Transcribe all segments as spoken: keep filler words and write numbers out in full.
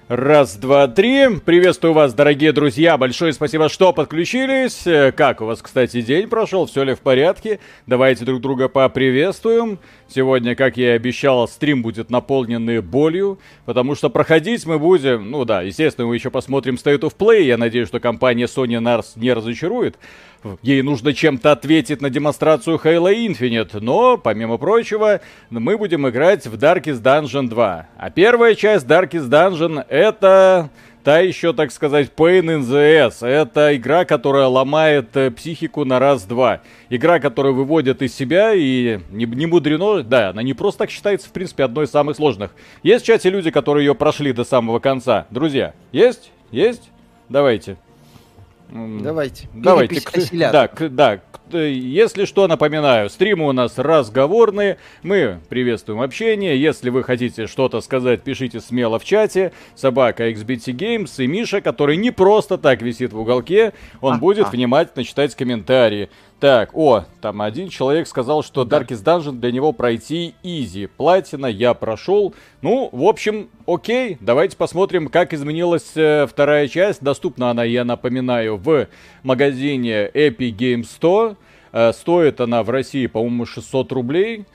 Раз, два, три. Приветствую вас, дорогие друзья. Большое спасибо, что подключились. Как у вас, кстати, день прошел? Все ли в порядке? Давайте друг друга поприветствуем. Сегодня, как я и обещал, стрим будет наполненный болью, потому что проходить мы будем... Ну да, естественно, мы еще посмотрим State of Play. Я надеюсь, что компания Sony нас не разочарует. Ей нужно чем-то ответить на демонстрацию Halo Infinite, но, помимо прочего, мы будем играть в Darkest Dungeon два. А первая часть Darkest Dungeon — это та еще, так сказать, Pain in the Ass. Это игра, которая ломает э, психику на раз-два. Игра, которая выводит из себя, и не, не мудрено, да, она не просто так считается, в принципе, одной из самых сложных. Есть в чате люди, которые ее прошли до самого конца. Друзья, есть? Есть? Давайте. Давайте. Давайте. Да, да. Если что, напоминаю, стримы у нас разговорные, мы приветствуем общение. Если вы хотите что-то сказать, пишите смело в чате. Собака икс би ти Games и Миша, который не просто так висит в уголке, он а, будет а. внимательно читать комментарии. Так, о, там один человек сказал, что да. Darkest Dungeon для него пройти изи. Платина я прошел. Ну, в общем, окей. Давайте посмотрим, как изменилась э, вторая часть. Доступна она, я напоминаю, в магазине Epic Games Store. Э, стоит она в России, по-моему, шестьсот рублей.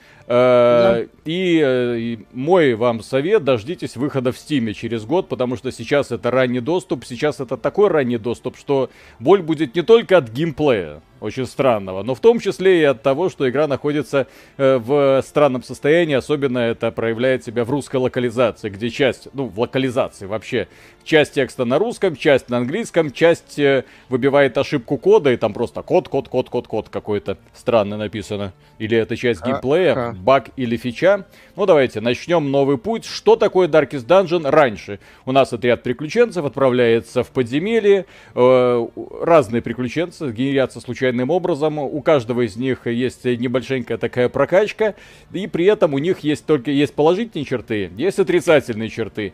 Да. И, и мой вам совет: дождитесь выхода в Стиме через год, потому что сейчас это ранний доступ, сейчас это такой ранний доступ, что боль будет не только от геймплея, очень странного, но в том числе и от того, что игра находится э, в странном состоянии. Особенно это проявляет себя в русской локализации, где часть, ну, в локализации вообще, часть текста на русском, часть на английском, часть э, выбивает ошибку кода, и там просто код, код, код, код, код какой-то странно написано. Или это часть геймплея, а, а. баг или фича. Ну, давайте начнем новый путь. Что такое Darkest Dungeon раньше? У нас отряд приключенцев отправляется в подземелье. Э, разные приключенцы генерятся случайным образом. У каждого из них есть небольшенькая такая прокачка. И при этом у них есть только есть положительные черты, есть отрицательные черты.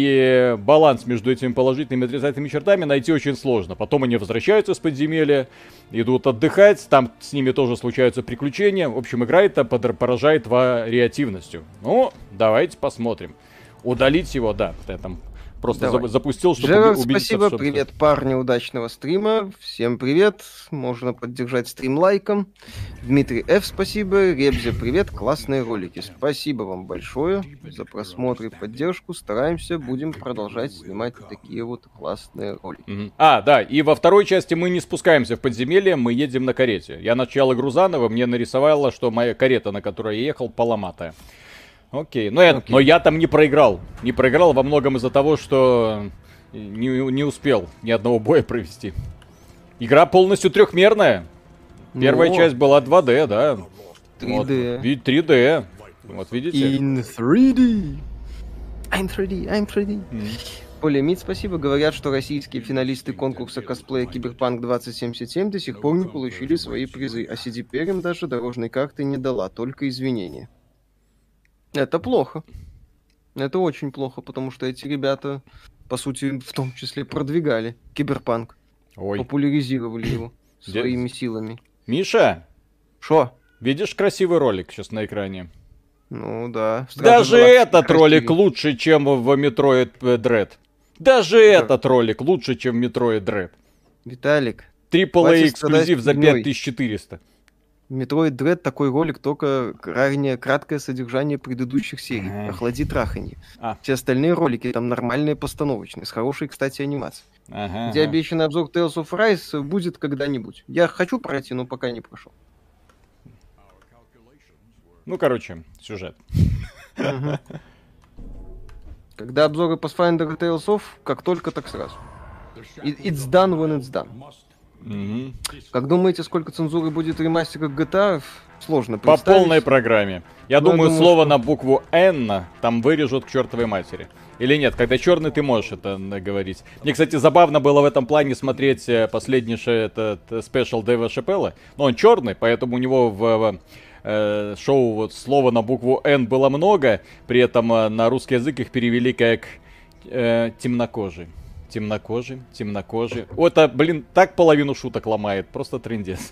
И баланс между этими положительными и отрицательными чертами найти очень сложно. Потом они возвращаются с подземелья, идут отдыхать. Там с ними тоже случаются приключения. В общем, игра это поражает вариативностью. Ну, давайте посмотрим. Удалить его, да. Я там просто за- запустил, чтобы Джерард, убедиться. Спасибо, что... привет, парни, удачного стрима. Всем привет. Можно поддержать стрим лайком. Дмитрий Ф, спасибо. Ребзе, привет, классные ролики. Спасибо вам большое за просмотр и поддержку. Стараемся, будем продолжать снимать такие вот классные ролики. Mm-hmm. А, да, и во второй части мы не спускаемся в подземелье, мы едем на карете. Я начал игру заново, мне нарисовало, что моя карета, на которой я ехал, поломатая. Окей, но я, но я там не проиграл. Не проиграл во многом из-за того, что не, не успел ни одного боя провести. Игра полностью трехмерная. Первая но... часть была два дэ, да. три дэ. Вот, три дэ. Вот видите? In три дэ. I'm три дэ, I'm три дэ. Mm. Полемит, спасибо. Говорят, что российские финалисты конкурса косплея Киберпанк двадцать семьдесят семь до сих пор не получили свои призы, а си ди пи им даже дорожной карты не дала, только извинения. Это плохо. Это очень плохо, потому что эти ребята, по сути, в том числе продвигали Киберпанк. Ой. Популяризировали его своими силами. Миша! Шо? Видишь красивый ролик сейчас на экране? Ну да. Даже этот ролик лучше, чем в Metroid Dread. Даже да. этот ролик лучше, чем в Metroid Dread. Виталик. Трипл эй эксклюзив за пять тысяч четыреста. Metroid Dread такой ролик, только ранее краткое содержание предыдущих серий. А-а-а. Охлади траханье. А. Все остальные ролики там нормальные, постановочные, с хорошей, кстати, анимацией. А-а-а. Где обещанный обзор Tales of Rise будет когда-нибудь. Я хочу пройти, но пока не прошел. Ну, короче, сюжет. Угу. Когда обзоры Pathfinder и Tales of, как только, так сразу. It's done when it's done. Mm-hmm. Как думаете, сколько цензуры будет в ремастерах джи ти эй? Сложно представить. По полной программе. Я Но думаю, я думаю, слово что... на букву N там вырежут к чертовой матери. Или нет, когда черный, ты можешь это говорить. Мне, кстати, забавно было в этом плане смотреть последний этот спешл Дэйва Шапелла. Но он черный, поэтому у него в, в э, шоу вот слова на букву N было много. При этом э, на русский язык их перевели как э, темнокожий. Темнокожий, темнокожий. Вот это, блин, так половину шуток ломает. Просто трындец.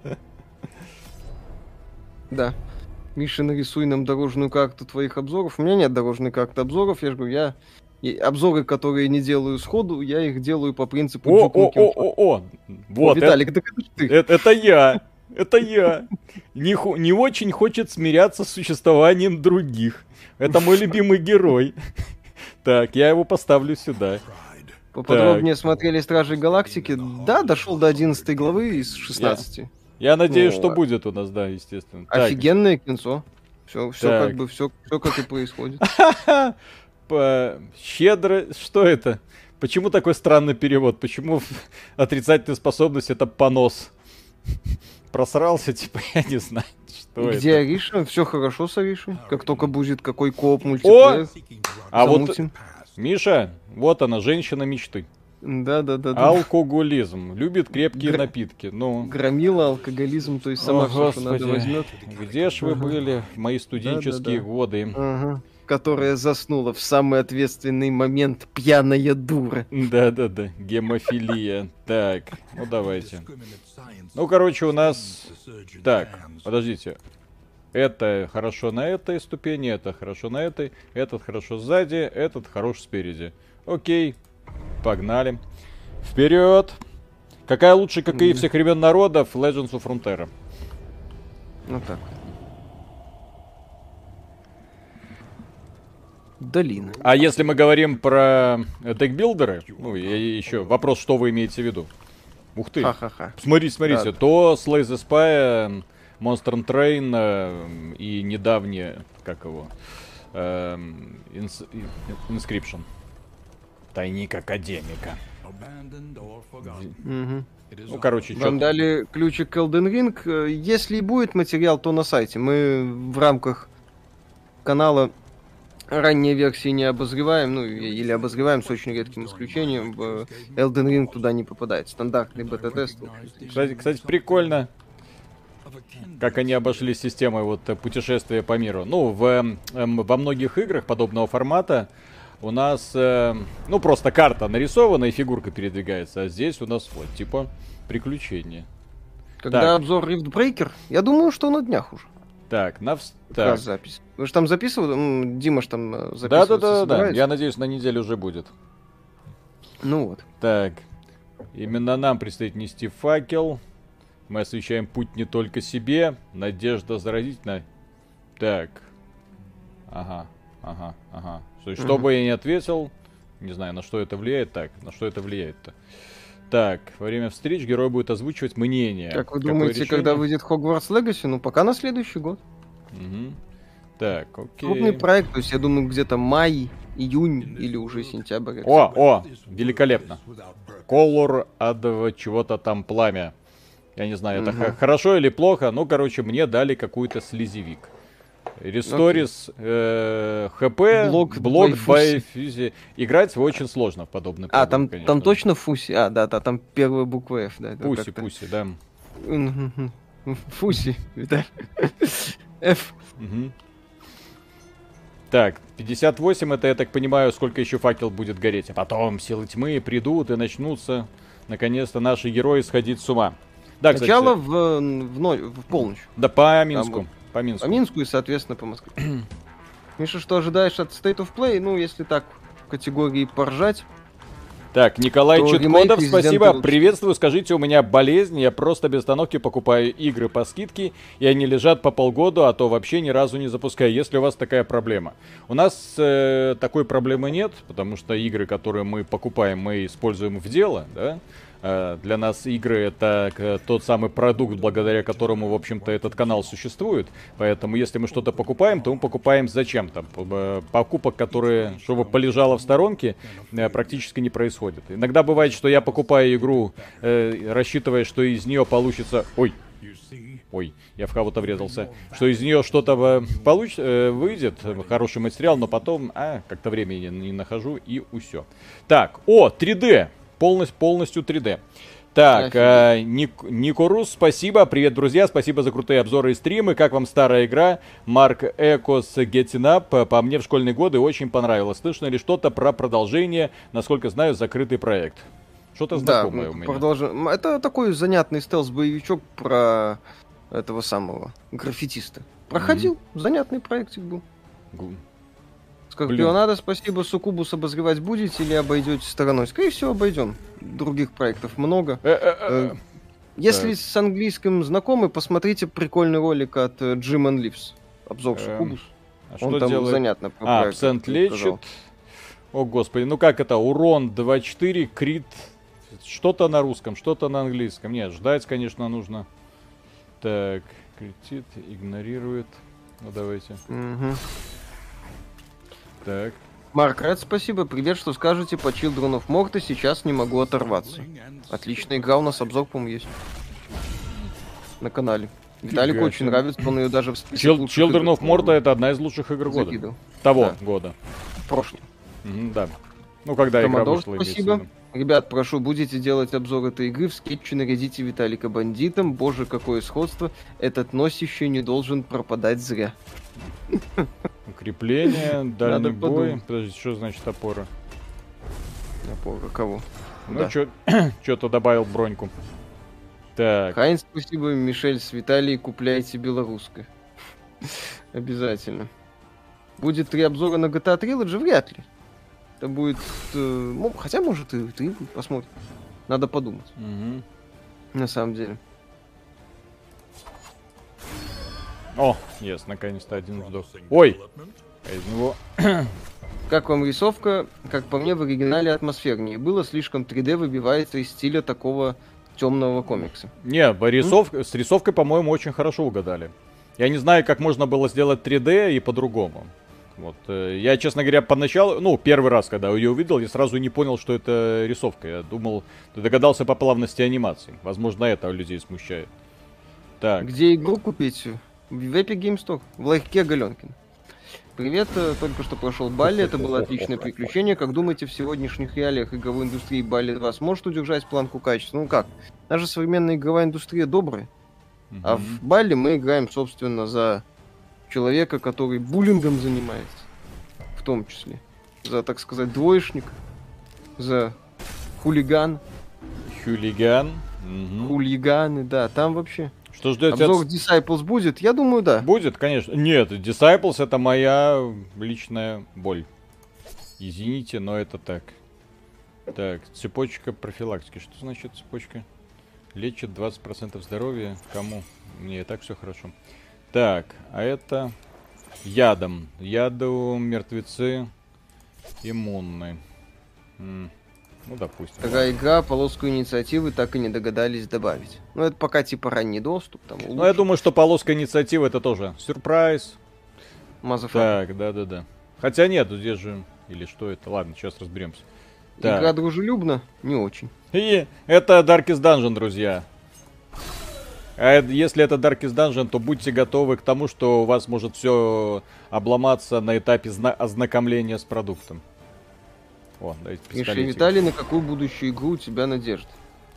Да. Миша, нарисуй нам дорожную карту твоих обзоров. У меня нет дорожной карты обзоров. Я же говорю, я И обзоры, которые не делаю сходу, я их делаю по принципу О, Duke о, Nukem. о, о, о, вот, О, Виталик, это, это ты. это, это я, это я. Не, хо- не очень хочет смиряться с существованием других. Это мой любимый герой. Так, я его поставлю сюда. Поподробнее смотрели Стражи Галактики. Да, дошел до одиннадцатой главы из шестнадцати. Я надеюсь, Ну, что а- будет у нас, да, естественно. Так, Офигенное кинцо. Все, все Так. как бы, все, все как и происходит. по- щедро... Что это? Почему такой странный перевод? Почему отрицательная способность это понос? Просрался, типа, я не знаю, что Где это. Ариша? Все хорошо с Аришей. Как только будет какой кооп мультиплеер, А вот, замутим. Миша, вот она, женщина мечты. Да, да, да, да. Алкоголизм. Любит крепкие Гра- напитки. Ну, Громила, алкоголизм, то есть сама о, все, что надо, господи, возьмет. где ж вы Ага. были в мои студенческие Да-да-да. годы? Ага. Которая заснула в самый ответственный момент, пьяная дура. Да-да-да, гемофилия. Так, ну давайте. Ну, короче, у нас... Так, подождите. Это хорошо на этой ступени, это хорошо на этой, этот хорошо сзади, этот хорош спереди. Окей, погнали. Вперед! Какая лучше, как и всех времен народов, Legends of Frontera? Вот так. Долина. А если мы говорим про декбилдеры, ну, и еще вопрос, что вы имеете в виду? Ух ты. Ха-ха-ха. Смотрите, смотрите, Да. то Slay the Spy, Monster Train э, и недавнее, как его, эм, Ins- Inscription. Тайник Академика. Мгм. Ну, короче, Вам что дали ключик к Elden Ring. Э, Если будет материал, то на сайте. Мы в рамках канала ранние версии не обозреваем, ну и- или обозреваем с очень редким исключением. В Elden Ring туда не попадает. Стандартный бета-тест. Кстати, кстати, прикольно, как они обошли системой вот э, путешествия по миру. Ну, в, эм, эм, во многих играх подобного формата у нас, э, ну, просто карта нарисована и фигурка передвигается, а здесь у нас вот, типа, приключения. Когда Так. обзор Rift Breaker, я думаю, что на днях уже. Так, на вс- Как так. раз запись. Вы же там записывали? М, Дима ж там э, Да, записываться да, да, да. собирается? Я надеюсь, на неделю уже будет. Ну вот. Так. Именно нам предстоит нести факел. Мы освещаем путь не только себе. Надежда заразительна. Так. Ага, ага, ага. То есть, что Мгм. бы я ни ответил, не знаю, на что это влияет. Так, на что это влияет-то. Так, во время встреч герой будет озвучивать мнение. Как вы Какое думаете, решение? когда выйдет Hogwarts Legacy? Ну, пока на следующий год. Мгм. Так, Крупный окей. проект, то есть я думаю, где-то май, июнь или уже сентябрь. О, о, великолепно. Колор от чего-то там пламя. Я не знаю, это Мгм. х- хорошо или плохо. Ну, короче, мне дали какой-то слезевик. Ресторис, э, ХП, Блок блок by by Fuzzy. Играть очень сложно в подобный А, продукт, там, конечно. там точно Фуси? А, да, да, там первая буква F, да. это Пуси, как-то. пуси, да. Мгм. Фуси, Виталий. F. Мгм. Так, пятьдесят восемь, это, я так понимаю, сколько еще факел будет гореть. А потом силы тьмы придут и начнутся, наконец-то, наши герои сходить с ума. Да, кстати, Начало в, в, ноль- в полночь. да по Минску. вот По Минску. По Минску и, соответственно, по Москве. Миша, что ожидаешь от State of Play? Ну, если так, в категории поржать. Так, Николай То Читкодов, ремейк спасибо. Resident Evil. Приветствую, скажите, у меня болезнь, я просто без остановки покупаю игры по скидке, и они лежат по полгода, а то вообще ни разу не запускаю, если у вас такая проблема. У нас э, такой проблемы нет, потому что игры, которые мы покупаем, мы используем в дело, да. Э, Для нас игры это к- тот самый продукт, благодаря которому, в общем-то, этот канал существует. Поэтому, если мы что-то покупаем, то мы покупаем зачем-то. П- Покупок, которые, чтобы полежало в сторонке, э, практически не происходит. Иногда бывает, что я покупаю игру, э, рассчитывая, что из нее получится... Ой, ой, я в кого-то врезался. Что из нее что-то э, получ... э, выйдет, э, хороший материал, но потом, а, как-то времени не, не нахожу и усё. Так, о, три дэ. Полностью, полностью три дэ. Так, э, Ник, Никорус, спасибо. Привет, друзья. Спасибо за крутые обзоры и стримы. Как вам старая игра? Марк Экос Getting Up. По мне в школьные годы очень понравилось. Слышно ли что-то про продолжение? Насколько знаю, закрытый проект. Что-то знакомое Да, у меня. продолжим. Это такой занятный стелс-боевичок про этого самого граффитиста. Проходил, занятный проектик был. Гу- Скорпионада, спасибо. Суккубус обозревать будете или обойдете стороной? Скорее всего, обойдем. Других проектов много. Э, Если с английским знакомы, посмотрите прикольный ролик от Jim and Leaves. Обзор Суккубус. А Он что там делает? занятно. А, абсент лечит. О, господи, ну как это? Урон два четыре, крит. Что-то на русском, что-то на английском. Нет, ждать, конечно, нужно. Так, критит, игнорирует. Ну, давайте. Угу. Так. Марк, рад, спасибо. Привет, что скажете по Children of Morta, сейчас не могу оторваться. Отличная игра, у нас обзор, по-моему, есть. На канале. Виталику очень нравится, он ее даже в списке Chil- Children of Morta это одна из лучших игр года. закидывал. Того Да. года. Прошлый. Мгм, да. Ну, когда Коммодор, игра вышла. спасибо. Ребят, прошу, будете делать обзор этой игры, в скетче нарядите Виталика бандитом. Боже, какое сходство. Этот носище не должен пропадать зря. Укрепление, дальний Надо бой. подумать. Подожди, что значит опора? Опора кого? Ну, Да. что-то добавил броньку. Так. Хайнс, спасибо. Мишель с Виталией, купляйте белорусское. Обязательно. Будет три обзора на джи ти эй Trilogy? Вряд ли. Это будет... э, ну, хотя, может, и три будет. Посмотрим. Надо подумать. Мгм. На самом деле. О, yes, наконец-то один вздох. Ой! А из него... Как вам рисовка? Как по мне, в оригинале атмосфернее. Было слишком три дэ, выбивается из стиля такого темного комикса. Не, рисов... с рисовкой, по-моему, очень хорошо угадали. Я не знаю, как можно было сделать три дэ и по-другому. Вот. э, Я, честно говоря, поначалу, ну, первый раз, когда ее увидел, я сразу не понял, что это рисовка. Я думал, ты догадался по плавности анимации. Возможно, это людей смущает. Так. Где игру купить? В Epic Game Store. В лайке Галенкин. Привет, э, только что прошел Балли, это было отличное приключение. Как думаете, в сегодняшних реалиях игровой индустрии Балли два сможет удержать планку качества? Ну как? Наша современная игровая индустрия добрая. А Мгм. в Балли мы играем, собственно, за человека, который буллингом занимается. В том числе. За, так сказать, двоечник. За хулиган. Хулиган. Мгм. Хулиганы, да. Там вообще... Что ждет тебя? Обзор Disciples будет? Я думаю, да. Будет, конечно. Нет, Disciples это моя личная боль. Извините, но это так. Так, цепочка профилактики. Что значит цепочка? Лечит двадцать процентов здоровья. Кому? Мне и так все хорошо. Так, а это ядом. Яду мертвецы иммунны. М, Ну, допустим. Такая игра, полоску инициативы так и не догадались добавить. Ну, это пока типа ранний доступ. Там, Ну, я думаю, что полоска инициативы это тоже сюрприз. Мазафак. Так, да-да-да. Хотя нет, здесь же... Или что это? Ладно, сейчас разберемся. Так. Игра дружелюбна? Не очень. И это Darkest Dungeon, друзья. А это- если это Darkest Dungeon, то будьте готовы к тому, что у вас может все обломаться на этапе зна- ознакомления с продуктом. О, дайте Миша и пистолетик. Виталий, на какую будущую игру у тебя надежда?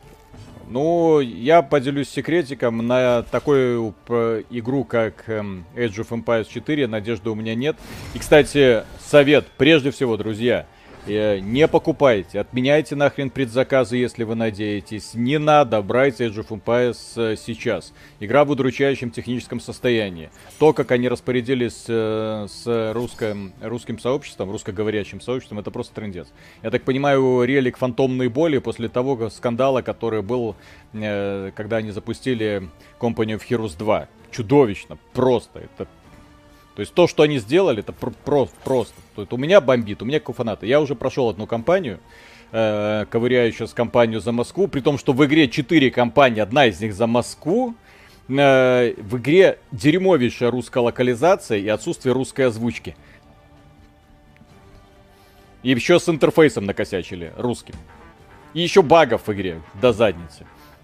Ну, я поделюсь секретиком. На такую п- игру, как эм, Age of Empires четыре, надежды у меня нет. И, кстати, совет, прежде всего, друзья, э, не покупайте, отменяйте нахрен предзаказы, если вы надеетесь. Не надо брать Age of Empires э, сейчас. Игра в удручающем техническом состоянии. То, как они распорядились э, с русским, русским сообществом, русскоговорящим сообществом, это просто трындец. Я так понимаю, релик фантомной боли после того как- скандала, который был, э, когда они запустили Company of Heroes два. Чудовищно, просто. Это то есть то, что они сделали, это пр- про- просто. То есть у меня бомбит, у меня как у фаната. Я уже прошел одну кампанию, э, ковыряю сейчас кампанию за Москву, при том, что в игре четыре кампании, одна из них за Москву. Э, в игре дерьмовейшая русская локализация и отсутствие русской озвучки. И еще с интерфейсом накосячили, русским. И еще багов в игре до задницы.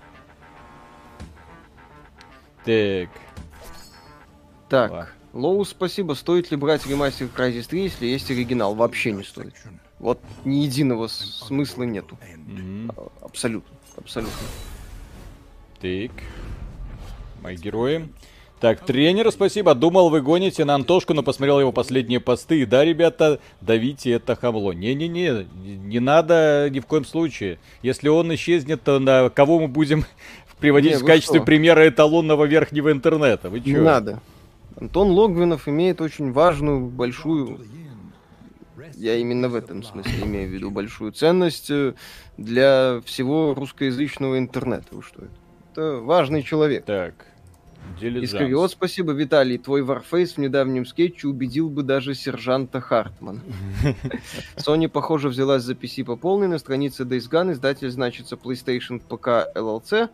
Так. Так, Ладно. Лоу, спасибо. Стоит ли брать ремастер Crysis три, если есть оригинал? Вообще не стоит. Вот ни единого с- смысла нету. Мгм. А, Абсолютно. Абсолютно. Так. Мои герои. Так, тренера, спасибо. Думал, вы гоните на Антошку, но посмотрел его последние посты. И да, ребята, давите это хамло. Не-не-не, не надо ни в коем случае. Если он исчезнет, то на кого мы будем приводить Не, в вы качестве что? примера эталонного верхнего интернета? Вы Не чё? надо. Антон Логвинов имеет очень важную, большую Я именно в этом смысле имею в виду большую ценность для всего русскоязычного интернета. Вы что это? Это важный человек. Так. Искариот, спасибо. Виталий, твой Warface в недавнем скетче убедил бы даже сержанта Хартмана. Sony, похоже, взялась за пи си по полной. На странице Days Gone издатель значится PlayStation пи си эл эл си,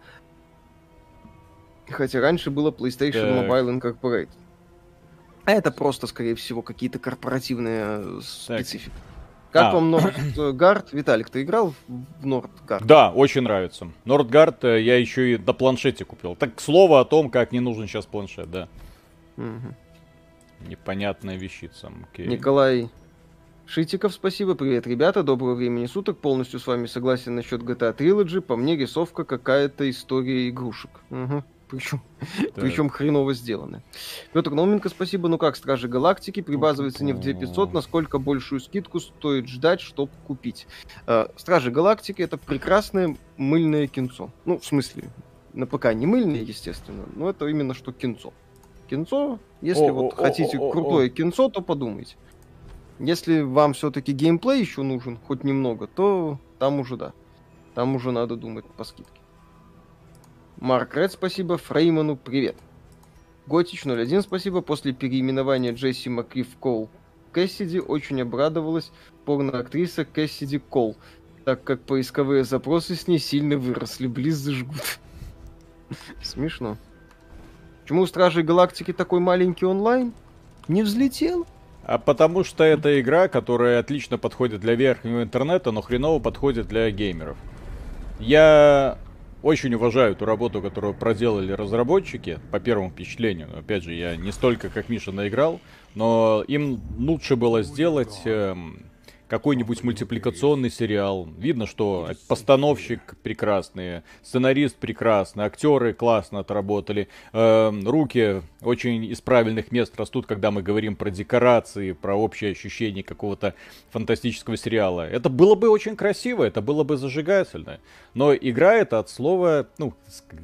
хотя раньше было PlayStation Mobile Incorporated. А это просто, скорее всего, какие-то корпоративные специфики. Как а. вам Nordgard? Виталик, ты играл в Nordgard? Да, очень нравится. Nordgard я еще и на планшете купил. Так, к слову о том, как не нужен сейчас планшет, да. Угу. Непонятная вещица. Окей. Николай Шитиков, спасибо. Привет, ребята, доброго времени суток. Полностью с вами согласен насчет джи ти эй Trilogy. По мне, рисовка какая-то история игрушек. Угу. Причем, причем хреново сделаны. Петр Науменко, спасибо. Ну как, Стражи Галактики прибазывается не в две тысячи пятьсот, насколько большую скидку стоит ждать, чтобы купить. Э, Стражи Галактики — это прекрасное мыльное кинцо. Ну, в смысле, на ПК не мыльное, естественно, но это именно что кинцо. Кинцо, если о, вот о, хотите о, о, крутое о. кинцо, то подумайте. Если вам все-таки геймплей еще нужен, хоть немного, то там уже да. Там уже надо думать по скидке. Марк Ред, спасибо. Фрейману, привет. Готич ноль один, спасибо. После переименования Джесси Макриф Кол Кэссиди очень обрадовалась порноактриса Кэссиди Кол, так как поисковые запросы с ней сильно выросли. Близ зажгут. Смешно. Почему у Стражей Галактики такой маленький онлайн? Не взлетел? А потому что это игра, которая отлично подходит для верхнего интернета, но хреново подходит для геймеров. Я... очень уважаю ту работу, которую проделали разработчики, по первому впечатлению. Опять же, я не столько, как Миша, наиграл, но им лучше было сделать э, какой-нибудь мультипликационный сериал. Видно, что постановщик прекрасный, сценарист прекрасный, актеры классно отработали. Э, руки очень из правильных мест растут, когда мы говорим про декорации, про общее ощущение какого-то фантастического сериала. Это было бы очень красиво, это было бы зажигательно. Но игра это от слова, ну,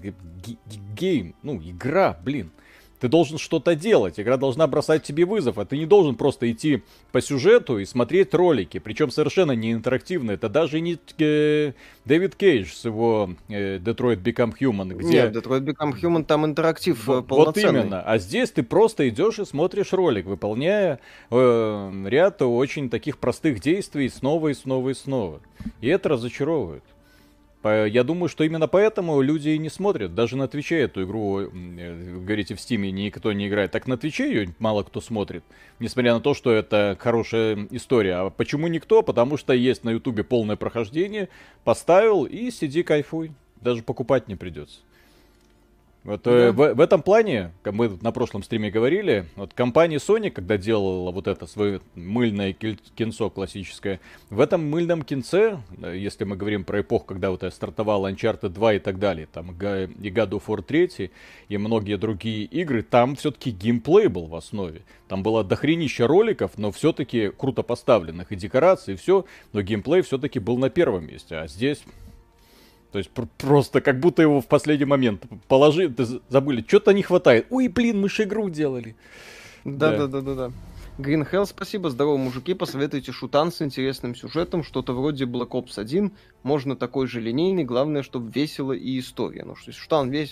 гейм, ну, игра, блин. Ты должен что-то делать, игра должна бросать тебе вызов, а ты не должен просто идти по сюжету и смотреть ролики, причем совершенно не интерактивно. Это даже не э, Дэвид Кейдж с его э, Detroit Become Human, где... Нет, Detroit Become Human, там интерактив вот, полноценный. Вот именно, а здесь ты просто идешь и смотришь ролик, выполняя э, ряд очень таких простых действий снова и снова и снова. И это разочаровывает. Я думаю, что именно поэтому люди и не смотрят. Даже на Твиче эту игру, говорите, в Стиме никто не играет. Так на Твиче ее мало кто смотрит. Несмотря на то, что это хорошая история. А почему никто? Потому что есть на Ютубе полное прохождение. Поставил и сиди кайфуй. Даже покупать не придется. Вот да. э, в, в этом плане, как мы на прошлом стриме говорили, вот компания Sony, когда делала вот это свое мыльное кинцо классическое, в этом мыльном кинце, если мы говорим про эпоху, когда вот стартовал Uncharted два и так далее, там и God of War три, и многие другие игры, там все-таки геймплей был в основе. Там было дохренища роликов, но все-таки круто поставленных, и декорации, и все, но геймплей все-таки был на первом месте, а здесь... То есть пр- просто как будто его в последний момент положили, забыли, что-то не хватает. Ой, блин, мы же игру делали. Да-да-да-да-да. Green Hell, спасибо. Здорово, мужики. Посоветуйте шутан с интересным сюжетом, что-то вроде Black Ops один. Можно такой же линейный, главное, чтобы весело и история. Ну, что шутан весь.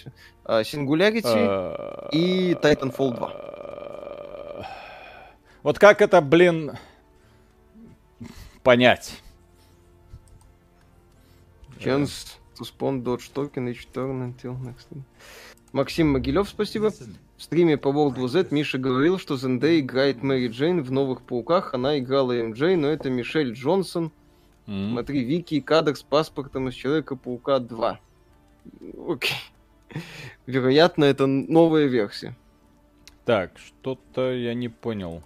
Singularity и Titanfall два. Вот как это, блин, понять? Chance to spawn dodge token each turn until next. Максим Могилев, спасибо. В стриме по World War Z Миша говорил, что Зендей играет Мэри Джейн в «Новых Пауках». Она играла эм джей, но это Мишель Джонсон. Mm-hmm. Смотри, Вики и кадр с паспортом из Человека-паука два. Окей. Вероятно, это новая версия. Так, что-то я не понял.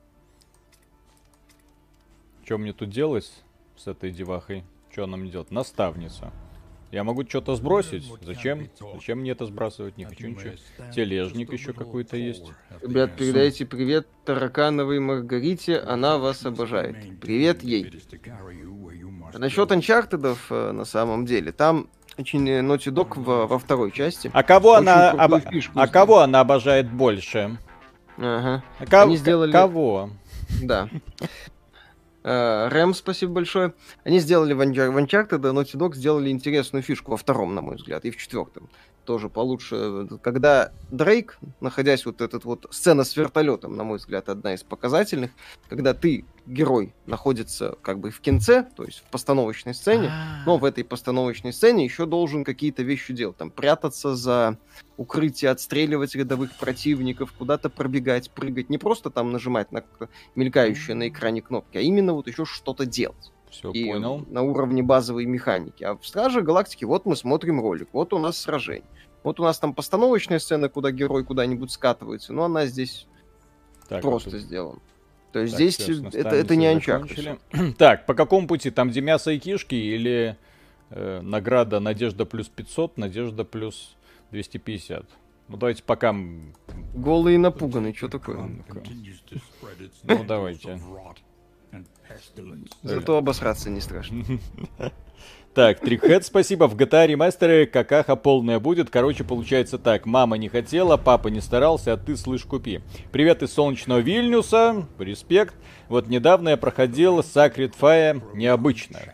Что мне тут делать с этой девахой? Что она мне делает? Наставница. Я могу что-то сбросить? Зачем? Зачем мне это сбрасывать? Не хочу ничего. Тележник еще какой-то есть. Ребят, передайте привет Таракановой Маргарите. Она вас обожает. Привет ей. А насчет анчартедов, на самом деле, там очень Naughty Dog во, во второй части. А кого она об... А кого она обожает больше? Ага. А ко... Они сделали... Кого? Да. Рэм, спасибо большое. Они сделали в Uncharted, да, Naughty Dog сделали интересную фишку во втором, на мой взгляд, и в четвертом тоже получше. Когда Дрейк, находясь вот этот вот сцена с вертолетом, на мой взгляд, одна из показательных, когда ты, герой, находится как бы в кинце, то есть в постановочной сцене, но в этой постановочной сцене еще должен какие-то вещи делать, там прятаться за укрытие, отстреливать рядовых противников, куда-то пробегать, прыгать, не просто там нажимать на мелькающие на экране кнопки, а именно вот еще что-то делать. Все, И понял. на уровне базовой механики. А в Страже Галактики вот мы смотрим ролик, вот у нас сражение. Вот у нас там постановочная сцена, куда герой куда-нибудь скатывается, но она здесь так, просто вот тут... сделана. То есть так, здесь все, это, это не Uncharted. Так, по какому пути? Там где мясо и кишки или э, награда Надежда плюс пятьсот, Надежда плюс двести пятьдесят? Ну давайте пока... Голый и напуганный, что такое? Ну давайте. Зато обосраться не страшно. Так, Трикхед, спасибо. В джи ти эй ремастере какаха полная будет. Короче, получается так. Мама не хотела, папа не старался, а ты, слышь, купи. Привет из солнечного Вильнюса. Респект. Вот недавно я проходил Sacred Fire необычное.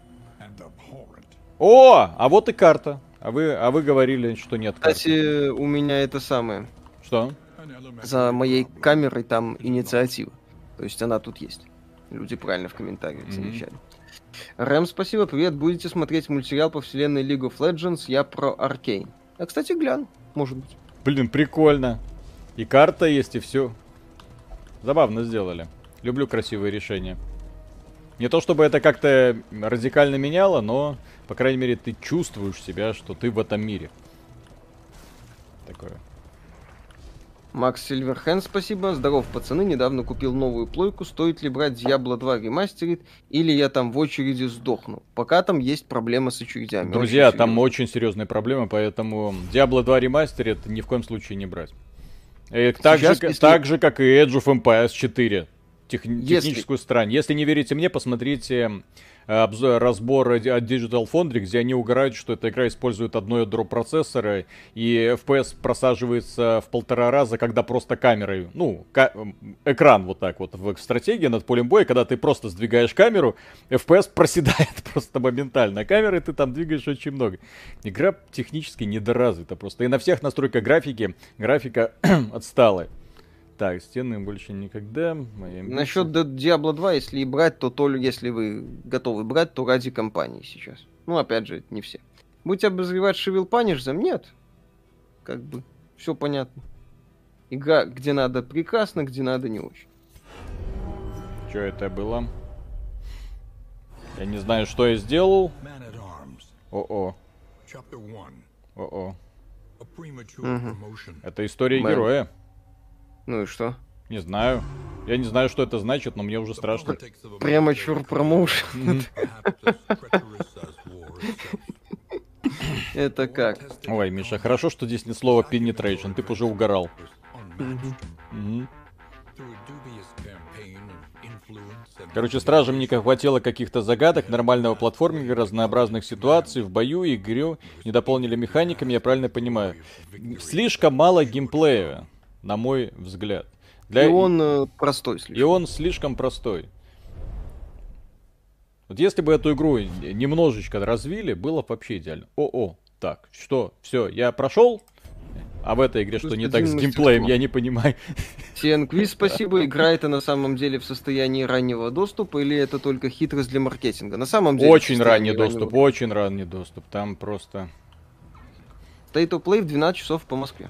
О, а вот и карта. А вы, а вы говорили, что нет карты. Кстати, у меня это самое. Что? За моей камерой там инициатива. То есть она тут есть. Люди правильно в комментариях mm-hmm. замечали. Рэм, спасибо, привет. Будете смотреть мультсериал по вселенной League of Legends? Я про Аркейн. А, кстати, гляну, может быть. Блин, прикольно. И карта есть, и все. Забавно сделали. Люблю красивые решения. Не то чтобы это как-то радикально меняло, но, по крайней мере, ты чувствуешь себя, что ты в этом мире. Такое. Макс Сильверхенд, спасибо. Здоров, пацаны. Недавно купил новую плойку. Стоит ли брать Diablo два ремастерит, или я там в очереди сдохну? Пока там есть проблема с очередями. Друзья, очень там очень серьезные проблемы, поэтому Diablo два ремастерит ни в коем случае не брать. И так, Сейчас, же, если... так же, как и Age of Empires четыре. Тех... Если... Техническую сторону. Если не верите мне, посмотрите обзор, разбор от Digital Foundry, где они угорают, что эта игра использует одно ядро процессора, и эф пи эс просаживается в полтора раза, когда просто камерой, ну, ка- экран вот так вот в стратегии над полем боя, когда ты просто сдвигаешь камеру, эф пи эс проседает просто моментально, а камеры ты там двигаешь очень много. Игра технически недоразвита просто, и на всех настройках графики графика отсталая. Так, стены больше никогда. Насчет Diablo два, если и брать, то только если вы готовы брать, то ради компании сейчас. Ну, опять же, не все. Будете обозревать Шивил Панишзем? Нет. Как бы, все понятно. Игра, где надо, прекрасно, где надо, не очень. Что это было? Я не знаю, что я сделал. О-о. О-о. Угу. Это история Мэн. героя. Ну и что? Не знаю. Я не знаю, что это значит, но мне уже страшно. Premature promotion. Это как? Ой, Миша, хорошо, что здесь не слово penetration, ты бы уже угорал. Короче, стражам не хватило каких-то загадок, нормального платформинга, разнообразных ситуаций в бою, игру не дополнили механиками, я правильно понимаю. Слишком мало геймплея. На мой взгляд. Для... И он э, простой слишком. И он слишком простой. Вот если бы эту игру немножечко развили, было бы вообще идеально. О-о, так, что, все, я прошел? А в этой игре что не так с геймплеем, я не понимаю. Тиенквиз, спасибо. Игра это на самом деле в состоянии раннего доступа или это только хитрость для маркетинга? На самом деле... Очень ранний доступ, раннего... очень ранний доступ. Там просто... State of Play в двенадцать часов по Москве.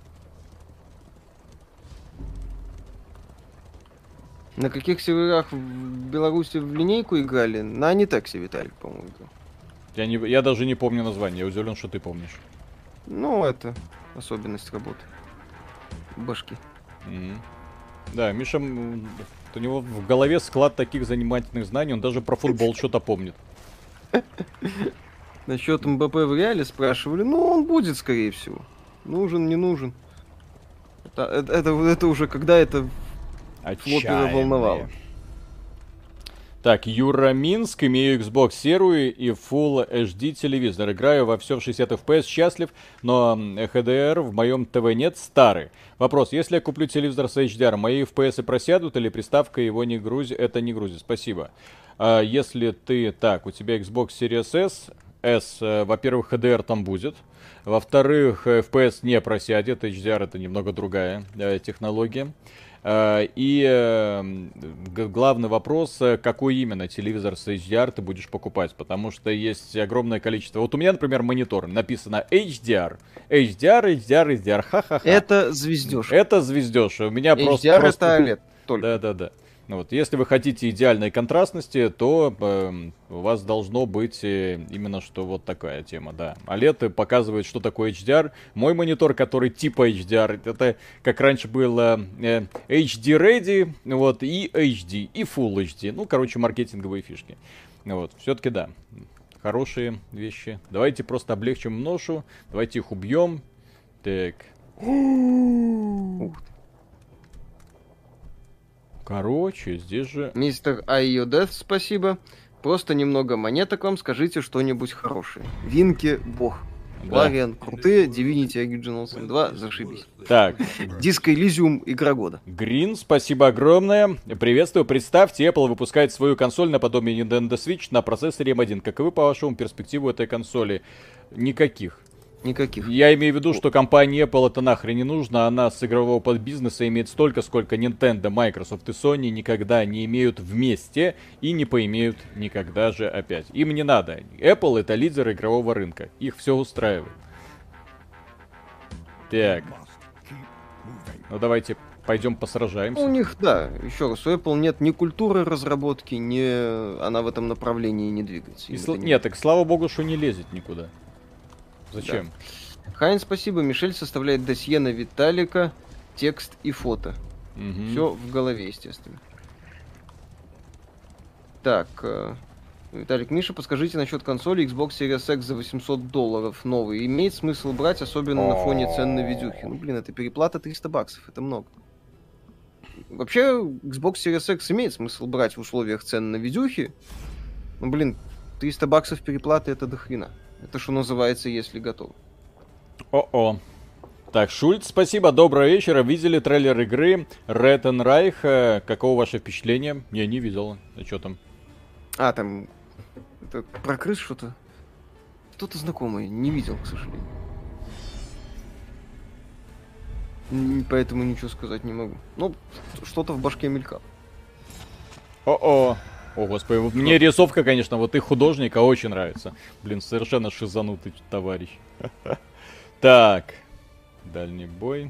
На каких серверах в Беларуси в линейку играли? На Анитексе, Виталик, по-моему, играл. Я, не, я даже не помню название, я удивлен, что ты помнишь. Ну, это особенность работы. Башки. Mm-hmm. Да, Миша, у него в голове склад таких занимательных знаний, он даже про футбол что-то помнит. Насчет эм бэ пэ в реале спрашивали, ну, он будет, скорее всего. Нужен, не нужен. Это, это, это, это уже когда это... Флопера волновало. Так, Юра Минск, имею Xbox серую и Full эйч ди телевизор. Играю во все в шестьдесят эф пи эс, счастлив, но эйч ди ар в моем ТВ нет, старый. Вопрос, если я куплю телевизор с эйч ди ар, мои эф пи эс просядут или приставка его не грузит? Это не грузит, спасибо. А если ты, так, у тебя Xbox Series S, S, во-первых, эйч ди ар там будет. Во-вторых, эф пи эс не просядет, эйч ди ар это немного другая э, технология. И э, главный вопрос, какой именно телевизор с эйч ди ар ты будешь покупать, потому что есть огромное количество. Вот у меня, например, монитор, написано эйч ди ар, эйч ди ар, эйч ди ар, эйч ди ар, ха-ха-ха. Это звездеж. Это звездеж. У меня эйч просто... ди ар просто... это о лед только. Да-да-да. Ну вот, если вы хотите идеальной контрастности, то э, у вас должно быть э, именно что вот такая тема, да. о лед показывает, что такое эйч ди ар. Мой монитор, который типа эйч ди ар, это как раньше было э, эйч ди Ready, вот, и эйч ди, и Full эйч ди. Ну, короче, маркетинговые фишки. Вот, все-таки да, хорошие вещи. Давайте просто облегчим ношу, давайте их убьем. Так. Ух ты. Короче, здесь же... Мистер Айодев, спасибо. Просто немного монеток вам, скажите что-нибудь хорошее. Винки, бог. Да. Лариан, крутые. Divinity Original Sin два, зашибись. Так. Disco Elysium, игра года. Грин, спасибо огромное. Приветствую. Представьте, Apple выпускает свою консоль наподобие Nintendo Switch на процессоре эм один. Каковы, по вашему, перспективу этой консоли? Никаких. Никаких. Я имею в виду, что компании Apple это нахрен не нужно. Она с игрового подбизнеса имеет столько, сколько Nintendo, Microsoft и Sony никогда не имеют вместе и не поимеют никогда же опять. Им не надо. Apple это лидер игрового рынка. Их все устраивает. Так. Ну давайте пойдем посражаемся. У них, да, еще раз, у Apple нет ни культуры разработки, ни она в этом направлении не двигается. И сл... Нет, так слава богу, что не лезет никуда. Зачем? Да. Хайн, спасибо. Мишель составляет досье на Виталика, текст и фото. Угу. Все в голове, естественно. Так, э, Виталик, Миша, подскажите насчет консоли Xbox Series X за восемьсот долларов новый. Имеет смысл брать, особенно на фоне цен на видюхи? Ну, блин, это переплата триста баксов, это много. Вообще, Xbox Series X имеет смысл брать в условиях цен на видюхи. Ну, блин, триста баксов переплаты это дохрена. Это что называется, если готов. О-о. Так, Шульц, спасибо, доброго вечера. Видели трейлер игры Red and Reich? Каково ваше впечатление? Я не видел. А что там? А, там... Это про крыс что-то? Что-то знакомое. Не видел, к сожалению. Поэтому ничего сказать не могу. Ну, что-то в башке мелькало. О-о. О, господи, вот мне рисовка, конечно, вот их художника очень нравится. Блин, совершенно шизанутый товарищ. Так. Дальний бой.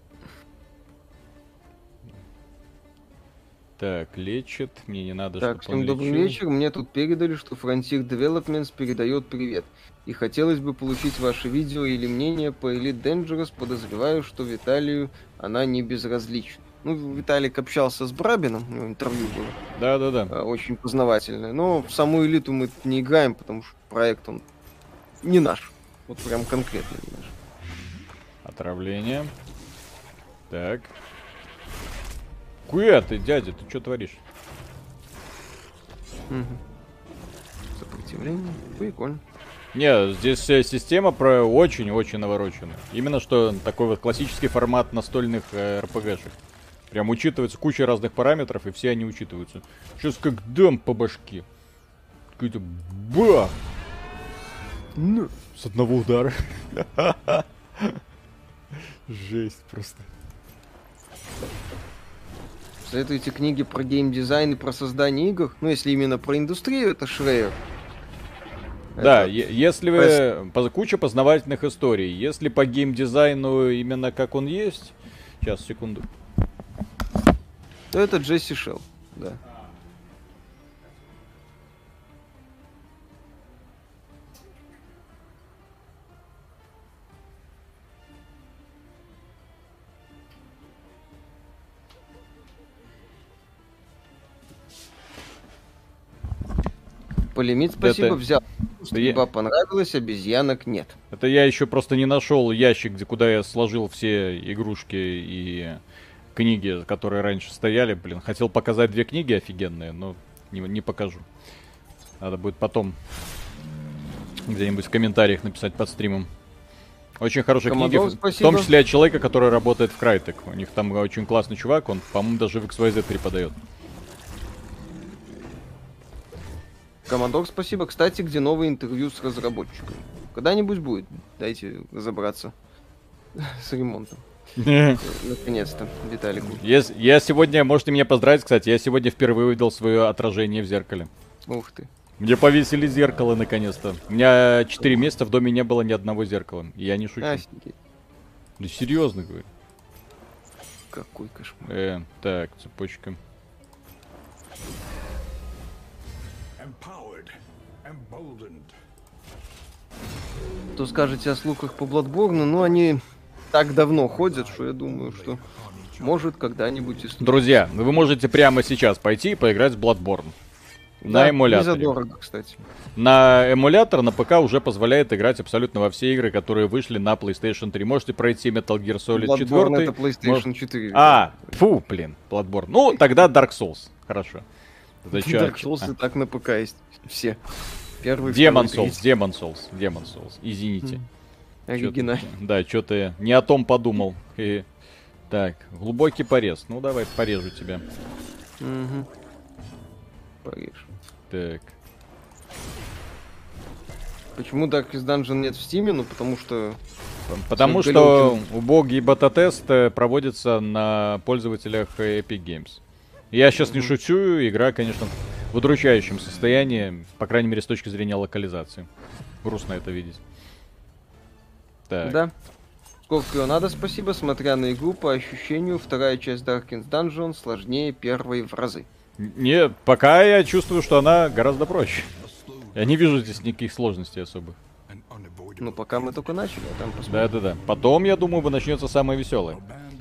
Так, лечит. Мне не надо, так, чтобы он всем добрый лечил. вечер. Мне тут передали, что Frontier Developments передает привет. И хотелось бы получить ваше видео или мнение по Elite Dangerous. Подозреваю, что Виталию она не безразлична. Ну, Виталик общался с Брабином, у него интервью было. Да-да-да. Очень познавательное. Но в саму элиту мы не играем, потому что проект, он не наш. Вот прям конкретно не наш. Отравление. Так. Куя ты, дядя, ты что творишь? Угу. Сопротивление. Прикольно. Не, здесь э, система про очень-очень навороченная. Именно что такой вот классический формат настольных э, эр пи джи-шек. Прям учитывается куча разных параметров, и все они учитываются. Сейчас как дам по башке. Какой-то бах! Ну. С одного удара. Жесть просто. Советуете книги про геймдизайн и про создание игр? Ну, если именно про индустрию, это Шрейер. Да, это... если вы... По... Куча познавательных историй. Если по геймдизайну именно как он есть... Сейчас, секунду. То это Джесси Шелл, да. Полимит, спасибо, это... взял. Стрельба я... понравилась, обезьянок нет. Это я еще просто не нашел ящик, где куда я сложил все игрушки и книги, которые раньше стояли. Блин, хотел показать две книги офигенные, но не, не покажу. Надо будет потом где-нибудь в комментариях написать под стримом. Очень хорошие книги, в, в том числе от человека, который работает в Crytek. У них там очень классный чувак, он, по-моему, даже в икс уай зет преподает. Командор, спасибо. Кстати, где новое интервью с разработчиками? Когда-нибудь будет. Дайте разобраться с ремонтом. Наконец-то, Виталик. Я, я сегодня, можете меня поздравить, кстати, я сегодня впервые увидел свое отражение в зеркале. Ух ты. Мне повесили зеркало наконец-то. У меня четыре месяца в доме не было ни одного зеркала. Я не шучу. Офигеть. Да серьезно говорю. Какой кошмар. Э, так, цепочка. Что скажете о слухах по Bloodborne? Ну, они так давно ходят, что я думаю, что может когда-нибудь и... Друзья, вы можете прямо сейчас пойти и поиграть в Bloodborne. Да, на эмуляторе. Не задорого, кстати. На эмулятор на ПК уже позволяет играть абсолютно во все игры, которые вышли на PlayStation три. Можете пройти Metal Gear Solid четыре. Bloodborne это PlayStation четыре. А, фу, блин, Bloodborne. Ну, тогда Dark Souls. Хорошо. Dark Souls и так на ПК есть все. Первый, Demon Souls, Demon Souls, Demon Souls. Извините. Оригинально. Да, что-то я не о том подумал. И... Так, глубокий порез. Ну, давай порежу тебя. Угу. Порежь. Так. Почему Darkest Dungeon нет в Steam? Ну, потому что... Потому что убогий бета-тест проводится на пользователях Epic Games. Я сейчас mm-hmm. не шучу, игра, конечно, в удручающем состоянии, по крайней мере, с точки зрения локализации. Грустно это видеть. Так. Да. Сколько надо, спасибо. Смотря на игру, по ощущению, вторая часть Darkest Dungeon сложнее первой в разы. Нет, пока я чувствую, что она гораздо проще. Я не вижу здесь никаких сложностей особых. Ну, пока мы только начали, а там посмотрим. Да-да-да. Потом, я думаю, начнется самое веселое.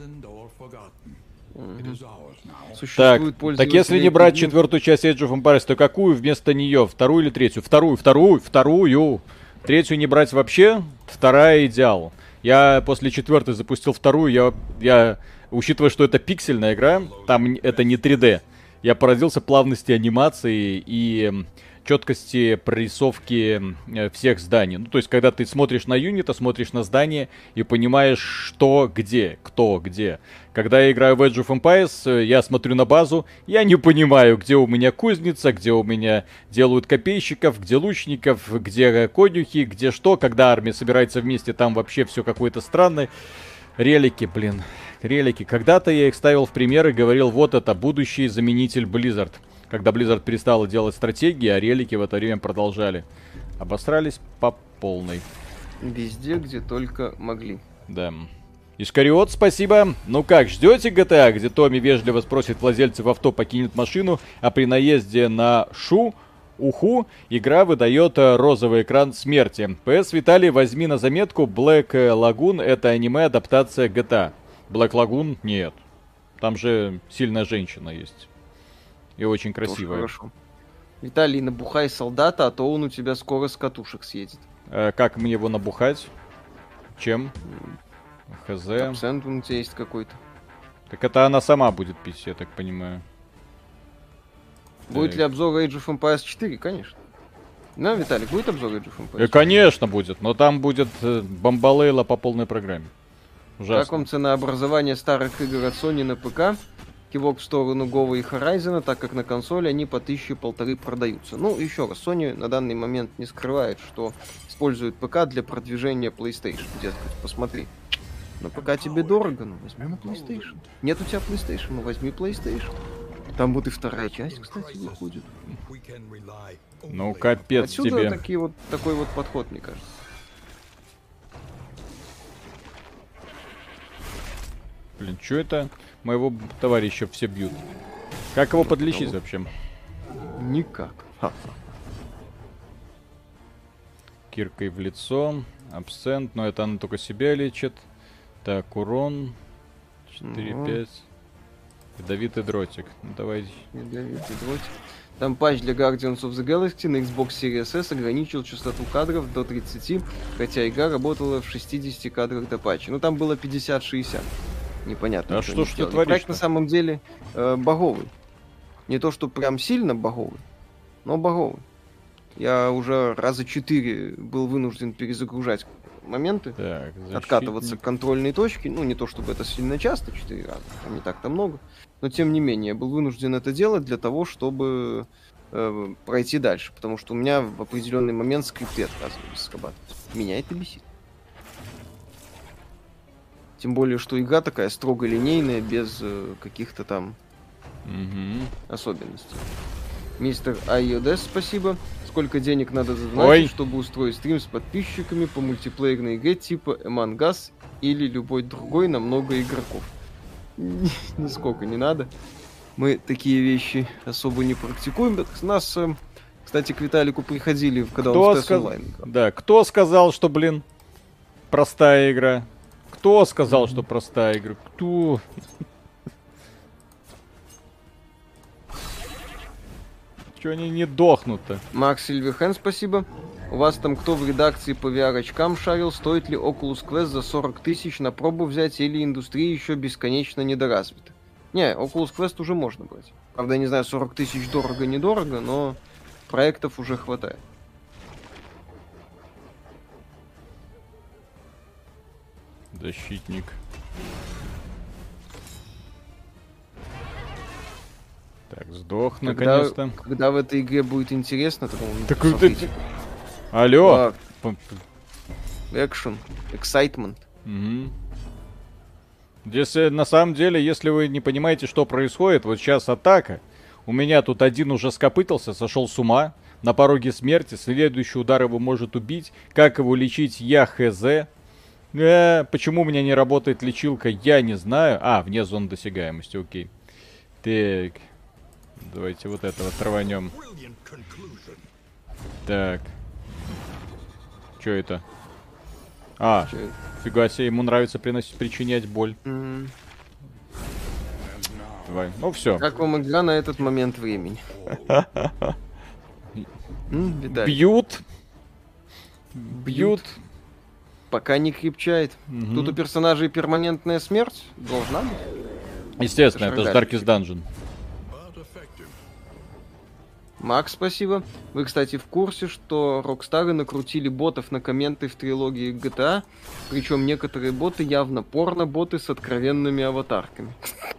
Mm-hmm. Так, так если не брать четвертую часть Age of Empires, то какую вместо нее? Вторую или третью? Вторую, вторую, вторую. Третью не брать вообще, вторая идеал. Я после четвертой запустил вторую, я, я, учитывая, что это пиксельная игра, там это не три дэ, я поразился плавности анимации и четкости прорисовки всех зданий. Ну, то есть, когда ты смотришь на юнита, смотришь на здание и понимаешь, что где, кто где. Когда я играю в Age of Empires, я смотрю на базу, я не понимаю, где у меня кузница, где у меня делают копейщиков, где лучников, где конюхи, где что. Когда армия собирается вместе, там вообще все какое-то странное. Релики, блин, релики. Когда-то я их ставил в пример и говорил, вот это будущий заменитель Blizzard. Когда Blizzard перестала делать стратегии, а релики в это время продолжали. Обосрались по полной. Везде, где только могли. Да. Искариот, спасибо. Ну как, ждете джи ти эй, где Томми вежливо спросит владельцев авто покинет машину, а при наезде на Шу, Уху, игра выдает розовый экран смерти. ПС, Виталий, возьми на заметку, Black Lagoon — это аниме-адаптация джи ти эй. Black Lagoon? Нет. Там же сильная женщина есть. И очень красивая. Хорошо. Виталий, набухай солдата, а то он у тебя скоро с катушек съедет. Э, как мне его набухать? Чем? Хз. Абсент у тебя есть какой-то. Так это она сама будет пить, я так понимаю. Будет так. Ли обзор Age of Empires четыре? Конечно. Да, Виталий, будет обзор Age of Empires? Э, конечно будет, но там будет э, бомбалейла по полной программе. Ужасно. Как вам ценообразование старых игр от Sony на ПК? Кивок в сторону Гова и Horizon, так как на консоли они по тысяче полторы продаются. Ну, еще раз, Sony на данный момент не скрывает, что использует ПК для продвижения PlayStation. Дескать, посмотри, на ПК тебе дорого, ну возьми на PlayStation. Нет у тебя PlayStation, ну возьми PlayStation. Там вот и вторая часть, кстати, выходит. Ну, капец Отсюда тебе. Такие вот, такой вот подход, мне кажется. Блин, что это? Моего товарища все бьют. Как его подлечить вообще? Никак. Ха. Киркой в лицо. Абсент, но это она только себя лечит. Так, урон. четыре пять. Ядовитый дротик. Ну, давай. Ядовитый дротик. Там патч для Guardians of the Galaxy на Xbox Series S ограничил частоту кадров до тридцати, хотя игра работала в шестидесяти кадрах до патча. Ну, там было пятьдесят шестьдесят. Непонятно. А что ж ты творишь? Проект на самом деле э, боговый. Не то, что прям сильно баговый, но баговый. Я уже раза четыре был вынужден перезагружать моменты, Так, откатываться к контрольной точке. Ну, не то, чтобы это сильно часто, четыре раза, там не так-то много. Но, тем не менее, я был вынужден это делать для того, чтобы э, пройти дальше. Потому что у меня в определенный момент скрипты отказывались срабатывать. Меня это бесит. Тем более, что игра такая строго линейная, без э, каких-то там Угу. особенностей. Мистер Айодес, спасибо. Сколько денег надо Ой. задонатить, чтобы устроить стрим с подписчиками по мультиплеерной игре типа Among Us или любой другой на много игроков? Нисколько не надо. Мы такие вещи особо не практикуем. У нас, э, кстати, к Виталику приходили, когда Кто он в Тесс сказ- онлайн играл. Да, кто сказал, что, блин, простая игра? Кто сказал, mm-hmm. что простая игра? Кто? Чё они не дохнут-то? Макс Сильверхен, спасибо. У вас там кто в редакции по ви ар-очкам шарил? Стоит ли Oculus Quest за сорок тысяч на пробу взять, или индустрия еще бесконечно недоразвита? Не, Oculus Quest уже можно брать. Правда, я не знаю, сорок тысяч дорого-недорого, но проектов уже хватает. Защитник. Так, сдох Когда, наконец-то. когда в этой игре будет интересно, то так ты... Алло. Экшен, excitement. Угу. Здесь на самом деле, если вы не понимаете, что происходит, вот сейчас атака. У меня тут один уже скопытался, сошел с ума. На пороге смерти. Следующий удар его может убить. Как его лечить, я хз. Э, почему у меня не работает лечилка, я не знаю. А, вне зоны досягаемости, окей. Так. Давайте вот это вот рванем. Так. Чё это? А, Чё? Фига себе, ему нравится приносить, причинять боль. Mm-hmm. Давай, ну все. Как вам игра на этот момент времени? Бьют. Бьют. Пока не крепчает. Mm-hmm. Тут у персонажей перманентная смерть должна быть. Естественно, это же Darkest Dungeon. Макс, спасибо. Вы, кстати, в курсе, что Рокстары накрутили ботов на комменты в трилогии джи ти эй, причем некоторые боты явно порно-боты с откровенными аватарками.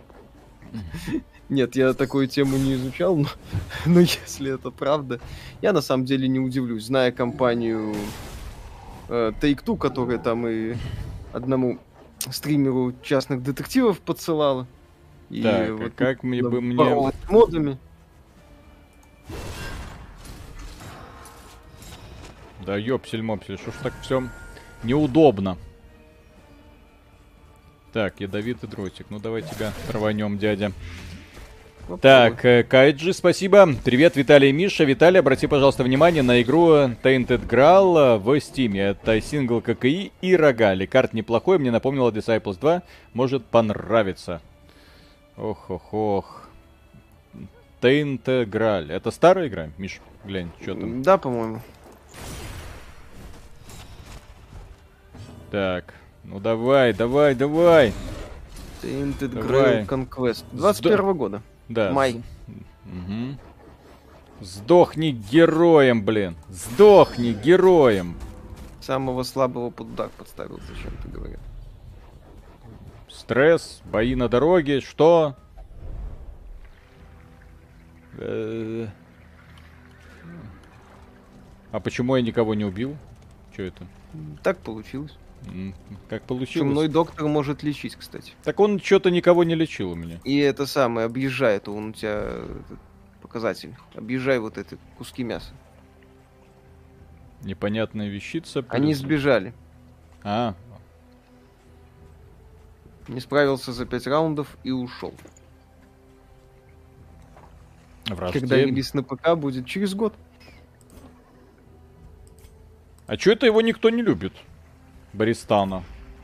Нет, я такую тему не изучал, но, но если это правда, я на самом деле не удивлюсь, зная компанию э, Take-Two, которая там и одному стримеру частных детективов подсылала. И так, вот а как мне бы мне... модами. Да ёпсель-мопсель, что ж так все неудобно. Так, ядовитый дротик. Ну давай тебя рванем, дядя. Вот так, э, Кайджи, спасибо. Привет, Виталий и Миша. Виталий, обрати, пожалуйста, внимание на игру Tainted Grail в Steam. Это сингл ККИ и Рогали. Карт неплохой, мне напомнила Disciples два. Может понравиться. Ох-ох-ох. Tainted Grail. Это старая игра, Миш? Глянь, что там. Да, по-моему. Так, ну давай, давай, давай. Tainted Grail Conquest. двадцать первого Сдо... года. Да. Май. Угу. Сдохни героем, блин. Сдохни героем. Самого слабого под удар подставил, зачем ты говоришь? Стресс, бои на дороге, что? А почему я никого не убил? Что это? Так получилось. Как получилось? Чумной доктор может лечить, кстати. Так он что-то никого не лечил у меня. И это самое, объезжает он у тебя этот показатель. Объезжай вот эти куски мяса. Непонятная вещица. Они сбежали. А. Не справился за пять раундов и ушел. Враждеб... Когда релиз на ПК будет через год. А чё это его никто не любит? Бористана.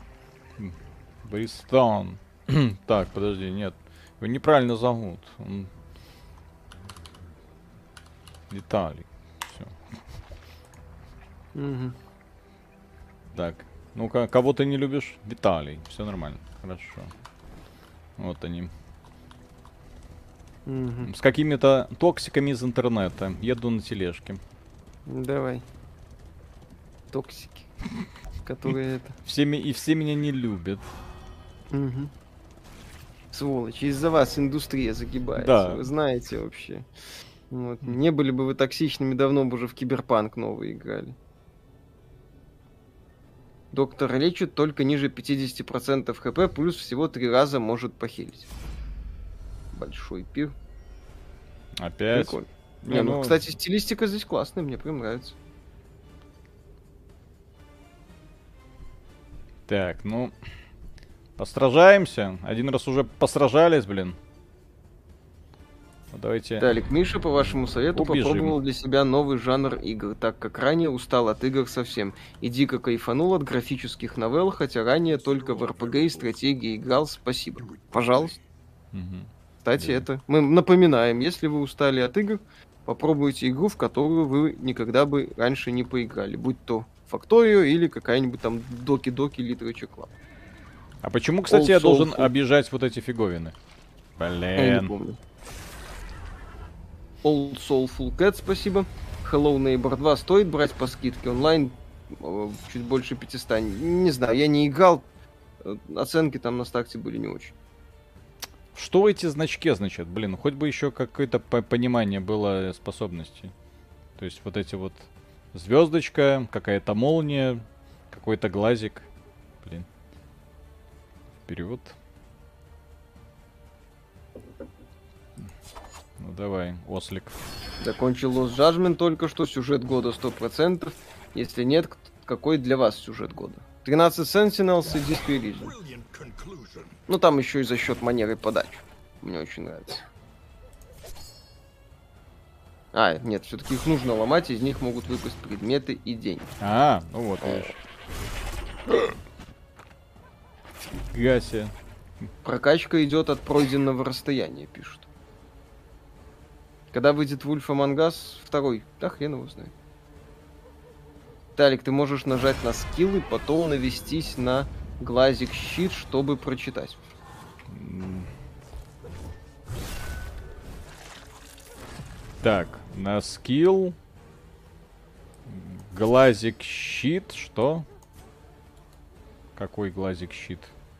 Бористан. Так, подожди, нет. Его неправильно зовут. Он... Виталий. Все. Угу. Так. Ну-ка, кого ты не любишь? Виталий. Все нормально. Хорошо. Вот они. Угу. С какими-то токсиками из интернета. Еду на тележке. Давай. Токсики. Которые это... Все, ми- и все меня не любят. Угу. Сволочи, из-за вас индустрия загибается. Да. Вы знаете вообще. Вот. Не были бы вы токсичными, давно бы уже в Киберпанк новый играли. Доктор лечит только ниже пятьдесят процентов хп, плюс всего три раза может похилить. Большой пир. Опять. Прикольно. Не, Не, ну, ну, кстати, стилистика здесь классная, мне прям нравится. Так, ну... Постражаемся. Один раз уже посражались, блин. Ну, давайте... Талик, Миша, по вашему совету, Убежим. попробовал для себя новый жанр игр, так как ранее устал от игр совсем. И дико кайфанул от графических новелл, хотя ранее только в эр пи джи и стратегии играл. Спасибо. Пожалуйста. Мгм. Кстати, Да. это мы напоминаем, если вы устали от игр, попробуйте игру, в которую вы никогда бы раньше не поиграли. Будь то Факторио или какая-нибудь там Доки-Доки Literature Club. А почему, кстати, я Old должен Soulful. обижать вот эти фиговины? Я не Блин. помню. Old Soulful Cat, спасибо. Hello Neighbor два стоит брать по скидке онлайн э, чуть больше пятисот. Не знаю, я не играл. Э, Оценки там на старте были не очень. Что эти значки значат? Блин, ну хоть бы еще какое-то по- понимание было способностей. То есть вот эти вот звездочка, какая-то молния, какой-то глазик. Блин. Вперед. Ну давай, ослик. Закончил Lost Judgment только что, сюжет года сто процентов. Если нет, к- какой для вас сюжет года? тринадцать Sentinels и Disco Elysium. Ну там еще и за счет манеры подачи. Мне очень нравится. А, нет, все-таки их нужно ломать, из них могут выпасть предметы и деньги. А, ну вот, видишь. Гася. Прокачка идет от пройденного расстояния, пишут. Когда выйдет Wolf Among Us второй? Да хрен его знает. Талик, ты можешь нажать на скилл и потом навестись на глазик щит, чтобы прочитать. Так, на скилл. Глазик щит. Что? Какой глазик щит?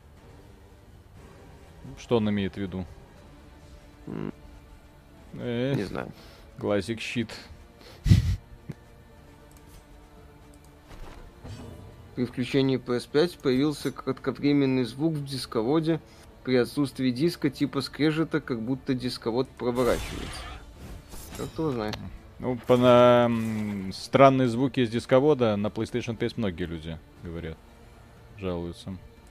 Что он имеет в виду? М, Э, Не знаю. глазик щит. При включении пи эс пять появился кратковременный звук в дисководе. При отсутствии диска типа скрежета, как будто дисковод проворачивается. Как кто знает. Ну, по на м, странные звуки из дисковода на PlayStation пять многие люди говорят. Жалуются.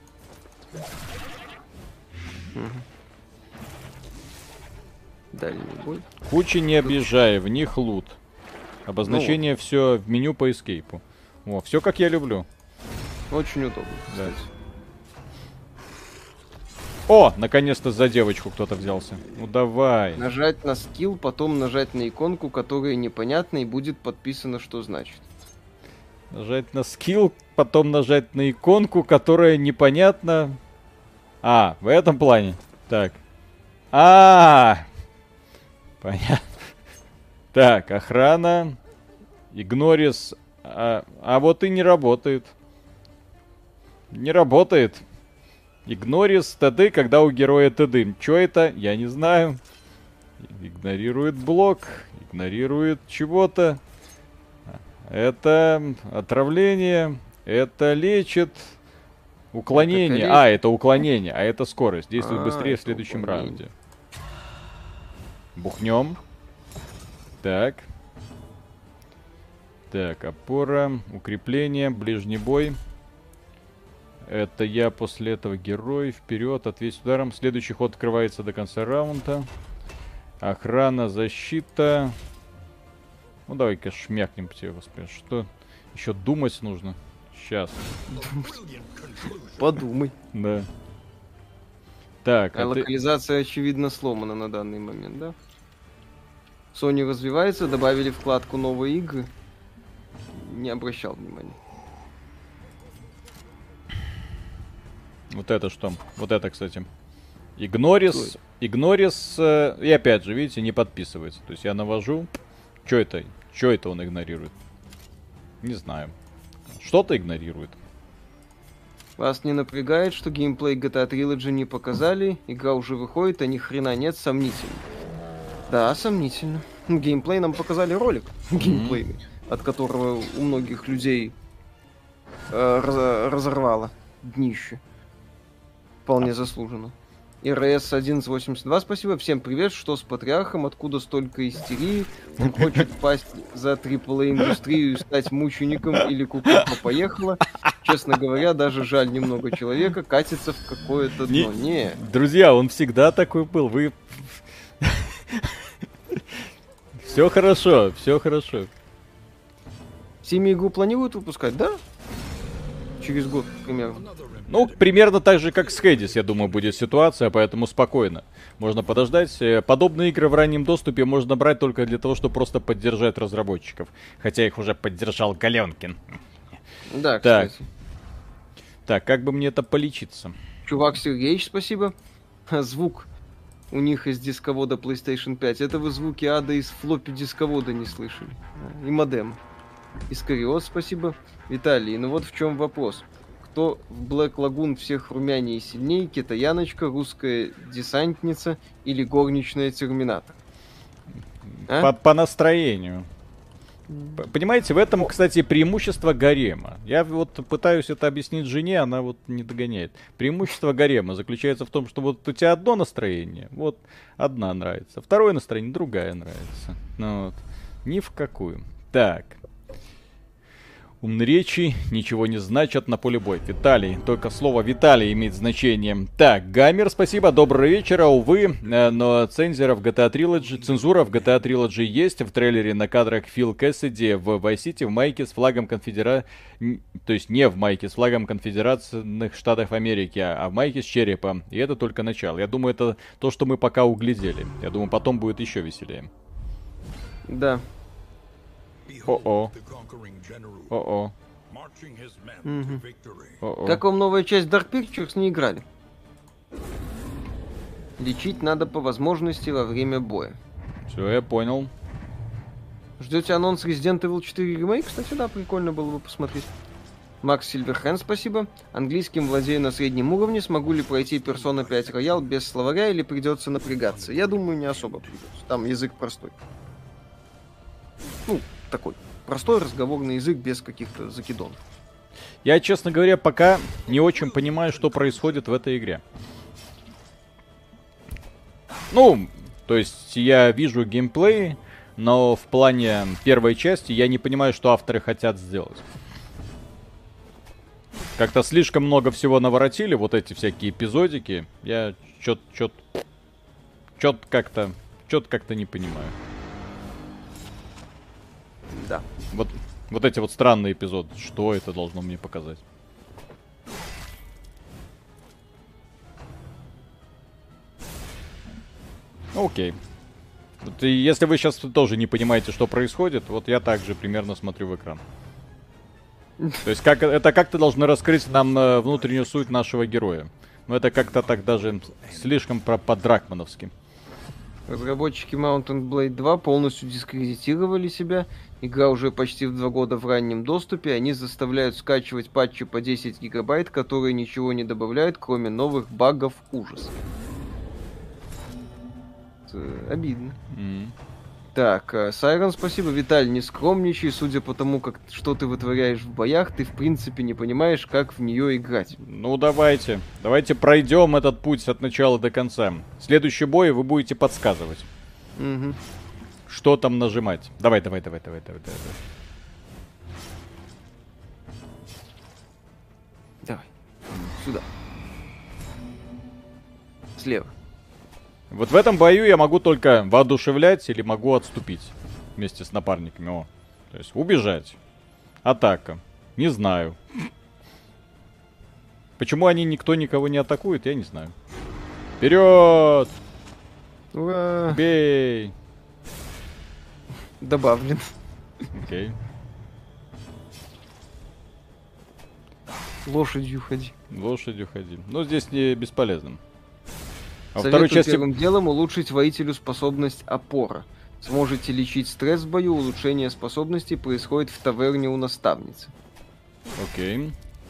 Дальний бой. Кучи не объезжай, в них лут. Обозначение все в меню по эскейпу. О, все как я люблю. Очень удобно, Да. кстати. О, наконец-то за девочку кто-то взялся. Ну давай. Нажать на скилл, потом нажать на иконку, которая непонятна, и будет подписано, что значит. Нажать на скилл, потом нажать на иконку, которая непонятна. А, в этом плане. Так. А, понятно. Так, охрана. Игнорис. А, а вот и не работает. Не работает. Игнорис ТД, когда у героя ТД. Чё это? Я не знаю. Игнорирует блок. Игнорирует чего-то. Это отравление. Это лечит. Уклонение. Это А, это уклонение. А это скорость. Действует А, быстрее в это следующем уклонение. раунде. Бухнем. Так. Так, опора. Укрепление. Ближний бой. Это я после этого герой. Вперед, ответь ударом. Следующий ход открывается до конца раунда. Охрана, защита. Ну давай-ка шмякнем тебе, господи. Что? Еще думать нужно. Сейчас. Подумай. Да. Так, А а ты... локализация, очевидно, сломана на данный момент, да? Sony развивается, добавили вкладку «Новые игры». Не обращал внимания. Вот это что? Вот это, кстати. Игнорис, Игнорис, э, и опять же, видите, не подписывается. То есть я навожу. Что это? Что это он игнорирует? Не знаю. Что-то игнорирует. Вас не напрягает, что геймплей джи ти эй Trilogy не показали? Игра уже выходит, а ни хрена нет, сомнительно. Да, сомнительно. Ну, геймплей нам показали ролик. Mm-hmm. Геймплейный, от которого у многих людей э, раз, разорвало днище. Вполне заслуженно. эр эс одиннадцать восемьдесят два, спасибо. Всем привет, что с Патриархом, откуда столько истерии? Он хочет пасть за трипл эй индустрию и стать мучеником или кукуха поехала? Честно говоря, даже жаль немного человека, катится в какое-то дно. Не, не. Друзья, он всегда такой был. Вы... Все хорошо, все хорошо. Семи игру планируют выпускать, да? Через год, примерно. Ну, примерно так же, как с Hades, я думаю, будет ситуация, поэтому спокойно. Можно подождать. Подобные игры в раннем доступе можно брать только для того, чтобы просто поддержать разработчиков. Хотя их уже поддержал Галенкин. Да, так. кстати. Так, как бы мне это полечиться? Чувак Сергеевич, спасибо. Звук у них из дисковода PlayStation пять. Это вы звуки ада из флоппи дисковода не слышали. И модем. Искариот, спасибо. Виталий, ну вот в чем вопрос. Кто в Black Lagoon всех румянее и сильнее? Китаяночка, русская десантница или горничная Терминатор? А? По, по настроению. Понимаете, в этом, кстати, преимущество гарема. Я вот пытаюсь это объяснить жене, она вот не догоняет. Преимущество гарема заключается в том, что вот у тебя одно настроение, вот одна нравится, второе настроение, другая нравится. Ну вот, ни в какую. Так. Умные речи ничего не значат на поле боя. Виталий, только слово Виталий имеет значение. Так, Гамер, спасибо, доброго вечера. Увы, но цензура в джи ти эй Trilogy, цензура в джи ти эй Trilogy есть. В трейлере на кадрах Фил Кэссиди в Vice City в майке с флагом конфедера... То есть не в майке с флагом конфедеративных штатов Америки, а в майке с черепом. И это только начало. Я думаю, это то, что мы пока углядели. Я думаю, потом будет еще веселее. Да. О-о. О-о. Угу. О-о. Как вам новая часть Dark Pictures, не играли? Лечить надо по возможности во время боя. Все, я понял. Ждете анонс Resident Evil четыре ремейк? Кстати, да, прикольно было бы посмотреть. Макс Сильверхенд, спасибо. Английским владею на среднем уровне. Смогу ли пройти Persona пять Royal без словаря или придется напрягаться? Я думаю, не особо придется. Там язык простой. Ну, такой. Простой разговорный язык без каких-то закидонов. Я, честно говоря, пока не очень понимаю, что происходит в этой игре. Ну, то есть я вижу геймплей, но в плане первой части я не понимаю, что авторы хотят сделать. Как-то слишком много всего наворотили, вот эти всякие эпизодики. Я чё-то, чё-то, чё-то как-то, чё-то как-то не понимаю. Да. Вот, вот эти вот странные эпизоды. Что это должно мне показать? Окей. Вот, и если вы сейчас тоже не понимаете, что происходит, вот я также примерно смотрю в экран. То есть как, это как-то должно раскрыть нам э, внутреннюю суть нашего героя. Но это как-то так даже слишком по-дракмановски. Разработчики Mountain Blade два полностью дискредитировали себя. Игра уже почти в два года в раннем доступе. Они заставляют скачивать патчи по десять гигабайт, которые ничего не добавляют, кроме новых багов. Ужас. Это обидно. Mm. Так, Сайрон, спасибо. Виталь, не скромничай. Судя по тому, как, что ты вытворяешь в боях, ты в принципе не понимаешь, как в нее играть. Ну давайте. Давайте пройдем этот путь от начала до конца. Следующий бой вы будете подсказывать. Угу. Что там нажимать. Давай, давай, давай, давай, давай, давай. Давай. Сюда. Слева. Вот в этом бою я могу только воодушевлять или могу отступить вместе с напарниками. О, то есть убежать. Атака. Не знаю. Почему они никто никого не атакует, я не знаю. Вперед! Ура! Бей! Добавлен. Окей. Лошадью ходи. Лошадью ходи. Но здесь не бесполезно. А во Советую второй части... первым делом улучшить воителю способность опора. Сможете лечить стресс в бою, улучшение способностей происходит в таверне у наставницы. Окей.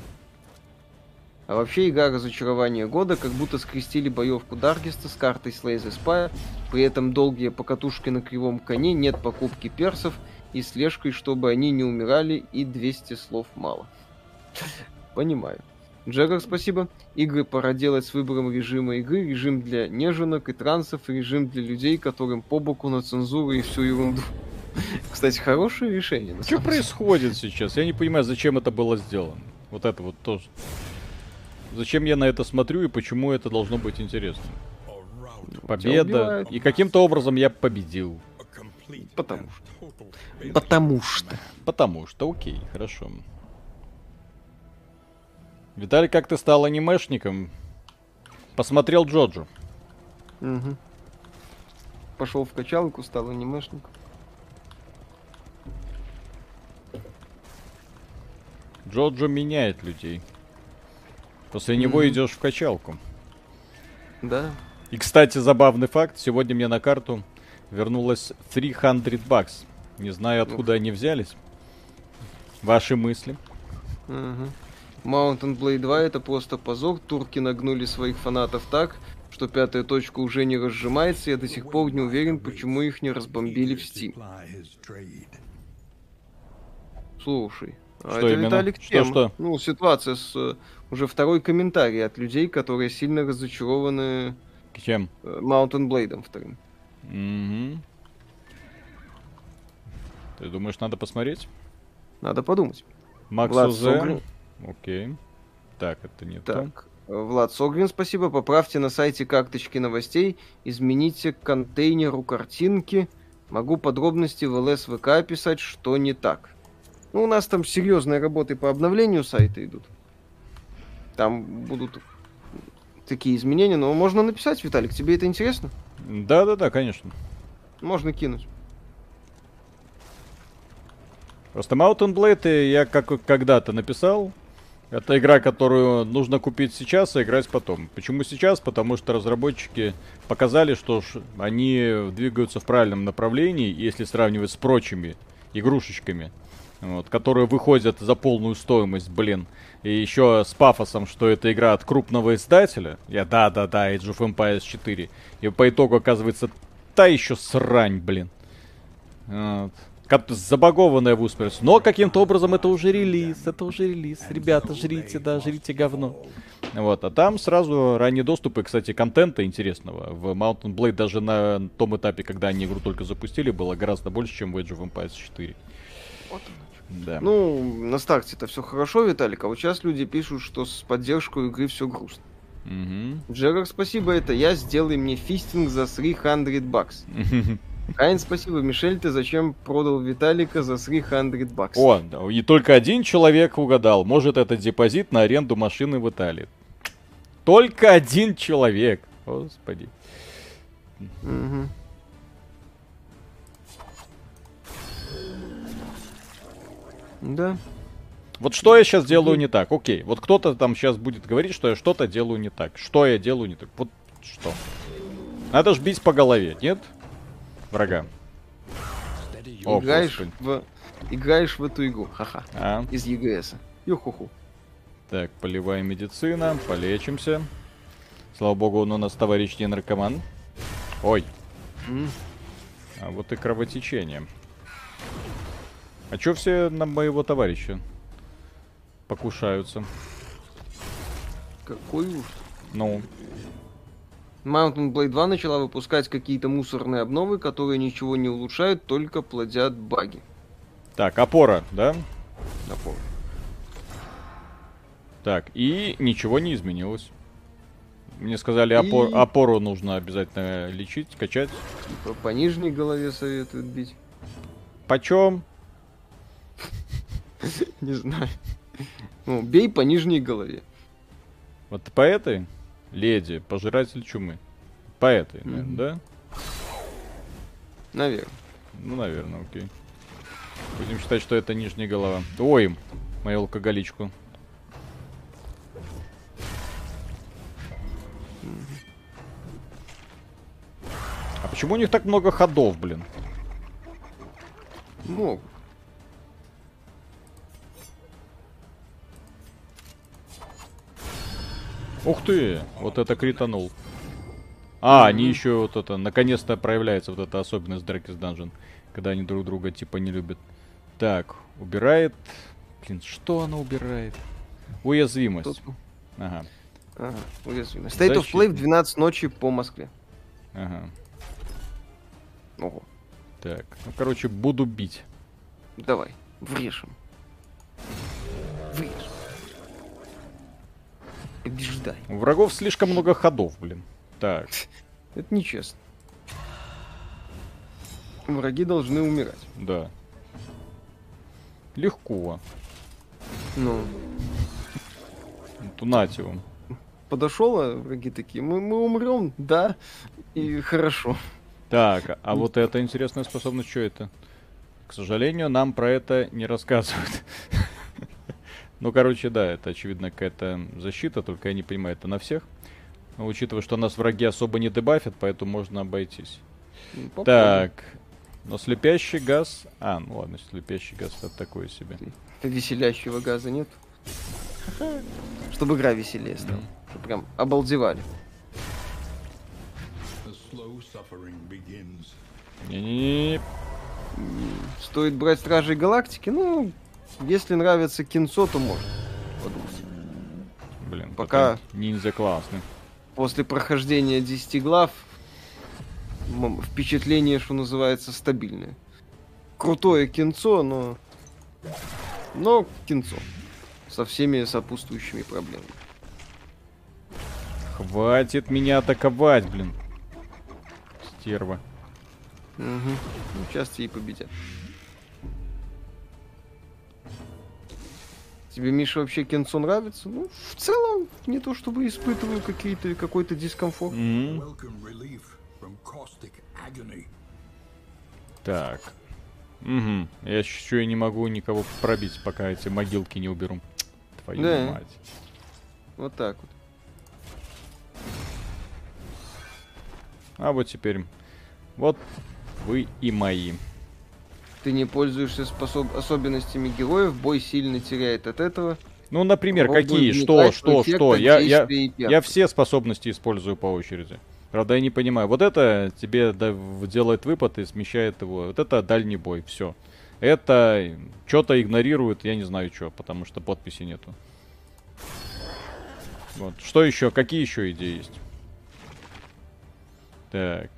А вообще игра разочарования года, как будто скрестили боевку Даркеста с картой Slay the Spire, при этом долгие покатушки на кривом коне, нет покупки персов и слежкой, чтобы они не умирали, и двести слов мало. Понимаю. Джерар, спасибо. Игры пора делать с выбором режима игры, режим для неженок и трансов, и режим для людей, которым по боку на цензуру и всю ерунду. Кстати, хорошее решение. Что происходит сейчас? Я не понимаю, зачем это было сделано. Вот это вот тоже. Зачем я на это смотрю и почему это должно быть интересно? Победа. И каким-то образом я победил. Потому что. Потому что. Потому что, окей, хорошо. Виталий, как ты стал анимешником? Посмотрел Джоджо. Угу. Пошел в качалку, стал анимешником. Джоджо меняет людей. После него mm-hmm. идешь в качалку. Да. И, кстати, забавный факт. Сегодня мне на карту вернулось триста бакс. Не знаю, откуда mm-hmm. они взялись. Ваши мысли? Mm-hmm. Mountain Blade два это просто позор. Турки нагнули своих фанатов так, что пятая точка уже не разжимается. Я до сих пор не уверен, почему их не разбомбили в Steam. Слушай. Что а это, именно? Виталик, что, тема. что? Ну, ситуация с... Уже второй комментарий от людей, которые сильно разочарованы... Чем? Mountain Blade вторым. Mm-hmm. Ты думаешь, надо посмотреть? Надо подумать. Макс Узе. Окей. Так, это не так. то. Влад Согрин, спасибо. Поправьте на сайте карточки новостей. Измените к контейнеру картинки. Могу подробности в эл эс вэ ка описать, что не так. Ну, у нас там серьезные работы по обновлению сайта идут. Там будут такие изменения, но можно написать, Виталик, тебе это интересно? Да-да-да, конечно. Можно кинуть. Просто Mountain Blade я как когда-то написал. Это игра, которую нужно купить сейчас, а играть потом. Почему сейчас? Потому что разработчики показали, что они двигаются в правильном направлении, если сравнивать с прочими игрушечками. Вот, которые выходят за полную стоимость, блин. И еще с пафосом, что это игра от крупного издателя. Я да-да-да, Age of Empires четыре. И по итогу оказывается та еще срань, блин. Вот. Как забагованная в усперс. Но каким-то образом это уже релиз. Это уже релиз. Ребята, жрите, да, жрите говно. Вот, а там сразу ранние доступы, кстати, контента интересного. В Mountain Blade даже на том этапе, когда они игру только запустили, было гораздо больше, чем в Age of Empires четыре. Вот. Да. Ну, на старте это все хорошо, Виталик, а вот сейчас люди пишут, что с поддержкой игры все грустно. Угу. Джерар, спасибо, это я, сделай мне фистинг за триста бакс. Кайн, спасибо, Мишель, ты зачем продал Виталика за триста бакс? О, и только один человек угадал, может это депозит на аренду машины в Италии. Только один человек, господи. Угу. Да. Вот что я сейчас делаю не так? Окей, вот кто-то там сейчас будет говорить, что я что-то делаю не так. Что я делаю не так? Вот что? Надо ж бить по голове, нет? Врага. О, играешь, в... играешь в эту игру, ха-ха, а? Из и джи эс. Юхуху. Так, полевая медицина, полечимся. Слава богу, он у нас товарищ не наркоман. Ой. Mm. А вот и кровотечение. А чё все на моего товарища покушаются? Какой уж. Ну. Mountain Blade два начала выпускать какие-то мусорные обновы, которые ничего не улучшают, только плодят баги. Так, опора, да? Опора. Так, и ничего не изменилось. Мне сказали, и... опор... опору нужно обязательно лечить, качать. По, по нижней голове советуют бить. Почем? Не знаю. Ну, бей по нижней голове. Вот по этой? Леди, пожиратель чумы. По этой, mm-hmm. наверное, да? Наверное. Ну, наверное, окей. Будем считать, что это нижняя голова. Ой, мою алкоголичку. Почему у них так много ходов, блин? Ну. Ух ты, вот это кританул. А, они еще вот это, наконец-то проявляется вот эта особенность Darkest Dungeon, когда они друг друга типа не любят. Так, убирает... Блин, что она убирает? Уязвимость. Тут... Ага. Ага, уязвимость. State of Play в двенадцать ночи по Москве. Ага. Ого. Так, ну короче, буду бить. Давай, врежем. Врежем. Побеждай. У врагов слишком много ходов, блин. Так. Это нечестно. Враги должны умирать. Да. Легко. Ну. Тунать его. Подошел, а враги такие, мы, мы умрем, да, и хорошо. Так, а вот эта интересная способность, что это? К сожалению, нам про это не рассказывают. Ну, короче, да, это, очевидно, какая-то защита, только я не понимаю, это на всех. Но учитывая, что нас враги особо не дебафят, поэтому можно обойтись. Попробуй. Так, но слепящий газ... А, ну ладно, слепящий газ это такое себе. Веселящего газа нет. Чтобы игра веселее стала. Чтобы прям обалдевали. Не-не-не. Стоит брать Стражей Галактики, ну, если нравится кинцо, то можно подумать. Блин, пока ниндзя классный. После прохождения десяти глав впечатление, что называется, стабильное. Крутое кинцо, но... Но кинцо. Со всеми сопутствующими проблемами. Хватит меня атаковать, блин. Стерва. Угу. Ну, сейчас тебе и победят. Тебе, Миша, вообще кинцо нравится? Ну, в целом, не то чтобы испытываю какие-то, какой-то дискомфорт. Mm-hmm. Так. Угу. Я еще и не могу никого пробить, пока эти могилки не уберу. Твою да. мать. Вот так вот. А вот теперь. Вот вы и мои. Ты не пользуешься способ... особенностями героев, бой сильно теряет от этого. Ну, например, Попробуй какие? Что, что, что? Я, я, я все способности использую по очереди. Правда, я не понимаю. Вот это тебе делает выпад и смещает его. Вот это дальний бой. Все. Это что-то игнорирует, я не знаю что, потому что подписи нету. Вот. Что еще? Какие еще идеи есть? Так.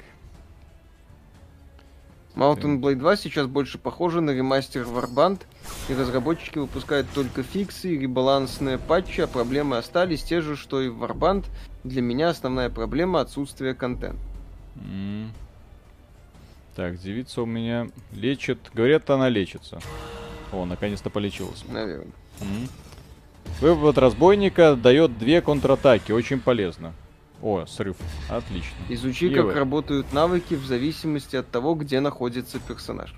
Mount and Blade два сейчас больше похоже на ремастер Warband, и разработчики выпускают только фиксы и ребалансные патчи, а проблемы остались те же, что и в Warband. Для меня основная проблема — отсутствие контента. Mm. Так, девица у меня лечит. Говорят, она лечится. О, наконец-то полечилась. Наверное. Mm. Вывод разбойника дает две контратаки. Очень полезно. О, срыв. Отлично. Изучи, И как вы. работают навыки в зависимости от того, где находится персонаж.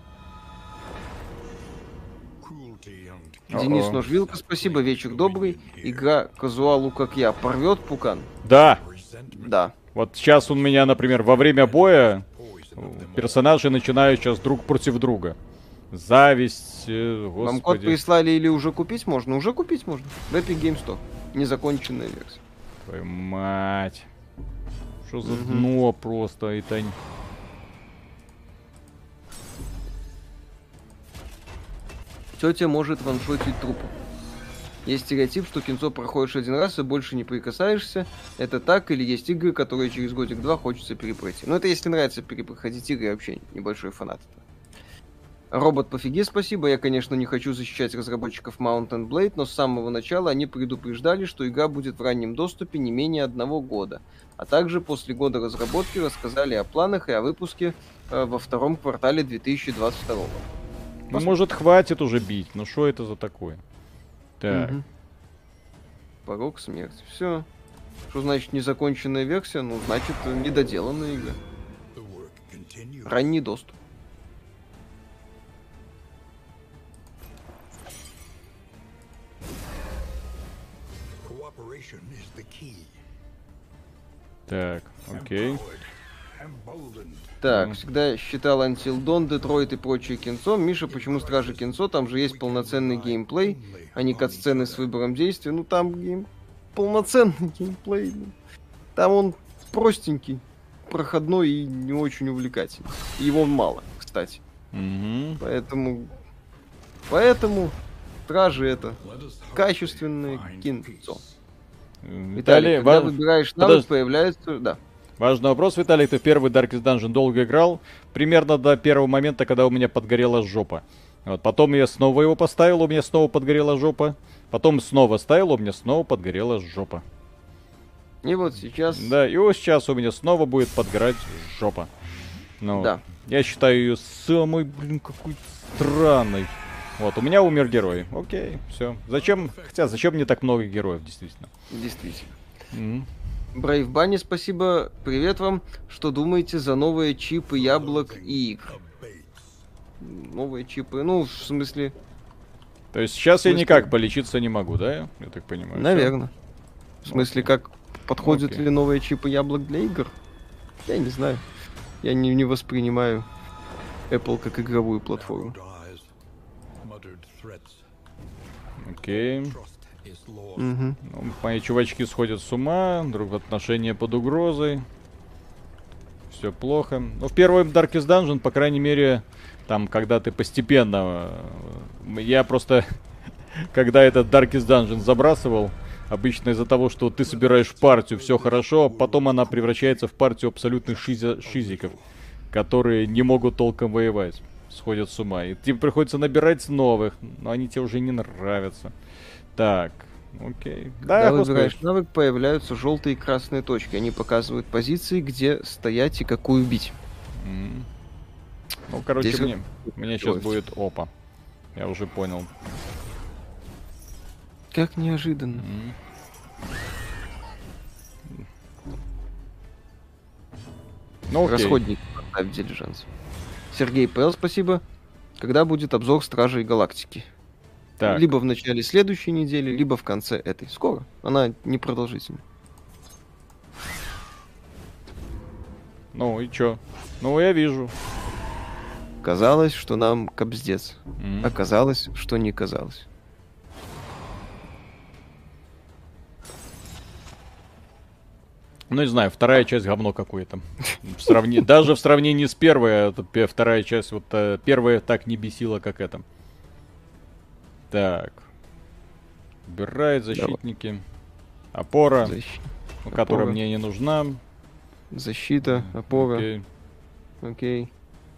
О-о. Денис Ножвилка, спасибо, вечер добрый. Игра казуалу, как я, порвет пукан? Да. Да. Вот сейчас у меня, например, во время боя персонажи начинают сейчас друг против друга. Зависть, э, господи. Вам код прислали или уже купить можно? Уже купить можно. В Epic Game Store. Незаконченная версия. Твою мать. Что за Угу. дно просто, это... Тетя может ваншотить трупы. Есть стереотип, что кинцо проходишь один раз и больше не прикасаешься. Это так, или есть игры, которые через годик-два хочется перепройти. Но это если нравится перепроходить игры, я вообще небольшой фанат этого. Робот, пофиги, спасибо. Я, конечно, не хочу защищать разработчиков Mount and Blade, но с самого начала они предупреждали, что игра будет в раннем доступе не менее одного года. А также после года разработки рассказали о планах и о выпуске э, во втором квартале две тысячи двадцать второго. Ну, может, хватит уже бить. Ну, что это за такое? Так. Угу. Порог смерти. Все. Что значит незаконченная версия? Ну, значит, недоделанная игра. Ранний доступ. Так, окей. Так, Ну. всегда считал Until Dawn, Детройт и прочее кинцо. Миша, почему Стражи кинцо? Там же есть полноценный геймплей, а не кат-сцены с выбором действий. Ну там гейм... полноценный геймплей. Там он простенький, проходной и не очень увлекательный. И его мало, кстати. Мгм. Поэтому... Поэтому Стражи это качественное кинцо. Виталий, Виталий, когда ва- выбираешь навык, подожди. появляется... Да. важный вопрос, Виталий, ты в первый Darkest Dungeon долго играл? Примерно до первого момента, когда у меня подгорела жопа. Вот, потом я снова его поставил, у меня снова подгорела жопа. Потом снова ставил, у меня снова подгорела жопа. И вот сейчас... Да, и вот сейчас у меня снова будет подгорать жопа. Ну, Да. я считаю ее самой, блин, какой-то странной. Вот, у меня умер герой. Окей, все. Зачем? Хотя, зачем мне так много героев, действительно? Действительно. Мгм. Брейв Банни, спасибо. Привет вам. Что думаете за новые чипы яблок и игр? Новые чипы, ну, в смысле, То есть сейчас я смысле? никак полечиться не могу, да? Я так понимаю. Всё? наверное. В смысле, как подходят Окей. ли новые чипы яблок для игр? Я не знаю. Я не, не воспринимаю Apple как игровую платформу. Окей. Мгм. Ну, мои чувачки сходят с ума, друг отношения под угрозой. Все плохо. Ну, в первом Darkest Dungeon, по крайней мере, там, когда ты постепенно... э, Я просто, когда этот Darkest Dungeon забрасывал, обычно из-за того, что ты собираешь партию, все хорошо, а потом она превращается в партию абсолютных шизя- шизиков, которые не могут толком воевать. Сходят с ума. И тебе приходится набирать новых, но они тебе уже не нравятся. Так, окей. Когда Да, господи. выбираешь навык, появляются желтые и красные точки. Они показывают позиции, где стоять и какую бить. М. Ну, короче, Здесь мне, мне сейчас делать. будет опа. Я уже понял. Как неожиданно. М. Ну, окей. Расходник поставь дилижанс. Сергей П.Л., спасибо. Когда будет обзор Стражей Галактики? Так, Либо в начале следующей недели, либо в конце этой. Скоро. Она не продолжительна. ну и чё? Ну, я вижу. Казалось, что нам кобздец. М. Оказалось, что не казалось. Ну, не знаю, вторая часть говно какое-то. В сравнении, даже в сравнении с первой, это пе- вторая часть, вот э, первая так не бесила, как эта. Так. Убирает защитники. Опора, Защ- ну, которая опора. мне не нужна. Защита, опора. Окей. Окей.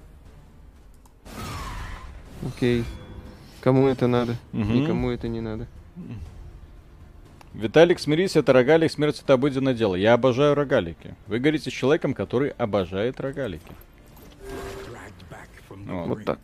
Окей. Кому это надо? Мгм. Никому это не надо. Виталик, смирись, это рогалик, смерть это обыденное дело. Я обожаю рогалики. Вы говорите с человеком, который обожает рогалики. Вот. Вот так.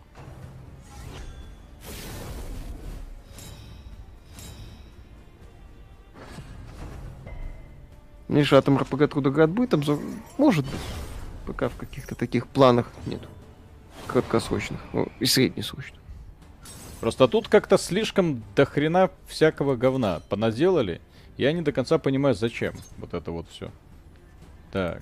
Миша, а там эр пэ гэ Трудоград будет обзор? Может быть. Пока в каких-то таких планах нет. Краткосрочных. Ну, и среднесрочных. Просто тут как-то слишком до хрена всякого говна понаделали. Я не до конца понимаю, зачем вот это вот все. Так.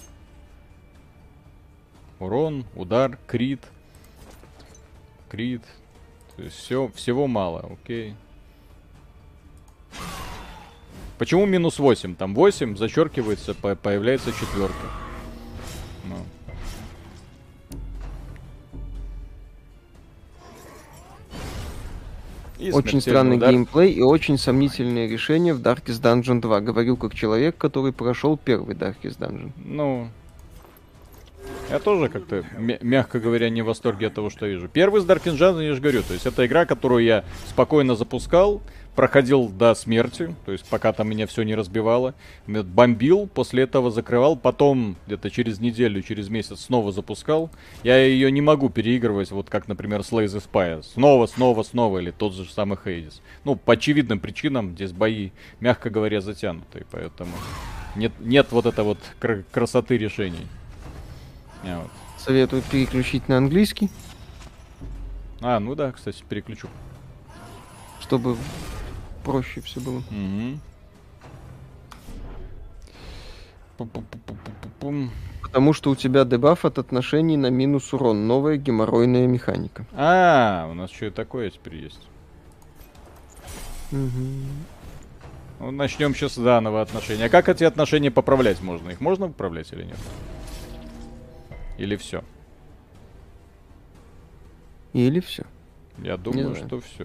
Урон, удар, крит. Крит. То есть все, всего мало, окей. Почему минус восемь? Там восемь зачеркивается, по- появляется четверка. Ну. И Очень смертельный странный удар. геймплей и очень сомнительное решение в Darkest Dungeon два. Говорю как человек, который прошел первый Darkest Dungeon. Ну, я тоже как-то, мя- мягко говоря, не в восторге от того, что вижу. Первый с Darkest Dungeon, я же говорю, то есть это игра, которую я спокойно запускал, проходил до смерти, то есть пока там меня все не разбивало, м, бомбил, после этого закрывал, потом где-то через неделю, через месяц снова запускал. Я ее не могу переигрывать, вот как, например, Slay the Spire. Снова, снова, снова, или тот же самый Hades. Ну, по очевидным причинам здесь бои, мягко говоря, затянутые, поэтому нет, нет вот этой вот кр- красоты решений. А, вот. Советую переключить на английский, А, ну да, кстати, переключу. чтобы проще все было. Мгм. Потому что у тебя дебаф от отношений на минус урон. Новая геморройная механика. А, у нас что и такое теперь есть. Угу. Ну, начнем сейчас заново отношения. А как эти отношения поправлять можно? Их можно поправлять или нет? Или все? Или все. Я думаю, что все.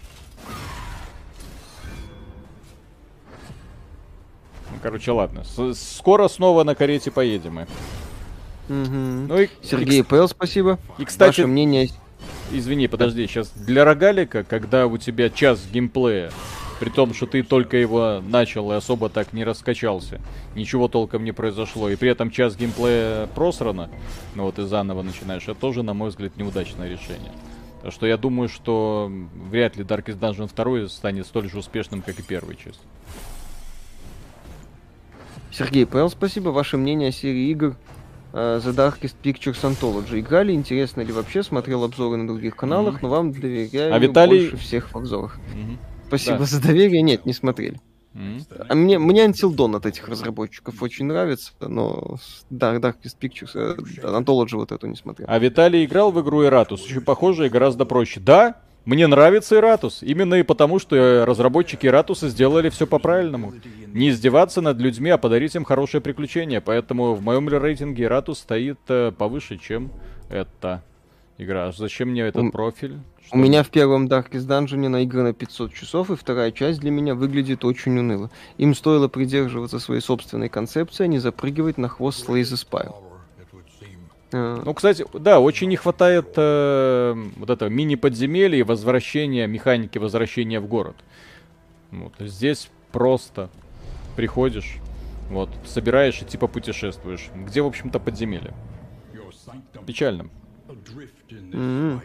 Ну, короче, ладно. С скоро снова на карете поедем мы. Угу. Ну и Сергей и, Пэл, спасибо. И, кстати, ваше мнение... Извини, подожди, сейчас для рогалика, когда у тебя час геймплея, при том, что ты только его начал и особо так не раскачался, ничего толком не произошло, и при этом час геймплея просрано, ну вот и заново начинаешь, это тоже, на мой взгляд, неудачное решение. Так что я думаю, что вряд ли Darkest Dungeon два станет столь же успешным, как и первая часть. Сергей Пэл, спасибо. Ваше мнение о серии игр uh, The Darkest Pictures Anthology. Играли? Интересно ли вообще? Смотрел обзоры на других каналах, mm-hmm. но вам доверяю а Виталий... больше всех в обзорах. Mm-hmm. Спасибо да. за доверие. Нет, не смотрели. Mm-hmm. А мне, мне Until Dawn от этих разработчиков очень нравится, но Dark, Darkest Pictures, uh, Anthology вот эту не смотрел. А Виталий играл в игру Iratus? Очень похоже и гораздо проще. Да, мне нравится Iratus. Именно и потому, что разработчики Iratus сделали все по-правильному. Не издеваться над людьми, а подарить им хорошее приключение. Поэтому в моем рейтинге Iratus стоит э, повыше, чем эта игра. Зачем мне этот у, профиль? Что у меня в первом Darkest Dungeon наиграно пятьсот часов, и вторая часть для меня выглядит очень уныло. Им стоило придерживаться своей собственной концепции, а не запрыгивать на хвост Slay the Spire. Ну, кстати, да, очень не хватает э, вот этого мини-подземелья и возвращения, механики возвращения в город. Вот, здесь просто приходишь, вот, собираешь и типа путешествуешь. Где, в общем-то, подземелье? Печально. Mm-hmm.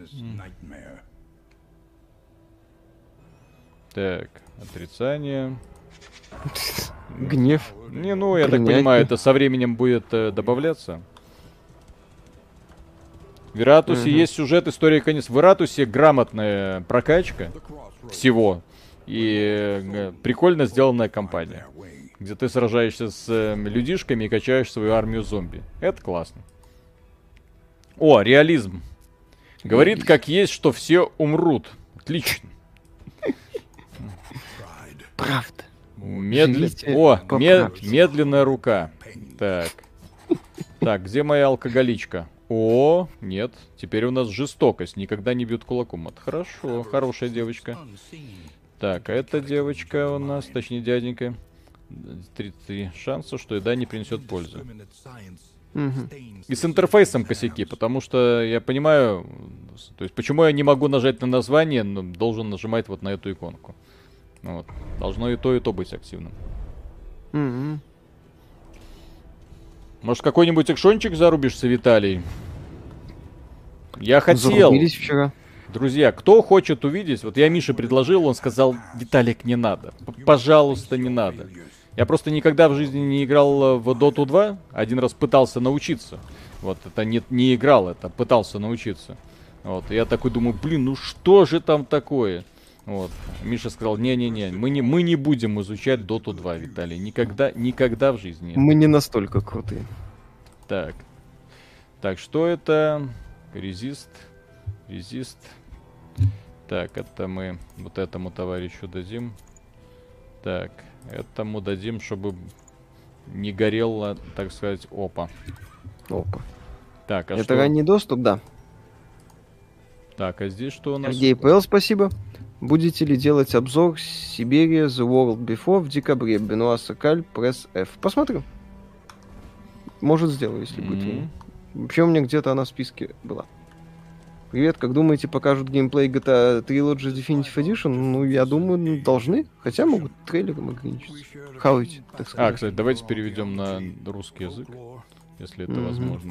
Так, отрицание. Гнев. Не, ну, я так понимаю, это со временем будет э, добавляться. В Иратусе uh-huh. есть сюжет, история, конец. В Иратусе грамотная прокачка всего и э, прикольно сделанная кампания, где ты сражаешься с э, людишками и качаешь свою армию зомби. Это классно. О, реализм. Говорит, как есть, что все умрут. Отлично. Правда. Медленно. О, мед... медленная рука. Так. Так, где моя алкоголичка? О, нет. Теперь у нас жестокость. Никогда не бьют кулаком. Это хорошо. Хорошая девочка. Так, а эта девочка у нас, точнее дяденька. тридцать три шанса, что еда не принесет пользы. Угу. И с интерфейсом косяки, потому что я понимаю, то есть почему я не могу нажать на название, но должен нажимать вот на эту иконку. Вот. Должно и то, и то быть активным. Угу. Может, какой-нибудь экшончик зарубишься, Виталий? Я хотел. Зарубились вчера. Друзья, кто хочет увидеть, вот я Мише предложил, он сказал: Виталик, не надо. Пожалуйста, не надо. Я просто никогда в жизни не играл в Доту два. Один раз пытался научиться. Вот, это не, не играл, это пытался научиться. Вот, я такой думаю, блин, ну что же там такое? Вот, Миша сказал, не-не-не, мы не, мы не будем изучать Доту два, Виталий. Никогда, никогда в жизни. Мы не настолько крутые. Так. Так, что это? Резист. Резист. Так, это мы вот этому товарищу дадим. Так, этому дадим, чтобы не горело, так сказать, опа. Опа. Так, а это что? ранний доступ, да. Так, а здесь что у нас? Сергей Пэл, спасибо. Будете ли делать обзор Сибири The World Before в декабре? Бенуа Сокаль, пресс F. Посмотрим. Может, сделаю, если mm-hmm. будет время. Вообще, у меня где-то она в списке была. Привет, как думаете, покажут геймплей джи ти эй Trilogy Definitive Edition? Ну, я думаю, должны. Хотя могут трейлером ограничиться. Хавайте, так сказать. А, кстати, давайте переведем на русский язык, если это mm-hmm. возможно.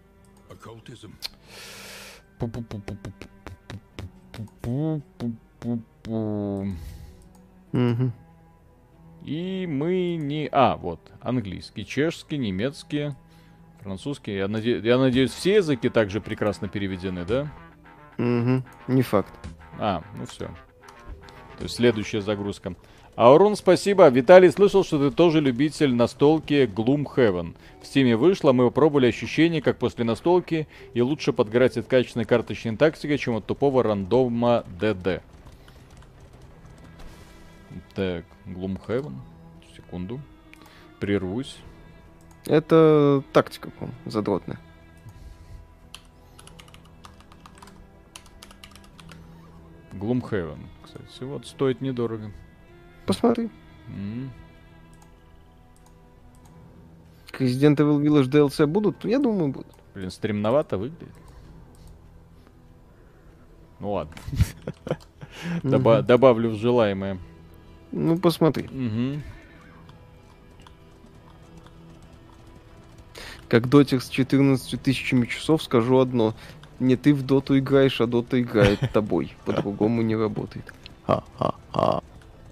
Угу. И мы не... А, вот, английский, чешский, немецкий, французский. Я, наде... Я надеюсь, все языки также прекрасно переведены, да? Угу. Не факт. А, ну все. То есть следующая загрузка. Аурон, спасибо. Виталий, слышал, что ты тоже любитель настолки Gloomhaven. В Стиме вышло, мы попробовали ощущение, как после настолки, и лучше подгорать от качественной карточной тактики, чем от тупого рандома ДД. Так, Gloomhaven. Секунду. Прервусь. Это тактика, по-моему, задротная. Gloomhaven, кстати, вот стоит недорого. Посмотри. Mm. Resident Evil Village ди эл си будут? Я думаю, будут. Блин, стремновато выглядит. Ну ладно. Доба- добавлю в желаемое. Ну, посмотри. Угу. Как дотик с четырнадцатью тысячами часов скажу одно. Не ты в доту играешь, а дота играет тобой. По-другому не работает. Ха-ха-ха.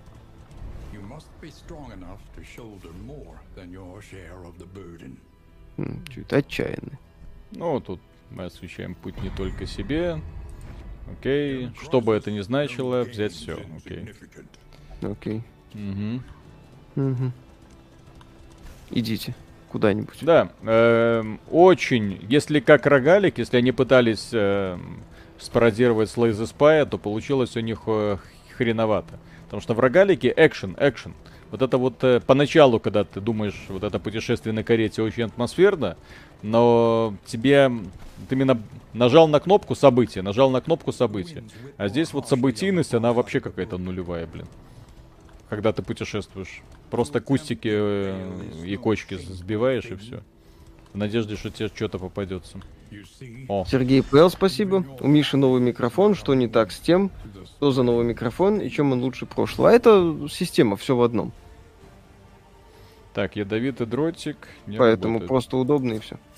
Чуть отчаянный. Ну, тут мы освещаем путь не только себе. Окей. Что бы это ни значило, взять все. Окей. Окей. Угу. Угу. Идите куда-нибудь. Да. Эм, очень, если как рогалик, если они пытались эм, спародировать Slay the Spy, то получилось у них э, хреновато. Потому что в рогалике экшен, экшен. Вот это вот э, поначалу, когда ты думаешь, вот это путешествие на карете очень атмосферно, но тебе ты именно нажал на кнопку события, нажал на кнопку события. А здесь вот событийность, она вообще какая-то нулевая, блин. Когда ты путешествуешь. Просто кустики э, и кочки сбиваешь и все. В надежде, что тебе что-то попадется. О. Сергей Пэл, спасибо. У Миши новый микрофон. Что не так с тем? Что за новый микрофон и чем он лучше прошлого? А это система, все в одном. Так, ядовитый дротик. Не Поэтому работает. просто удобно и все.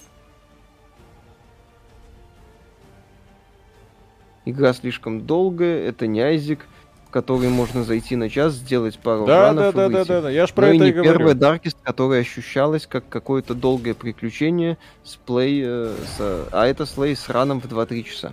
Игра слишком долгая, это не Айзик, в который можно зайти на час, сделать пару Да, ранов да, и да, выйти. да, да, да. Я ж про Но это и и не говорю. первая Darkest, которая ощущалась как какое-то долгое приключение с плей, э, с, а это с плей с раном в два-три часа.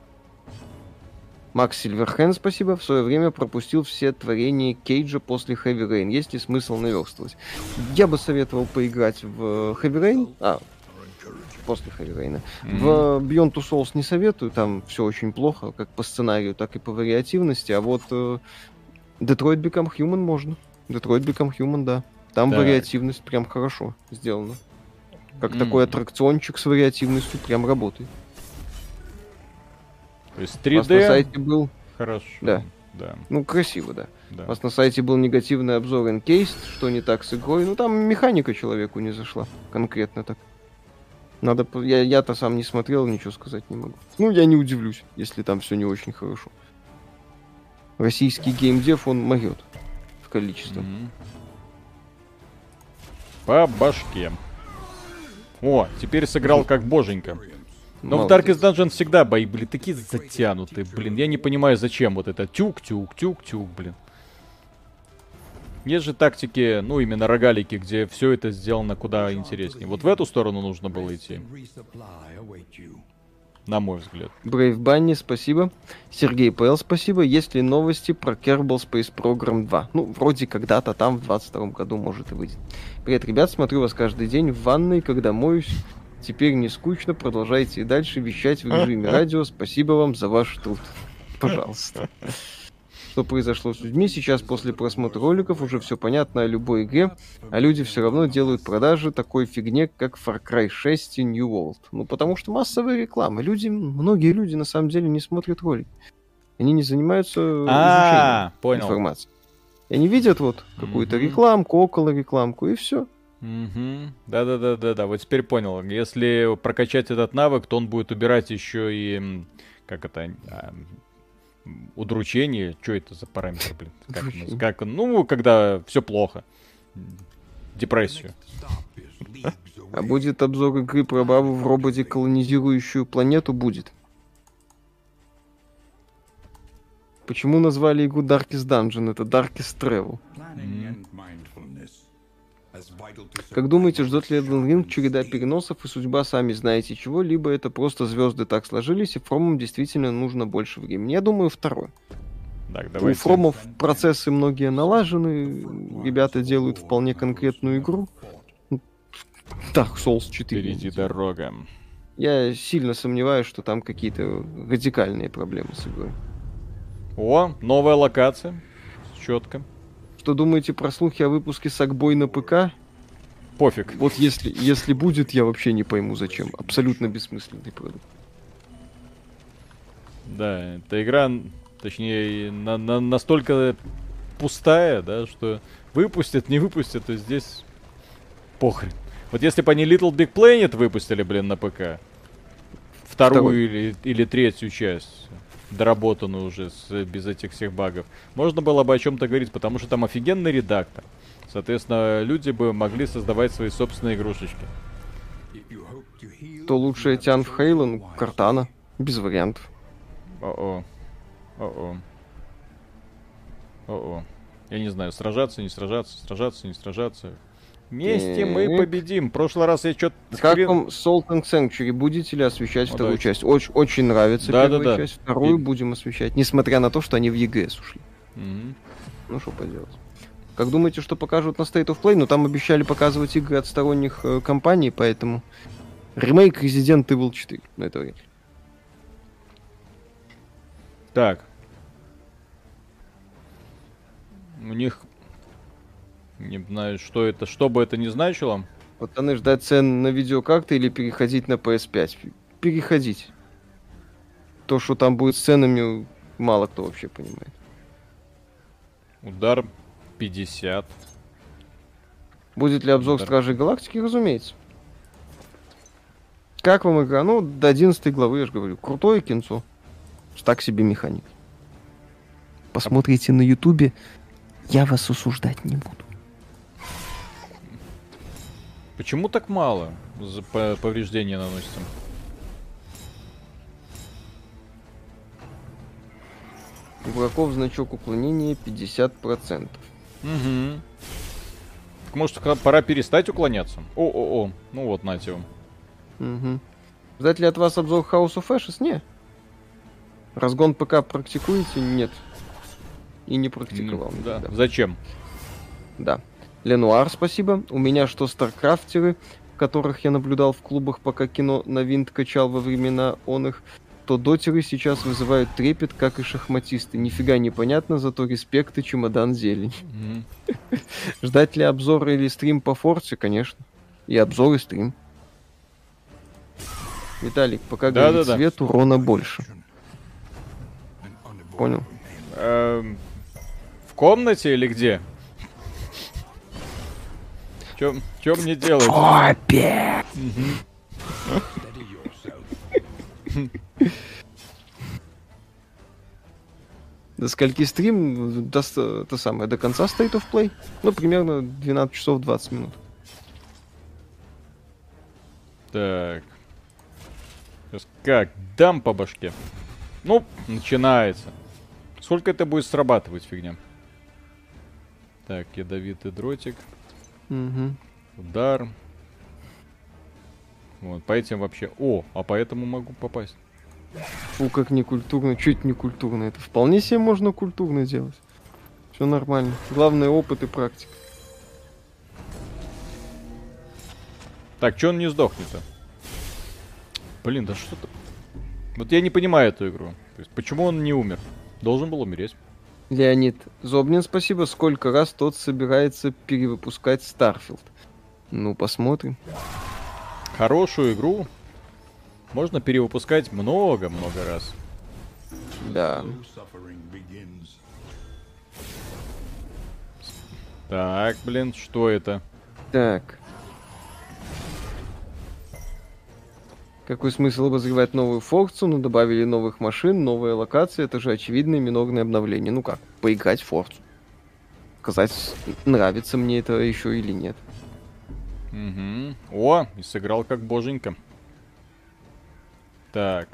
Макс Сильверхен, спасибо. В свое время пропустил все творения Кейджа после Heavy Rain. Есть ли смысл наверстывать? Я бы советовал поиграть в Heavy Rain. А, после Heavy Rain. Mm-hmm. В Beyond Two Souls не советую. Там все очень плохо, как по сценарию, так и по вариативности. А вот э, Detroit Become Human можно. Detroit Become Human, да. Там так. Вариативность прям хорошо сделана. Как mm-hmm. такой аттракциончик с вариативностью прям работает. То есть три дэ? У вас на сайте был... Хорошо. Да. да. Ну, красиво, да. да. У вас на сайте был негативный обзор Encased, что не так с игрой. Ну, там механика человеку не зашла. Конкретно так. Надо... Я, я-то сам не смотрел, ничего сказать не могу. Ну, я не удивлюсь, если там все не очень хорошо. Российский геймдев, он могет в количестве. Mm-hmm. По башке. О, теперь сыграл как боженька. Но в Darkest Dungeon всегда бои были такие затянутые, блин. Я не понимаю, зачем вот это тюк-тюк-тюк-тюк, блин. Есть же тактики, ну, именно рогалики, где все это сделано куда интереснее. Вот в эту сторону нужно было идти. На мой взгляд. Brave Bunny, спасибо. Сергей Пэл, спасибо. Есть ли новости про Kerbal Space Program два? Ну, вроде когда-то там в двадцать втором году может и выйдет. Привет, ребят, смотрю вас каждый день в ванной, когда моюсь. Теперь не скучно, продолжайте и дальше вещать в режиме радио. Спасибо вам за ваш труд. Пожалуйста. Что произошло с людьми? Сейчас после просмотра роликов уже все понятно о любой игре, а люди все равно делают продажи такой фигне, как Far Cry шесть и New World. Ну, потому что массовая реклама. Люди, многие люди на самом деле не смотрят ролики. Они не занимаются изучением информации. И они видят вот какую-то рекламку, около рекламку, и все. Угу. Да-да-да-да-да. Вот теперь понял. Если прокачать этот навык, то он будет убирать еще и как это а, удручение. Что это за параметр, блин? Как, как, ну, когда все плохо. Депрессию. А будет обзор игры про бабу в роботе, колонизирующую планету, будет. Почему назвали игру Darkest Dungeon? Это Darkest Travel. Mm-hmm. Как думаете, ждет ли Elden Ring череда переносов и судьба сами знаете чего, либо это просто звезды так сложились, и фромам действительно нужно больше времени? Я думаю, второе. Так, У давайте. Фромов процессы многие налажены, ребята делают вполне конкретную игру. Dark Souls четыре. Впереди дорога. Я сильно сомневаюсь, что там какие-то радикальные проблемы с игрой. О, новая локация. Четко. Что думаете про слухи о выпуске Sackboy на ПК? Пофиг. Вот если, если будет, я вообще не пойму зачем. Абсолютно бессмысленный продукт. Да, эта игра, точнее, на, на, настолько пустая, да, что выпустят, не выпустят, то здесь похрен. Вот если бы они Little Big Planet выпустили, блин, на ПК, вторую или, или третью часть, доработанную уже с, без этих всех багов, можно было бы о чем-то говорить, потому что там офигенный редактор. Соответственно, люди бы могли создавать свои собственные игрушечки. То лучше Тянф Хейлен, Картана. Без вариантов. О-о. О-о. О-о. Я не знаю, сражаться, не сражаться, сражаться, не сражаться. Вместе мы Так. победим. В прошлый раз я что-то... Как вам Salt and Sanctuary? Будете ли освещать О, вторую да. часть? Очень, очень нравится Да, первая да, да. часть. Вторую И- будем освещать. Несмотря на то, что они в и джи эс ушли. Мгм. Ну, что поделать. Как думаете, что покажут на State of Play? Ну, там обещали показывать игры от сторонних э, компаний, поэтому... Ремейк Resident Evil четыре. Ну, это вряд ли. Так. У них... Не знаю, что это, что бы это ни значило. Пацаны, ждать цен на видеокарты или переходить на пи эс пять? Переходить. То, что там будет с ценами, мало кто вообще понимает. Удар пятьдесят. Будет ли обзор Да. Стражей Галактики? Разумеется. Как вам игра? Ну, до одиннадцатой главы, я же говорю. Крутое кинцо. С так себе механик. Посмотрите на Ютубе. Я вас осуждать не буду. Почему так мало за по- повреждения наносится? У врагов значок уклонения пятьдесят процентов. Угу. Так может ха- пора перестать уклоняться? О-о-о. Ну вот, нате вам. Угу. Ждать ли от вас обзор House of Ashes? Не. Разгон ПК практикуете? Нет. И не практиковал. М, Да. никогда. Зачем? Да. Ленуар, спасибо. У меня что старкрафтеры, которых я наблюдал в клубах, пока кино на винт качал во времена он их, то дотеры сейчас вызывают трепет, как и шахматисты. Нифига не понятно, зато респект и чемодан зелень. Мгм. Ждать ли обзор или стрим по Форте? Конечно. И обзор, и стрим. Виталик, пока Да, горит да, да. свет, урона больше. Понял? Эм, В комнате или где? Чё, чё мне делать? Мгм. До скольки стрим? До, с- то самое, до конца State of Play? Ну, примерно двенадцать часов двадцать минут. Так. Сейчас как? Дам по башке. Ну, начинается. Сколько это будет срабатывать, фигня? Так, ядовитый дротик. Мгм. Удар. Вот, по этим вообще... О, а по этому могу попасть. Фу, как некультурно. Чуть не культурно. Это вполне себе можно культурно делать. Все нормально. Главное опыт и практика. Так, чё он не сдохнет-то? Блин, да что-то... Вот я не понимаю эту игру. То есть, почему он не умер? Должен был умереть. Леонид Зобнин, спасибо. Сколько раз тот собирается перевыпускать Старфилд? Ну, посмотрим. Хорошую игру можно перевыпускать много-много раз. Да. Так, блин, что это? Так. Какой смысл обозревать новую Форцу? Ну, добавили новых машин, новые локации. Это же очевидное минорное обновление. Ну как, поиграть в Форцу. Сказать, нравится мне это еще или нет. Угу. О, и сыграл как боженька. Так.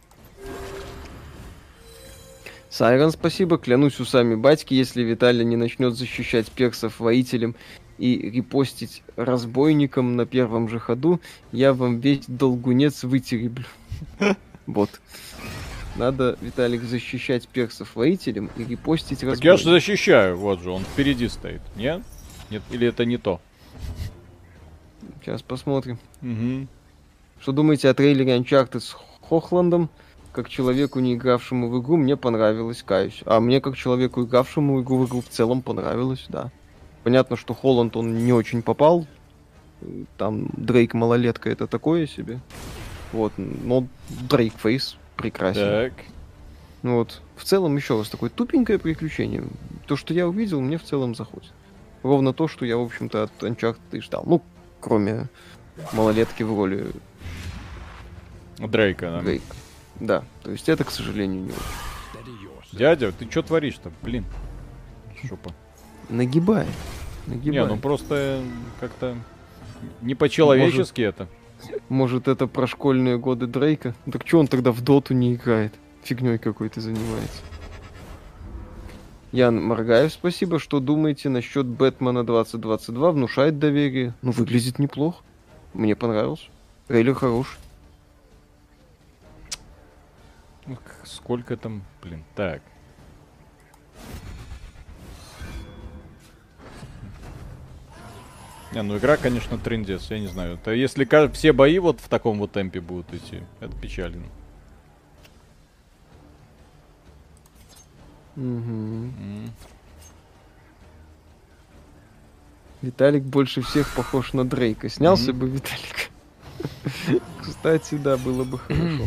Сайрон, спасибо. Клянусь усами батьки, если Виталий не начнет защищать персов воителем и репостить разбойникам на первом же ходу, я вам весь долгунец вытереблю. Вот. Надо, Виталик, защищать персов воителем и репостить разбойников. Так я же защищаю, вот же, он впереди стоит. Нет? Нет? Или это не то? Сейчас посмотрим. Угу. Что думаете о трейлере Uncharted с Хохландом? Как человеку, не игравшему в игру, мне понравилось, каюсь. А мне, как человеку, игравшему в игру, в игру в целом понравилось, да. Понятно, что Холланд, он не очень попал. Там Дрейк малолетка, это такое себе. Вот, но Дрейк Фейс прекрасен. Так. Вот. В целом, еще раз, такое тупенькое приключение. То, что я увидел, мне в целом заходит. Ровно то, что я, в общем-то, от Uncharted и ждал. Ну, кроме малолетки в роли Дрейка, да. Дрейка. Да, то есть это, к сожалению, не очень. Дядя, ты что творишь-то? Блин. Жопа. Нагибай. Нагибай. Не, ну просто как-то не по-человечески Может... это. Может, это про школьные годы Дрейка? Так что он тогда в доту не играет? Фигней какой-то занимается. Ян Маргаев, спасибо. Что думаете насчет Бэтмена двадцать двадцать два? Внушает доверие. Ну, выглядит неплохо. Мне понравился. Трейлер хороший. Сколько там, блин, так. Не, ну игра, конечно, трындец, я не знаю. Это если все бои вот в таком вот темпе будут идти, это печально. Угу. Mm. Виталик больше всех похож на Дрейка. Снялся Mm-hmm. бы Виталик. Кстати, да, было бы хорошо.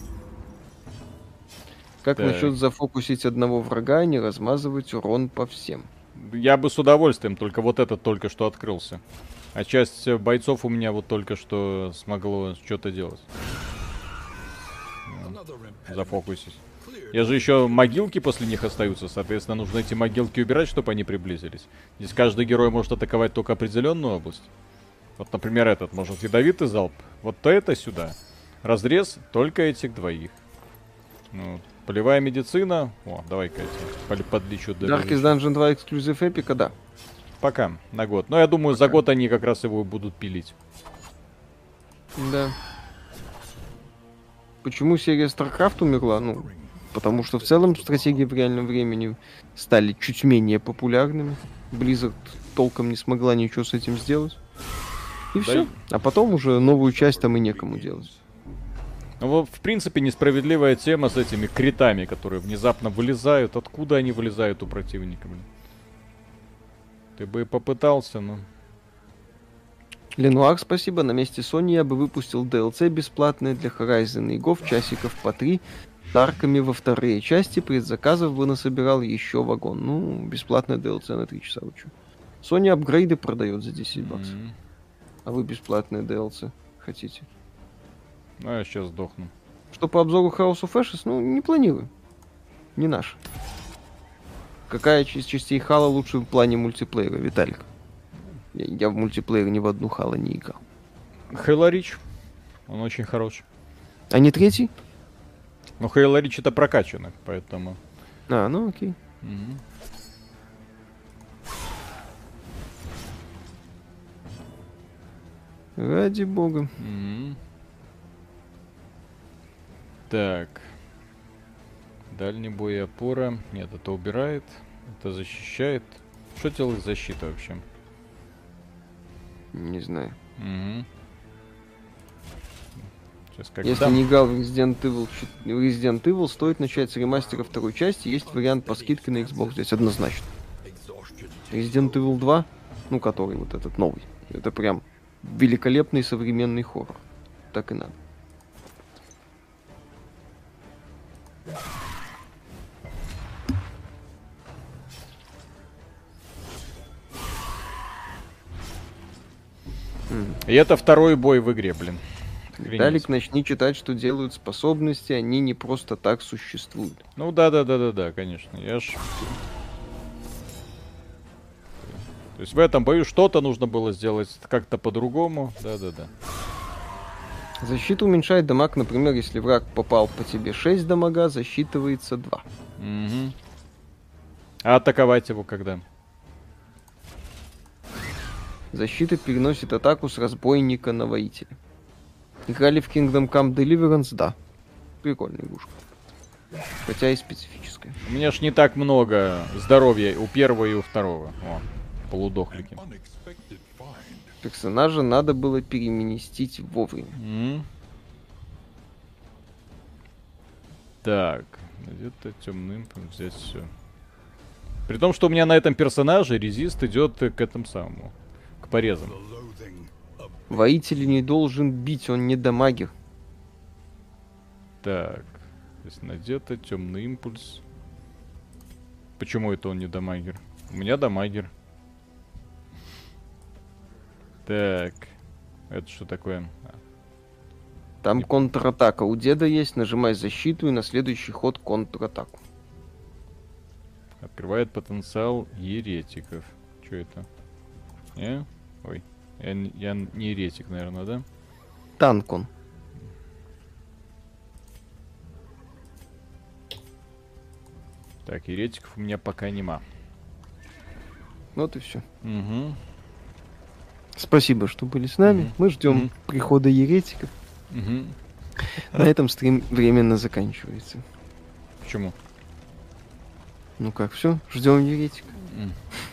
Как так. насчет зафокусить одного врага и не размазывать урон по всем? Я бы с удовольствием, только вот этот только что открылся. А часть бойцов у меня вот только что смогло что-то делать. Зафокусить. Я же еще могилки после них остаются, соответственно, нужно эти могилки убирать, чтобы они приблизились. Здесь каждый герой может атаковать только определенную область. Вот, например, этот может ядовитый залп. Вот то это сюда. Разрез только этих двоих. Ну, полевая медицина. О, давай-ка эти подлечу. Darkest Dungeon два эксклюзив эпика, да. Пока, на год. Но я думаю, Пока. за год они как раз его будут пилить. Да. Почему серия StarCraft умерла? Ну, потому что в целом стратегии в реальном времени стали чуть менее популярными. Blizzard толком не смогла ничего с этим сделать. И да все. И... А потом уже новую часть там и некому делать. Ну, в принципе, несправедливая тема с этими критами, которые внезапно вылезают. Откуда они вылезают у противника, блин? Ты бы и попытался, но... Ленуар, спасибо. На месте Sony я бы выпустил ди эл си бесплатное для Horizon и Gov часиков по три с арками во вторые части. Предзаказов бы насобирал еще вагон. Ну, бесплатное ди эл си на три часа. Вы что? Sony апгрейды продает за десять баксов. Mm-hmm. А вы бесплатное ди эл си хотите? Ну, я сейчас сдохну. Что по обзору House of Ashes? Ну, не планирую. Не наш. Какая из частей Хала лучше в плане мультиплеера, Виталик? Я, я в мультиплеер ни в одну Хала не играл. Halo Reach. Он очень хороший. А не третий? Ну, Halo Reach это прокачанный, поэтому... А, ну окей. Mm-hmm. Ради бога. Mm-hmm. Так. Дальний бой и опора. Нет, это убирает. Это защищает. Что делает защита вообще? Не знаю. Угу. Сейчас, как Если там... не играл в Resident Evil, Resident Evil, стоит начать с ремастера второй части. Есть вариант по скидке на Xbox. Здесь однозначно. Resident Evil два, ну, который вот этот новый. Это прям великолепный современный хоррор. Так и надо. И это второй бой в игре, блин. Виталик, начни читать, что делают способности, они не просто так существуют. Ну да, да, да, да, да, конечно. Я ж. То есть в этом бою что-то нужно было сделать как-то по-другому. Да, да, да. Защита уменьшает дамаг, например, если враг попал по тебе шесть дамага, засчитывается два. Угу. А атаковать его когда? Защита переносит атаку с разбойника на воителя. Играли в Kingdom Come Deliverance? Да. Прикольная игрушка. Хотя и специфическое. У меня ж не так много здоровья у первого и у второго. О, полудохлики. Персонажа надо было переместить вовремя. Mm. Так, где-то темным взять все. При том, что у меня на этом персонаже резист идет к этому самому, к порезам. Воитель не должен бить, он не дамагер. Так, здесь надето темный импульс. Почему это он не дамагер? У меня дамагер. Так, это что такое? Там контратака. У деда есть, нажимай защиту и на следующий ход контратаку. Открывает потенциал еретиков. Что это? Не? Ой, я, я не еретик, наверное, да? Танк он. Так, еретиков у меня пока нема. Вот и все. Угу. Спасибо, что были с нами. Мгм. Мы ждем Мгм. прихода еретиков. Угу. На этом стрим временно заканчивается. Почему? Ну как, все, ждем еретика. М.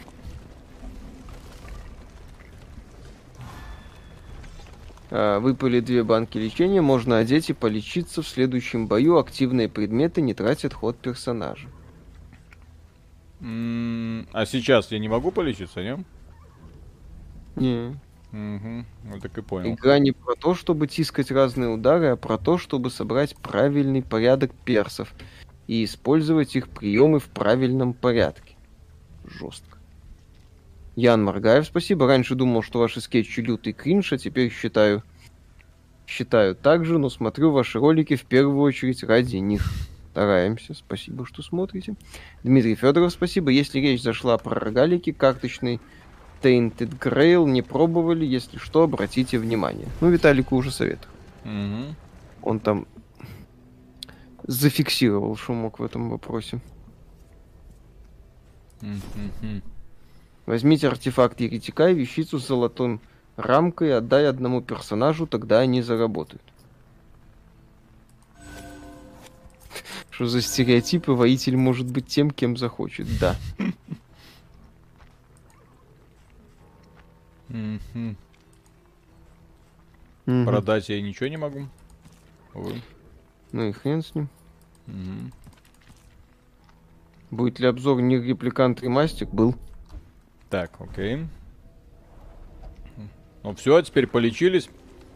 А, выпали две банки лечения, можно одеть и полечиться в следующем бою. Активные предметы не тратят ход персонажа. М, А сейчас я не могу полечиться, не? Не. Угу. Ну так и понял. Игра не про то, чтобы тискать разные удары, а про то, чтобы собрать правильный порядок персов и использовать их приемы в правильном порядке. Жестко. Ян Маргаев, спасибо. Раньше думал, что ваши скетчи лютый кринж, а теперь считаю... Считаю так же, но смотрю ваши ролики в первую очередь ради них. Стараемся. Спасибо, что смотрите. Дмитрий Федоров, спасибо. Если речь зашла про рогалики, карточный Tainted Grail не пробовали, если что, обратите внимание. Ну, Виталику уже советую. Угу. Он там зафиксировал шумок в этом вопросе. Угу. Возьмите артефакт еретика и вещицу с золотым рамкой, отдай одному персонажу, тогда они заработают. Что за стереотипы? Воитель может быть тем, кем захочет. Да. Угу. Мгм. Продать я ничего не могу. Увы. Ну и хрен с ним. Мгм. Будет ли обзор Нир Репликант ремастик? Был. Так, окей. Ну все, теперь полечились.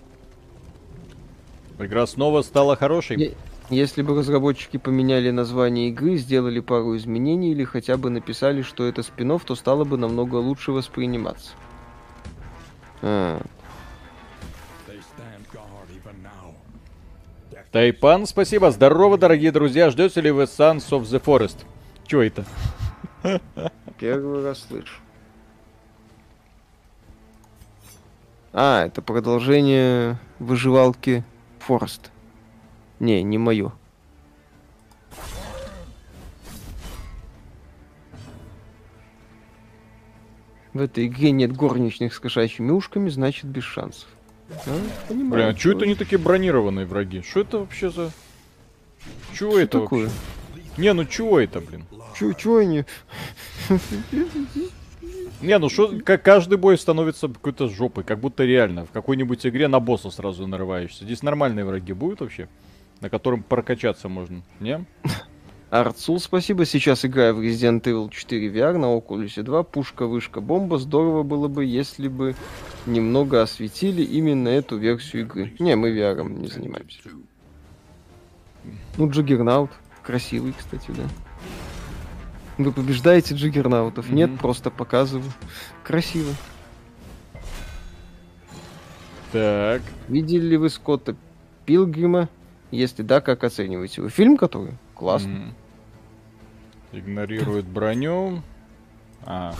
Игра снова стала хорошей. Е- Если бы разработчики поменяли название игры, сделали пару изменений или хотя бы написали, что это спин-офф, то стало бы намного лучше восприниматься. А, Тайпан, спасибо. Здорово, дорогие друзья. Ждете ли вы Sons of the Forest? Чё это? первый раз слышу. А, это продолжение выживалки Форест. Не, не мое. В этой игре нет горничных с кошачьими ушками, значит без шансов. А, понимаю, Блин, а чё это что- они такие бронированные враги? Что это вообще за... Чего что это такое? вообще? Не, ну чего это, блин? Чё, чё они? Не, ну что, как каждый бой становится какой-то жопой, как будто реально в какой-нибудь игре на босса сразу нарываешься. Здесь нормальные враги будут вообще, на котором прокачаться можно, не? Арцул, спасибо. Сейчас играю в Resident Evil четыре ви ар на Oculus два. Пушка, вышка, бомба. Здорово было бы, если бы немного осветили именно эту версию игры. Не, мы ви ар не занимаемся. Ну, Джаггернаут. Красивый, кстати, да. Вы побеждаете Джаггернаутов? Мгм. Нет, просто показываю. Красиво. Так. Видели ли вы Скотта Пилгрима? Если да, как оцениваете вы? Фильм который? Классно. М. Игнорирует броню. А.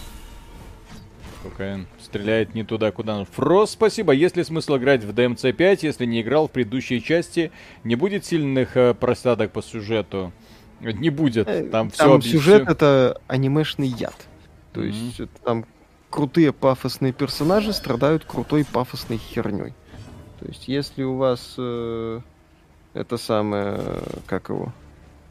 Только стреляет не туда, куда нужно. Фрост, спасибо. Есть ли смысл играть в ди эм си пять, если не играл в предыдущей части? Не будет сильных э, просадок по сюжету? Не будет. Э, Там, Там все сюжет это анимешный яд. То Мгм. есть это там крутые пафосные персонажи страдают крутой пафосной херней. То есть если у вас э, это самое, э, как его,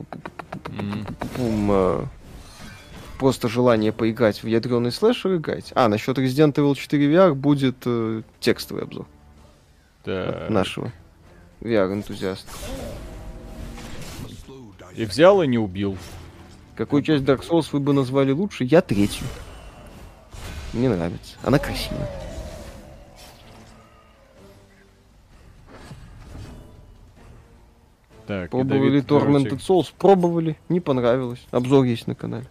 Mm. Просто желание поиграть в ядреный слэшер играть. А, насчет Resident Evil четыре ви ар будет э, текстовый обзор. Так. Нашего ви ар-энтузиаста. И взял и не убил. Какую часть Dark Souls вы бы назвали лучше? Я третью. Мне нравится. Она красивая. Так, пробовали Tormented Souls? Пробовали. Не понравилось. Обзор есть на канале.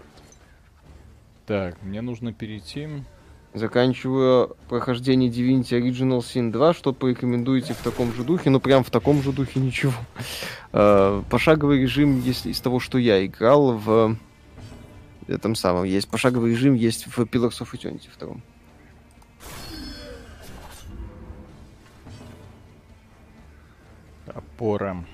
Так, мне нужно перейти. Заканчиваю прохождение Divinity Original Sin два. Что порекомендуете в таком же духе? Ну, прям в таком же духе ничего. Uh, пошаговый режим, если из того, что я играл в этом самом, есть пошаговый режим, есть в Pillars of Eternity втором. Опора.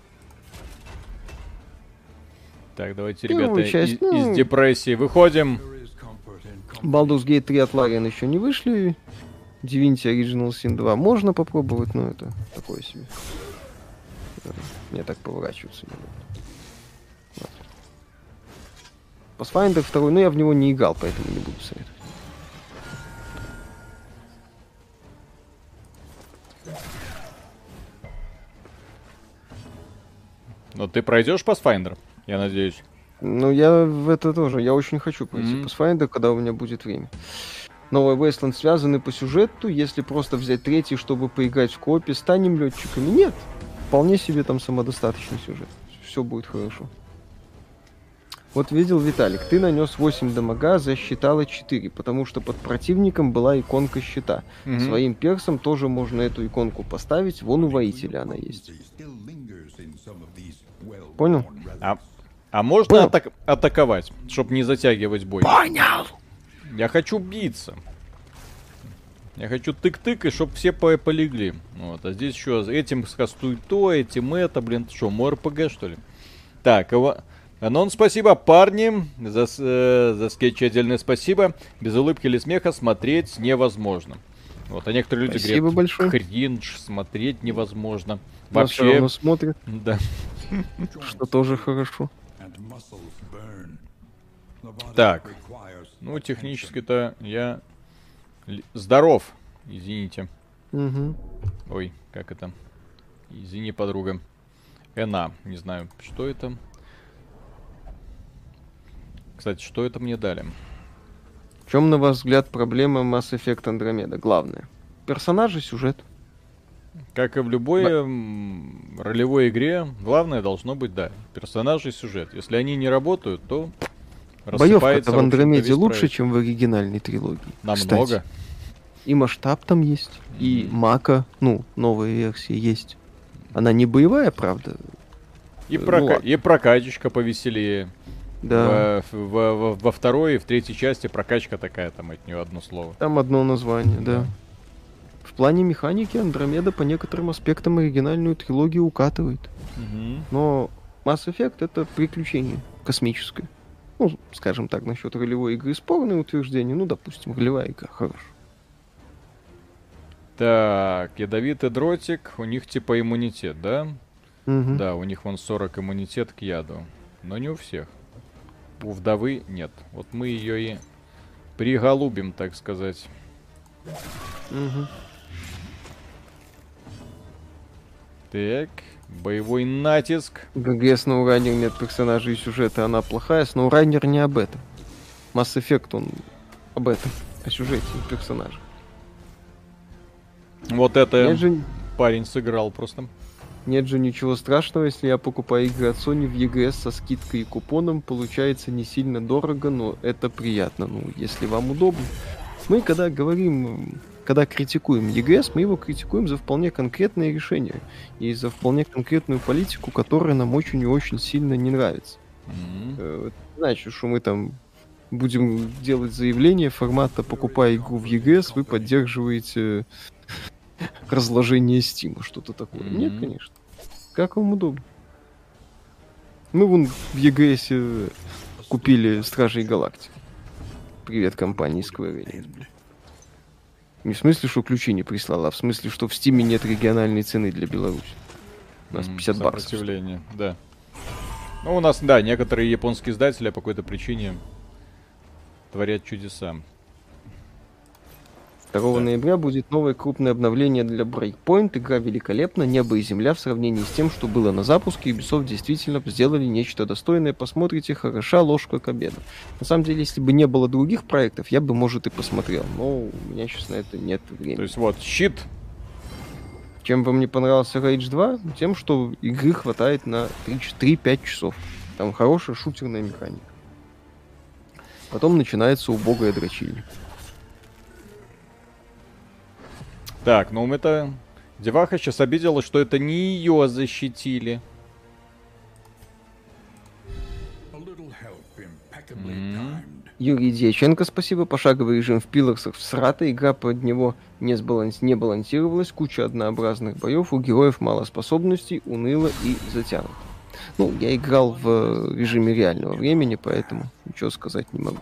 Так, давайте, ребята, часть, из, ну... из депрессии выходим. Baldur's Gate три от Larian еще не вышли. Divinity Original Sin два можно попробовать, но это такое себе. Мне так поворачиваться не будет. Pathfinder два, но я в него не играл, поэтому не буду советовать. Но ты пройдешь Pathfinder, я надеюсь. Ну, я в это тоже. Я очень хочу пройти mm-hmm. Pathfinder, когда у меня будет время. Новый Wasteland связаны по сюжету. Если просто взять третий, чтобы поиграть в коопе, станем летчиками. Нет. Вполне себе там самодостаточный сюжет. Все будет хорошо. Вот видел, Виталик, ты нанес восемь дамага, засчитала четыре, потому что под противником была иконка щита. Mm-hmm. Своим персом тоже можно эту иконку поставить. Вон у воителя она есть. Понял? А, а можно атак- атаковать, чтобы не затягивать бой? Понял! Я хочу биться. Я хочу тык-тык, и чтобы все по- полегли. Вот, а здесь еще этим скастуй то, этим это, блин, что, мой РПГ, что ли? Так, его... Анон, спасибо, парни, за, э, за скетч отдельное спасибо. Без улыбки или смеха смотреть невозможно. Вот, а некоторые люди спасибо говорят, большое. Кринж, смотреть невозможно. Но вообще... смотрят. Да. Что тоже хорошо. Так, ну, технически-то я здоров, извините. Угу. Ой, как это? Извини, подруга. Эна, не знаю, что это. Кстати, что это мне дали? В чем, на ваш взгляд, проблема Mass Effect Andromeda? Главное. Персонажи, сюжет. Как и в любой Б... ролевой игре, главное должно быть, да, персонажи и сюжет. Если они не работают, то боевка-то в Андромеде лучше, проект. Чем в оригинальной трилогии. Намного. Кстати. И масштаб там есть, mm-hmm. и Мака, ну, новая версия есть. Она не боевая, правда. И, ну, прока... и прокачечка повеселее. Да. Во, во, во, во второй и в третьей части прокачка такая, там от нее одно слово. Там одно название, да. В плане механики Андромеда по некоторым аспектам оригинальную трилогию укатывает. Угу. Но Mass Effect — это приключение космическое. Ну, скажем так, насчет ролевой игры спорное утверждение. Ну, допустим, ролевая игра, хорошо. Так, ядовитый дротик, у них типа иммунитет, да? Угу. Да, у них вон сорок иммунитет к яду. Но не у всех. У вдовы нет. Вот мы ее и приголубим, так сказать. Угу. Так, боевой натиск. ГГ SnowRunner нет персонажей и сюжета, она плохая. SnowRunner не об этом. Mass Effect, он об этом. О сюжете и персонаже. Вот это же... парень сыграл просто. Нет же ничего страшного, если я покупаю игры от Sony в и джи эс со скидкой и купоном. Получается не сильно дорого, но это приятно. Ну, если вам удобно. Мы, когда говорим, когда критикуем и джи эс, мы его критикуем за вполне конкретные решения. И за вполне конкретную политику, которая нам очень и очень сильно не нравится. Mm-hmm. Значит, что мы там будем делать заявление формата «покупая игру в и джи эс, вы поддерживаете... разложение Стима, что-то такое. Mm-hmm. Нет, конечно. Как вам удобно. Мы вон в и джи эс купили Стражей Галактики. Привет компании Square Enix. Не в смысле, что ключи не прислала, а в смысле, что в Стиме нет региональной цены для Беларуси. У нас пятьдесят баксов. Сопротивление, да. Ну, у нас, да, некоторые японские издатели по какой-то причине творят чудеса. второго ноября будет новое крупное обновление для Breakpoint. Игра великолепна, небо и земля в сравнении с тем, что было на запуске. Ubisoft действительно сделали нечто достойное. Посмотрите, хороша ложка к обеду. На самом деле, если бы не было других проектов, я бы, может, и посмотрел. Но у меня сейчас на это нет времени. То есть вот, щит. Чем вам не понравился Rage два? Тем, что игры хватает на три-пять часов. Там хорошая шутерная механика. Потом начинается убогая дрочильня. Так, ну это... Деваха сейчас обиделась, что это не ее защитили. Mm-hmm. Юрий Дьяченко, спасибо. Пошаговый режим в Пиларсах всрата. Игра под него не, сбаланс... не балансировалась. Куча однообразных боев. У героев мало способностей. Уныло и затянуто. Ну, я играл в режиме реального времени, поэтому ничего сказать не могу.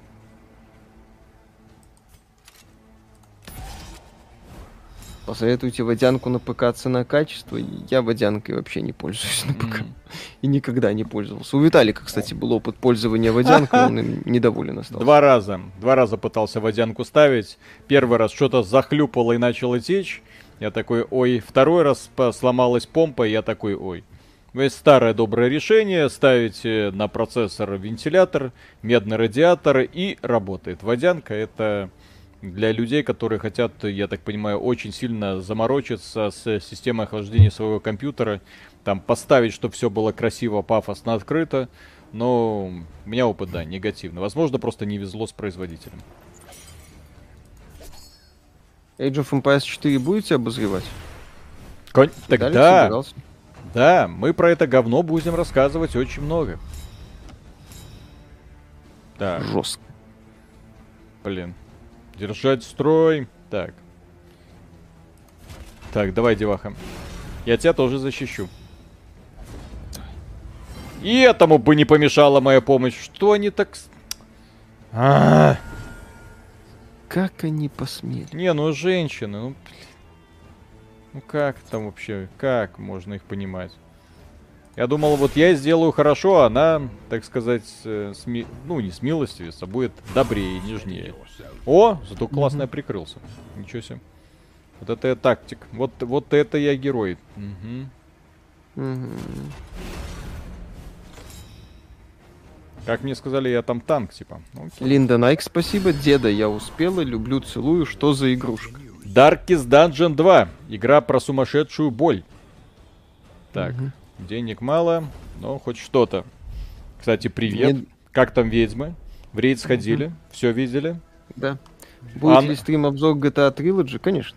Посоветуйте водянку на ПК, цена качество. Я водянкой вообще не пользуюсь на ПК. Mm. И никогда не пользовался. У Виталика, кстати, был опыт пользования водянкой, он им недоволен остался. Два раза. Два раза пытался водянку ставить. Первый раз что-то захлюпало и начало течь. Я такой, ой. Второй раз сломалась помпа, и я такой, ой. Есть старое доброе решение. Ставите на процессор вентилятор, медный радиатор, и работает. Водянка — это... для людей, которые хотят, я так понимаю, очень сильно заморочиться с системой охлаждения своего компьютера, там поставить, чтобы все было красиво, пафосно, открыто, но у меня опыт, да, негативный. Возможно, просто не везло с производителем. Age of Empires четыре будете обозревать? Кон... Тогда, да, мы про это говно будем рассказывать очень много. Так. Жестко. Блин. Держать строй. Так. Так, давай, деваха. Я тебя тоже защищу. И этому бы не помешала моя помощь. Что они так... А-а-а. Как они посмели? Не, ну женщины, ну... Ну как там вообще? Как можно их понимать? Я думал, вот я сделаю хорошо, а она, так сказать, э, сми... ну не с милостью, а будет добрее и нежнее. О, зато классно я прикрылся. Ничего себе. Вот это я тактик. Вот, вот это я герой. Угу. Угу. Как мне сказали, я там танк, типа. Окей. Линда Найк, спасибо. Деда, я успела. Люблю, целую. Что за игрушка? Darkest Dungeon два. Игра про сумасшедшую боль. Так. Угу. Денег мало, но хоть что-то. Кстати, привет. Мне... Как там ведьмы? В рейд сходили, uh-huh. все видели? Да. Будет а... ли стрим-обзор джи ти эй Trilogy? Конечно.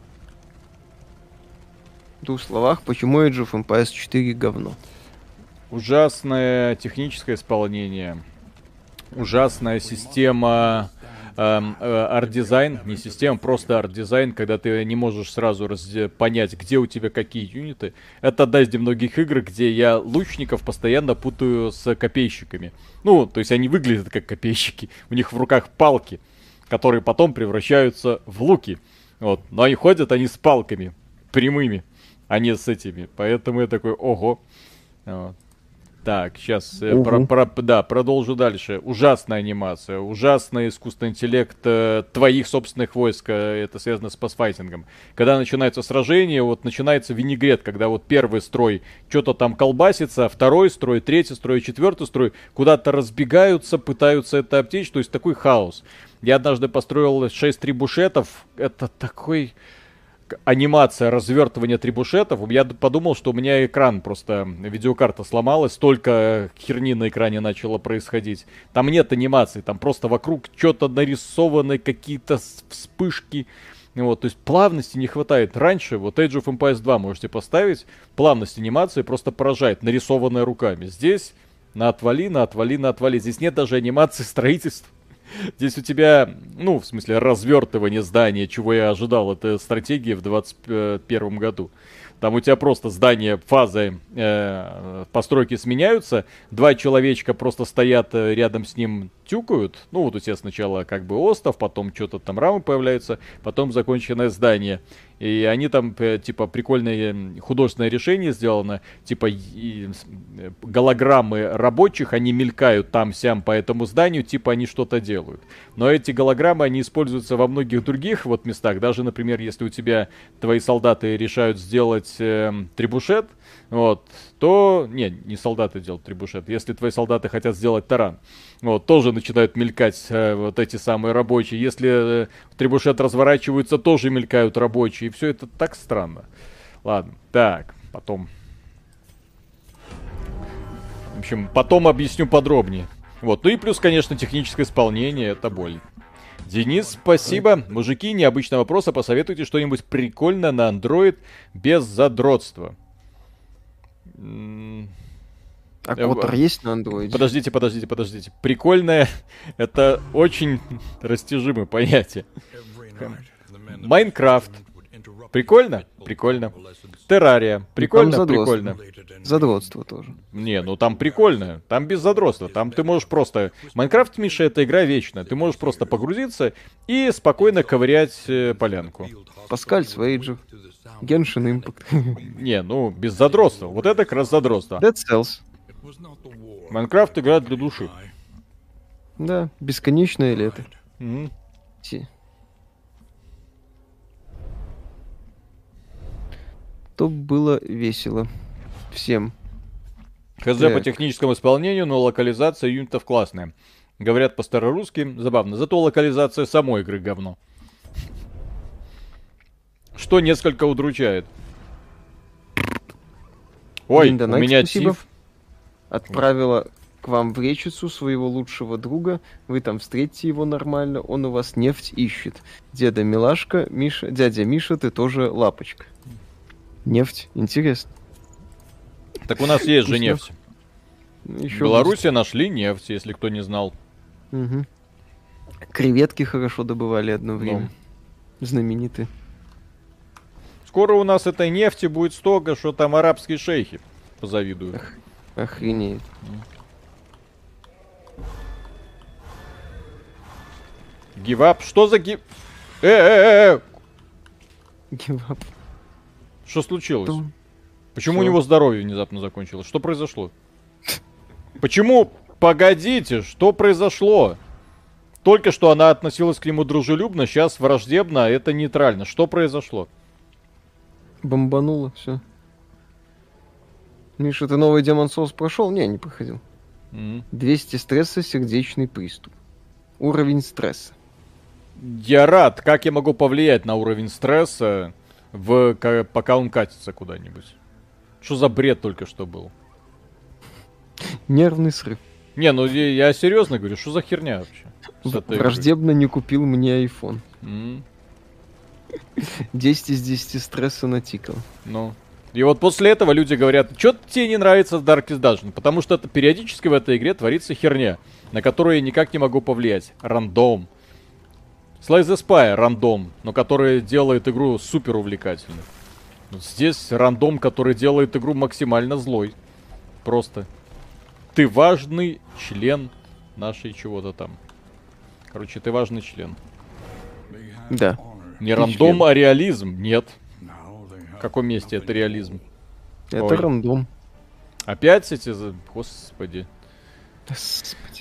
В двух словах, почему Age of Empires четыре говно? Ужасное техническое исполнение. Ужасная система... арт-дизайн, не система, просто арт-дизайн, когда ты не можешь сразу раз- понять, где у тебя какие юниты. Это одна из немногих игр, где я лучников постоянно путаю с копейщиками. Ну, то есть они выглядят как копейщики, у них в руках палки, которые потом превращаются в луки. Вот. Но они ходят, они с палками, прямыми, а не с этими. Поэтому я такой, ого. Вот. Так, сейчас, угу. про, про, да, продолжу дальше. Ужасная анимация, ужасный искусственный интеллект э, твоих собственных войск, э, это связано с пасфайтингом. Когда начинается сражение, вот начинается винегрет, когда вот первый строй что-то там колбасится, второй строй, третий строй, четвертый строй куда-то разбегаются, пытаются это обтечь, то есть такой хаос. Я однажды построил шесть трибушетов, это такой... анимация развертывания трибушетов, я подумал, что у меня экран просто, видеокарта сломалась, столько херни на экране начало происходить. Там нет анимации, там просто вокруг что-то нарисованы, какие-то вспышки. Вот, то есть плавности не хватает. Раньше, вот Age of Empires два можете поставить, плавность анимации просто поражает, нарисованная руками. Здесь на отвали, на отвали, на отвали. Здесь нет даже анимации строительства. Здесь у тебя, ну, в смысле, развертывание здания, чего я ожидал, это стратегия в двадцать первом году. Там у тебя просто здания, фазы э, постройки сменяются, два человечка просто стоят рядом с ним, тюкают. Ну, вот у тебя сначала как бы остов, потом что-то там рамы появляются, потом законченное здание. И они там, типа, прикольное художественное решение сделано. Типа, и, голограммы рабочих, они мелькают там-сям по этому зданию, типа, они что-то делают. Но эти голограммы, они используются во многих других вот местах. Даже, например, если у тебя твои солдаты решают сделать э, трибушет, вот, то... Не, не солдаты делают трибушет. Если твои солдаты хотят сделать таран, вот, тоже начинают мелькать э, вот эти самые рабочие. Если э, трибушет разворачиваются, тоже мелькают рабочие. И все это так странно. Ладно, так, потом... В общем, потом объясню подробнее. Вот, ну и плюс, конечно, техническое исполнение, это боль. Денис, спасибо. Мужики, необычный вопрос, а посоветуйте что-нибудь прикольное на Android без задротства. А Котор есть на андроиде? Подождите, подождите, подождите. Прикольное — это очень растяжимое понятие. Майнкрафт. Прикольно? Прикольно. Террария. Прикольно? Прикольно. Задротство тоже. Не, ну там прикольно. Там без задротства. Там ты можешь просто... Майнкрафт, Миша, это игра вечная. Ты можешь просто погрузиться и спокойно ковырять э, полянку. Паскаль, Свейджер, Genshin Impact. Не, ну без задротства. Вот это как раз задротство. Dead Cells. Майнкрафт игра для души. Да, бесконечное лето. Mm-hmm. То было весело. Всем. ХЗ так. По техническому исполнению, но локализация юнитов классная. Говорят по-старорусски, забавно. Зато локализация самой игры говно. Что несколько удручает. Ой, Линда, у меня тиф. Отправила к вам в речицу своего лучшего друга. Вы там встретите его нормально. Он у вас нефть ищет. Деда Милашка, Миша, дядя Миша, ты тоже лапочка. Нефть, интересно. Так у нас есть же нефть. Еще в Беларуси нашли нефть, если кто не знал. Угу. Креветки хорошо добывали одно время. Ну. Знаменитые. Скоро у нас этой нефти будет столько, что там арабские шейхи позавидуют. Ох, охренеть. Гивап? Что за гив... Э-э-э-э! Гивап. Что случилось? Что? Почему Что? у него здоровье внезапно закончилось? Что произошло? Почему? Погодите, что произошло? Только что она относилась к нему дружелюбно, сейчас враждебно, а это нейтрально. Что произошло? Бомбануло, все. Миша, ты новый Demon Souls прошел? Не, не проходил. Mm-hmm. двести стресса, сердечный приступ. Уровень стресса. Я рад. Как я могу повлиять на уровень стресса, в, пока он катится куда-нибудь? Что за бред только что был? Нервный срыв. Не, ну я, я серьезно говорю, что за херня вообще? Враждебно не купил мне iPhone. Mm. десять из десяти стресса натикал. Ну. И вот после этого люди говорят, что тебе не нравится Darkest Dungeon? Потому что это, периодически в этой игре творится херня, на которую я никак не могу повлиять. Рандом. Slay the Spire рандом, но который делает игру супер увлекательной. Вот здесь рандом, который делает игру максимально злой. Просто. Ты важный член нашей чего-то там. Короче, ты важный член. Да. Не рандом, а реализм. Нет. В каком месте это реализм? Это Ой. Рандом. Опять эти... Господи. Господи.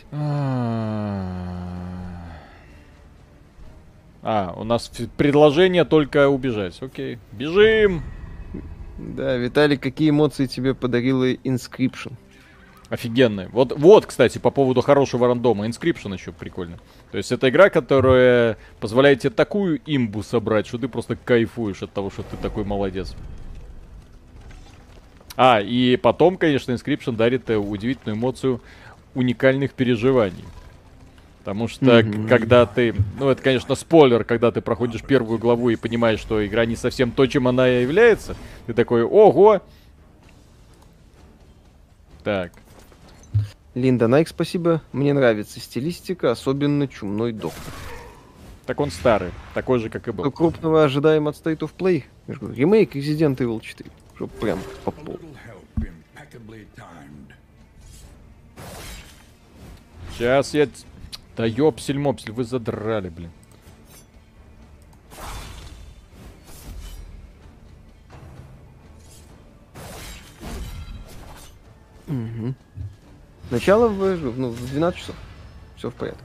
А, у нас предложение только убежать. Окей. Бежим! Да, Виталий, какие эмоции тебе подарила Inscription? Офигенные. Вот, вот, кстати, по поводу хорошего рандома. Inscription еще прикольно. То есть это игра, которая позволяет тебе такую имбу собрать, что ты просто кайфуешь от того, что ты такой молодец. А, и потом, конечно, Inscription дарит удивительную эмоцию уникальных переживаний. Потому что, mm-hmm. когда ты... Ну, это, конечно, спойлер, когда ты проходишь первую главу и понимаешь, что игра не совсем то, чем она и является. Ты такой, ого! Так. Линда Найк, спасибо. Мне нравится стилистика, особенно Чумной доктор. Так он старый, такой же, как и был. Что крупного ожидаем от State of Play? Ремейк Resident Evil четыре. Чтоб прям по полу. Сейчас я... Да ёпсель-мопсель, вы задрали, блин. Начало в, ну, в двенадцать часов. Все в порядке.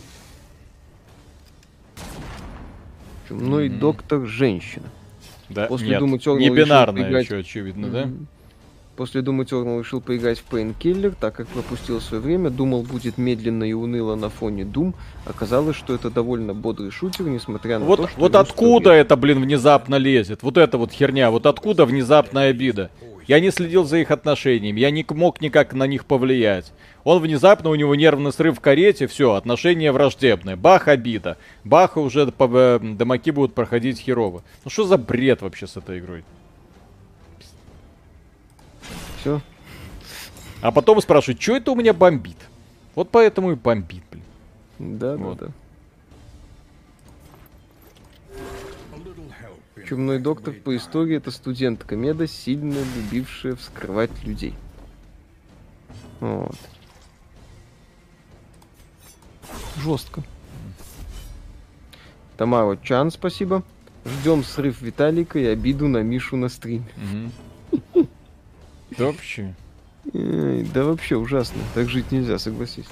Чумной mm-hmm. доктор женщина. Да, После нет, Doom Eternal не бинарное поиграть... еще, очевидно, mm-hmm. да? После Doom Eternal решил поиграть в Painkiller, так как пропустил свое время, думал, будет медленно и уныло на фоне Doom. Оказалось, что это довольно бодрый шутер, несмотря на вот, то, что... Вот откуда это, блин, внезапно лезет? Вот эта вот херня, вот откуда внезапная обида? Я не следил за их отношениями, я не мог никак на них повлиять. Он внезапно, у него нервный срыв в карете, все, отношения враждебные. Бах, обида. Бах, уже по, дамаки будут проходить херово. Ну что за бред вообще с этой игрой? Все. А потом спрашивают, что это у меня бомбит? Вот поэтому и бомбит, блин. Да, вот. да, да. Чумной доктор по истории — это студентка меда, сильно любившая вскрывать людей. Вот. Жестко. Тамара Чан, спасибо. Ждем срыв Виталика и обиду на Мишу на стриме. Угу. Да вообще. Да вообще ужасно. Так жить нельзя, согласись.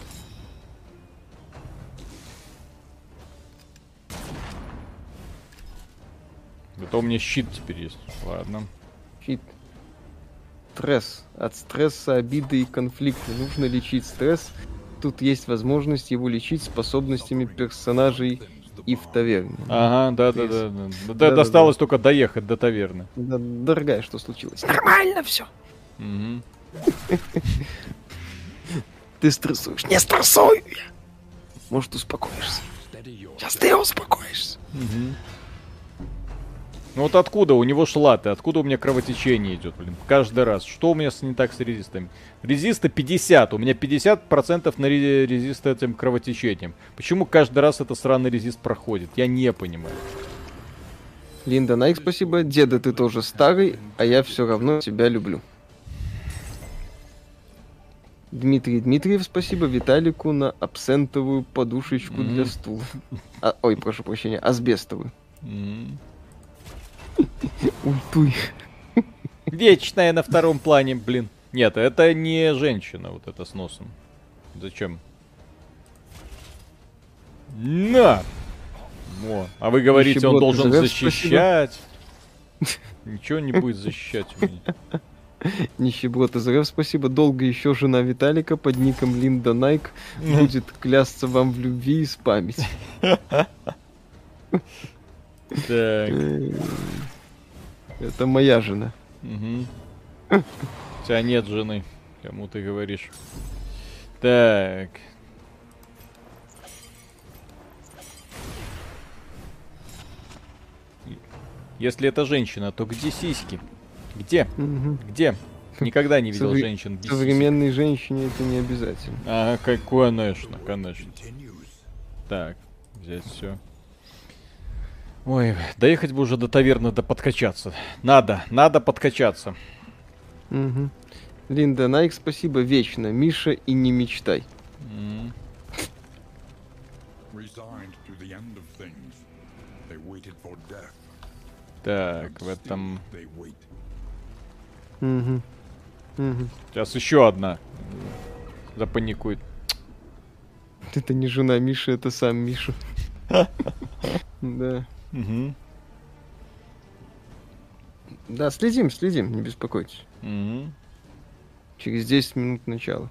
Это у меня щит теперь есть. Ладно. Щит. Стресс. От стресса, обиды и конфликта нужно лечить стресс. Тут есть возможность его лечить способностями персонажей и в таверне. Ага, да-да-да. Да, да, досталось да, только доехать до таверны. Да, дорогая, что случилось? Нормально все. Угу. Ты стрессуешь. Не стрессуй! Может, успокоишься. Сейчас ты успокоишься. Угу. Ну вот откуда у него шлаты, откуда у меня кровотечение идет, блин, каждый раз. Что у меня с, не так с резистами? Резисты пятьдесят, у меня пятьдесят процентов на резист этим кровотечением. Почему каждый раз это сраный резист проходит? Я не понимаю. Линда Найк, спасибо. Деда, ты тоже старый, а я все равно тебя люблю. Дмитрий Дмитриев, спасибо Виталику на абсентовую подушечку mm-hmm. для стула. А, ой, прошу прощения, асбестовую. Mm-hmm. Ультуй. Вечная на втором плане, блин. Нет, это не женщина, вот это с носом. Зачем? На! Во. А вы говорите, Нищеброд, он должен защищать. Спасибо. Ничего не будет защищать у меня. Нищеброд ИзРФ, спасибо. Долго еще жена Виталика под ником Линда Найк будет клясться вам в любви и спамить. Так. Это моя жена. Угу. У тебя нет жены, кому ты говоришь. Так. Если это женщина, то где сиськи? Где? Угу. Где? Никогда не видел Совре- женщин без Современной сисек. женщине это не обязательно. Ага, как, конечно, конечно. Так, взять все. Ой, доехать бы уже до таверны, да подкачаться. Надо, надо подкачаться. Угу. Линда Найк, спасибо, вечно. Миша, и не мечтай. Mm. Так, в этом... Угу. Угу. Сейчас еще одна запаникует. Это не жена Миши, это сам Миша. Да. Угу. Да, следим, следим, не беспокойтесь. Угу. Через десять минут начала.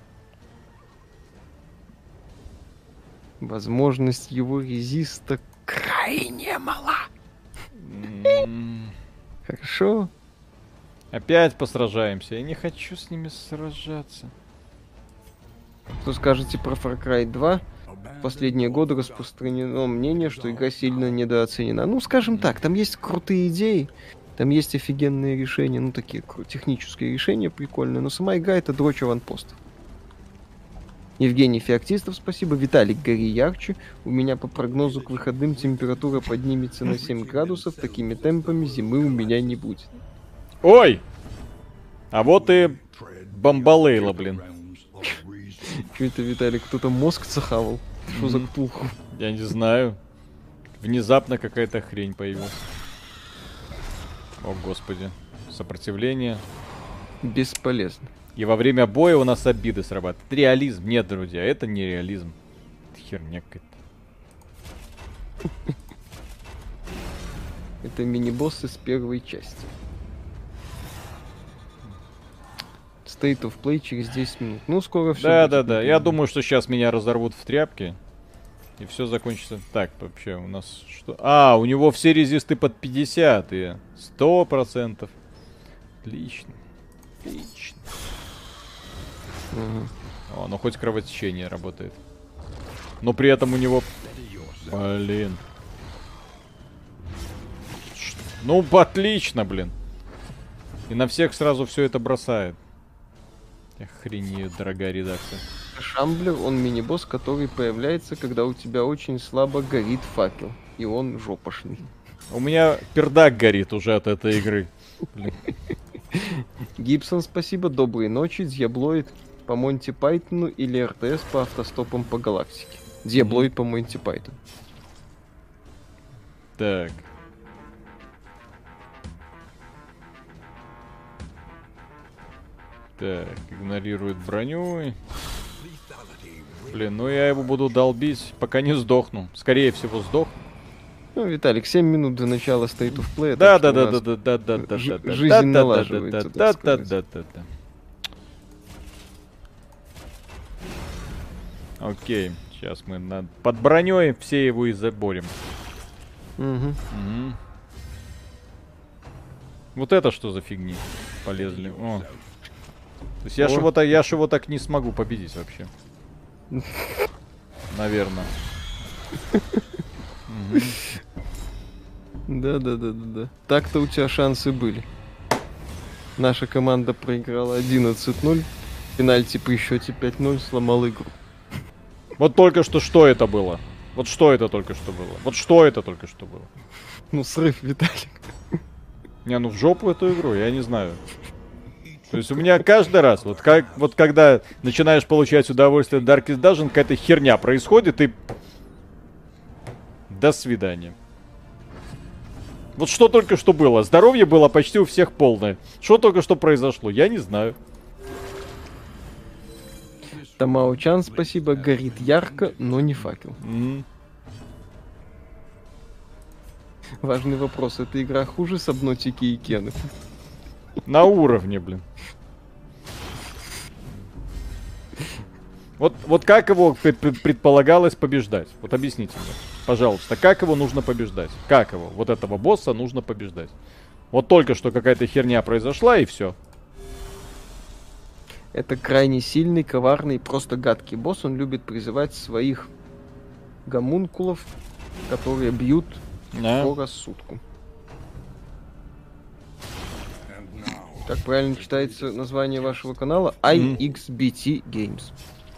Возможность его резиста крайне мала. Mm. Хорошо. Опять посражаемся. Я не хочу с ними сражаться. Что скажете про Far Cry два? В последние годы распространено мнение, что игра сильно недооценена. Ну, скажем так, там есть крутые идеи, там есть офигенные решения, ну, такие технические решения прикольные, но сама игра — это дрочь аванпостов. Евгений Феоктистов, спасибо. Виталик, гори ярче. У меня по прогнозу к выходным температура поднимется на семь градусов. Такими темпами зимы у меня не будет. Ой! А вот и бомбалейла, блин. Что это, Виталик, кто-то мозг захавал? Что за ктулху? Я не знаю. Внезапно какая-то хрень появилась. О, господи. Сопротивление. Бесполезно. И во время боя у нас обиды срабатывают. Реализм. Нет, друзья, это не реализм. Это херня какая-то. Это мини-босс из первой части. State of Play через десять минут. Ну, скоро все. Да, да, да. Я думаю, что сейчас меня разорвут в тряпки. И все закончится. Так, вообще, у нас что? А, у него все резисты под пятьдесят. И сто процентов. Отлично. Отлично. Угу. О, ну хоть кровотечение работает. Но при этом у него... Блин. Ш- Ну, отлично, блин. И на всех сразу все это бросает. Охренею, дорогая редакция. Шамблер, он мини-босс, который появляется, когда у тебя очень слабо горит факел. И он жопошный. У меня пердак горит уже от этой игры. Блин. Гибсон, спасибо. Доброй ночи. Дьяблоид по Монти Пайтону или эр тэ эс по автостопам по галактике. Дьяблоид по Монти Пайтону. Так. Так, игнорирует броню. Блин, ну я его буду долбить, пока не сдохну. Скорее всего, сдохну. Ну, Виталик, семь минут до начала State of Play. Да, так да, что да, у да, нас да, да, да, жи- да, да, жизнь да, да, налаживается, да, так да, да, сказать. да, да, да. Окей, сейчас мы над... под броней все его и заборем. Мгм. Мгм. Вот это что за фигни полезли? О. То есть я ж О. его так, я ж его так не смогу победить вообще. Наверное. Да, да, да, да, да. Так-то у тебя шансы были. Наша команда проиграла одиннадцать ноль. Пенальти при счете пять ноль сломал игру. Вот только что что это было? Вот что это только что было? Вот что это только что было? Ну, срыв, Виталик. Не, ну в жопу эту игру, я не знаю. То есть у меня каждый раз, вот как вот когда начинаешь получать удовольствие от Darkest Dungeon, какая-то херня происходит, и... До свидания. Вот что только что было? Здоровье было почти у всех полное. Что только что произошло? Я не знаю. Тамао-чан, спасибо, горит ярко, но не факел. М. Важный вопрос, эта игра хуже Сабнотики и Кены? На уровне, блин. Вот, вот как его пред- пред- предполагалось побеждать? Вот объясните мне, пожалуйста, как его нужно побеждать? Как его? Вот этого босса нужно побеждать. Вот только что какая-то херня произошла, и все. Это крайне сильный, коварный, просто гадкий босс. Он любит призывать своих гомункулов, которые бьют по рассудку. Как правильно читается название вашего канала? ай икс би ти Games.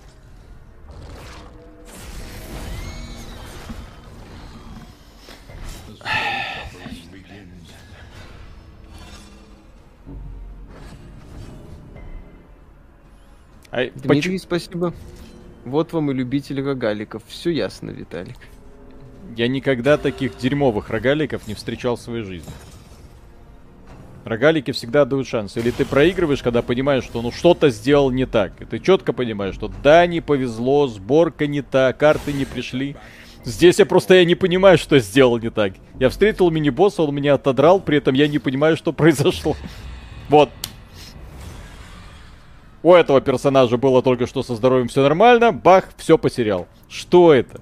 А, Дмитрий, поч- спасибо. Вот вам и любитель рогаликов. Все ясно, Виталик. Я никогда таких дерьмовых рогаликов не встречал в своей жизни. Рогалики всегда дают шанс. Или ты проигрываешь, когда понимаешь, что ну что-то сделал не так. И ты четко понимаешь, что да, не повезло, сборка не та, карты не пришли. Здесь я просто я не понимаю, что сделал не так. Я встретил мини-босса, он меня отодрал, при этом я не понимаю, что произошло. Вот. У этого персонажа было только что со здоровьем все нормально, бах, все потерял. Что это?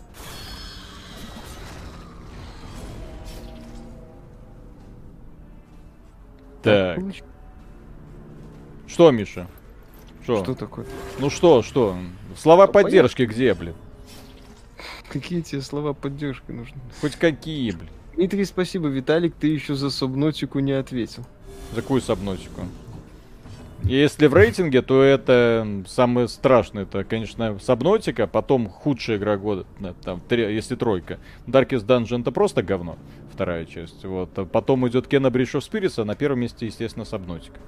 Так. Что, Миша? Что? Что такое? Ну что, что? Слова Ну, поддержки где, блин? Какие тебе слова поддержки нужны? Хоть какие, блин? Дмитрий, спасибо. Виталик, ты еще за субнотику не ответил. За какую сабнотику? Если в рейтинге, то это самое страшное. Это, конечно, Сабнотика, потом худшая игра года, да, там, три, если тройка. Darkest Dungeon это просто говно, вторая часть. Вот. А потом идет Kena Bridge of Spirits, а на первом месте, естественно, Сабнотика.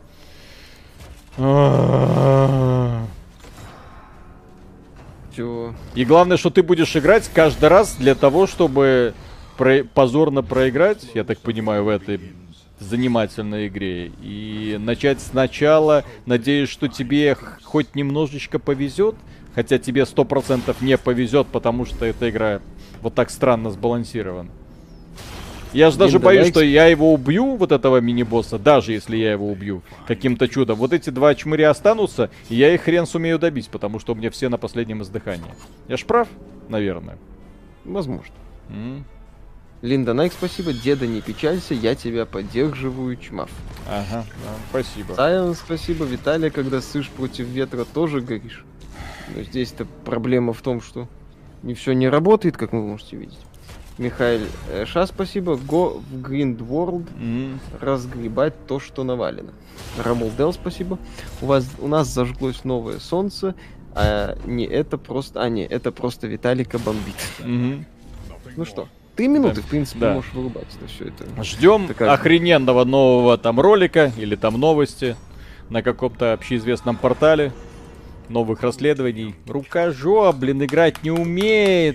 Все. И главное, что ты будешь играть каждый раз для того, чтобы про- позорно проиграть, я так понимаю, в этой занимательной игре. И начать сначала, надеюсь, что тебе хоть немножечко повезет, хотя тебе сто процентов не повезет, потому что эта игра вот так странно сбалансирована. Я же даже боюсь, что я его убью, вот этого мини-босса, даже если я его убью каким-то чудом. Вот эти два чмыря останутся, и я их хрен сумею добить, потому что у меня все на последнем издыхании. Я ж прав, наверное. Возможно. Mm. Линда Найк, спасибо. Деда, не печалься, я тебя поддерживаю, чмав. Ага, да, спасибо. Сайон, спасибо. Виталий, когда ссышь против ветра, тоже горишь. Но здесь-то проблема в том, что не все не работает, как вы можете видеть. Михаил Ша, спасибо. Go в Green World. Mm. Разгребать то, что навалено. Рамул Дел, спасибо. У вас, у нас зажглось новое солнце. А не это просто... А, не, это просто Виталика бомбит. Mm-hmm. Ну что, три минуты, да, в принципе, да. можешь вырубать на все это. Ждем это как... охрененного нового там ролика или там новости на каком-то общеизвестном портале. Новых расследований. Рукожоп, блин, играть не умеет.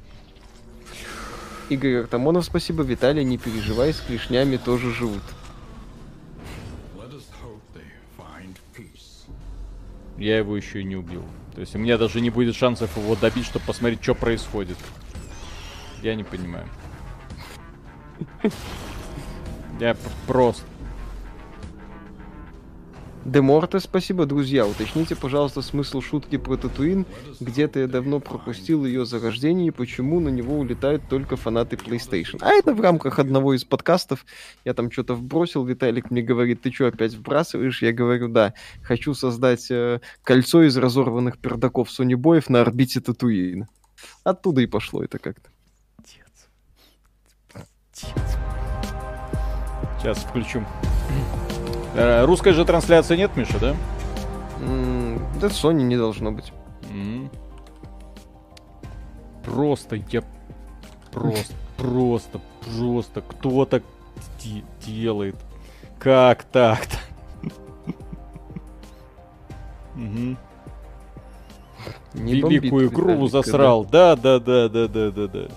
Игорь Артамонов, спасибо. Виталий, не переживай, с клешнями тоже живут. Я его еще и не убил. То есть у меня даже не будет шансов его добить, чтобы посмотреть, что происходит. Я не понимаю. Я просто... Деморте, спасибо. Друзья, уточните, пожалуйста, смысл шутки про Татуин. Где-то я давно пропустил ее зарождение, и почему на него улетают только фанаты PlayStation. А это в рамках одного из подкастов. Я там что-то вбросил, Виталик мне говорит, ты что, опять вбрасываешь? Я говорю, да, хочу создать э, кольцо из разорванных пердаков сонибоев на орбите Татуина. Оттуда и пошло это как-то. Сейчас включу. Русской же трансляции нет, Миша, да? Mm, да, Sony не должно быть. Mm. Просто я... Просто, просто, просто... Кто так де- делает? Как так-то? Великую игру засрал. Да, да, да, да, да, да, да.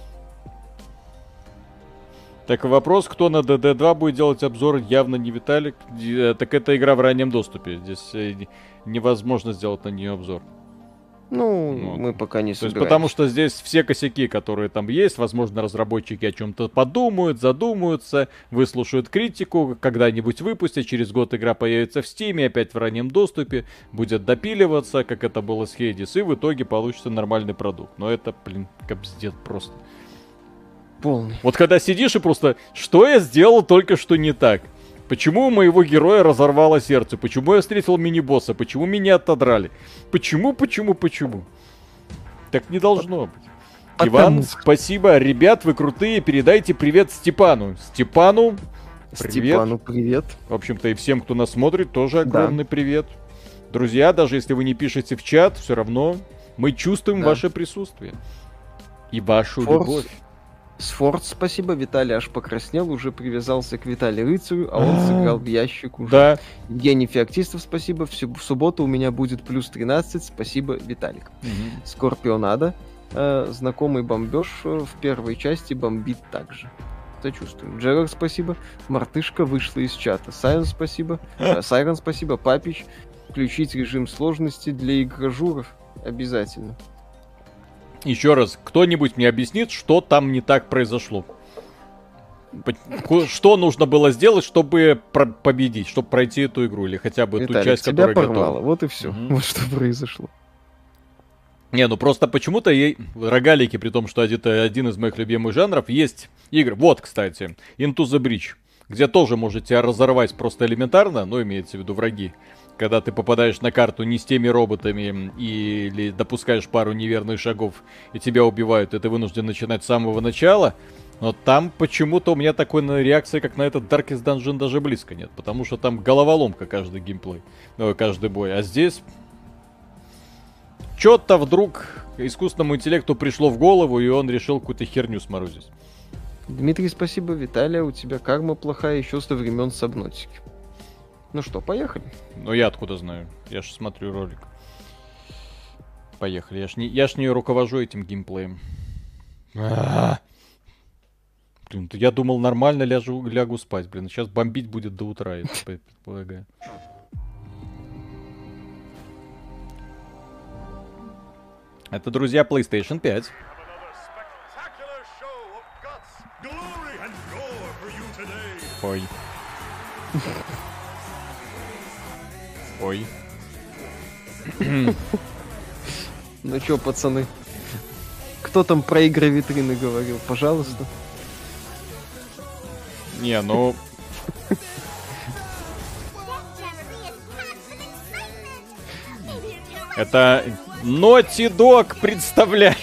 Так, вопрос, кто на ди ди два будет делать обзор, явно не Виталик. Так это игра в раннем доступе. Здесь невозможно сделать на нее обзор. Ну, вот. Мы пока не собираемся. То есть, потому что здесь все косяки, которые там есть, возможно, разработчики о чем-то подумают, задумаются, выслушают критику, когда-нибудь выпустят, через год игра появится в Steam, опять в раннем доступе, будет допиливаться, как это было с Хейдис, и в итоге получится нормальный продукт. Но это, блин, капздец просто. Полный. Вот когда сидишь и просто, что я сделал только что не так? Почему у моего героя разорвало сердце? Почему я встретил мини-босса? Почему меня отодрали? Почему, почему, почему? Так не должно быть. Потому... Иван, спасибо. Ребят, вы крутые. Передайте привет Степану. Степану, привет. Степану привет. В общем-то и всем, кто нас смотрит, тоже огромный да. привет. Друзья, даже если вы не пишете в чат, все равно мы чувствуем да. ваше присутствие. И вашу Форс. любовь. Сфорд, спасибо. Виталий аж покраснел, уже привязался к Виталию Рыцарю, а он сыграл в ящик уже. Да. Евгений Феоктистов, спасибо. В, в субботу у меня будет плюс тринадцать, спасибо, Виталик. Угу. Скорпионада, э, знакомый бомбеж в первой части бомбит также. Сочувствуем. Джерард, спасибо. Мартышка вышла из чата. Сайрон, спасибо. Э, Сайрон, спасибо. Папич, включить режим сложности для игражуров. Обязательно. Еще раз, кто-нибудь мне объяснит, что там не так произошло? Что нужно было сделать, чтобы победить, чтобы пройти эту игру? Или хотя бы Виталик, ту часть, тебя которая порвало, готова? Вот и все. Mm-hmm. Вот что произошло. Не, ну просто почему-то ей рогалики, при том, что это один из моих любимых жанров, есть игры. Вот, кстати, Into the Breach, где тоже можете разорвать просто элементарно, но имеется в виду враги. Когда ты попадаешь на карту не с теми роботами и, или допускаешь пару неверных шагов, и тебя убивают, и ты вынужден начинать с самого начала. Но там почему-то у меня такой реакции, как на этот Darkest Dungeon, даже близко нет. Потому что там головоломка каждый геймплей, ну, каждый бой. А здесь что-то вдруг искусственному интеллекту пришло в голову, и он решил какую-то херню сморозить. Дмитрий, спасибо. Виталия, у тебя карма плохая еще со времен Сабнотики. Ну что, поехали? Ну я откуда знаю? Я ж смотрю ролик. Поехали. Я ж не, я ж не руковожу этим геймплеем. А-а-а. Блин, я думал, нормально ляжу, лягу спать, блин. Сейчас бомбить будет до утра, я предполагаю. Это, друзья, PlayStation пять. Ой. Ой. Ну чё, пацаны? Кто там про игры витрины говорил? Пожалуйста. Не, ну... Это Naughty Dog представляет.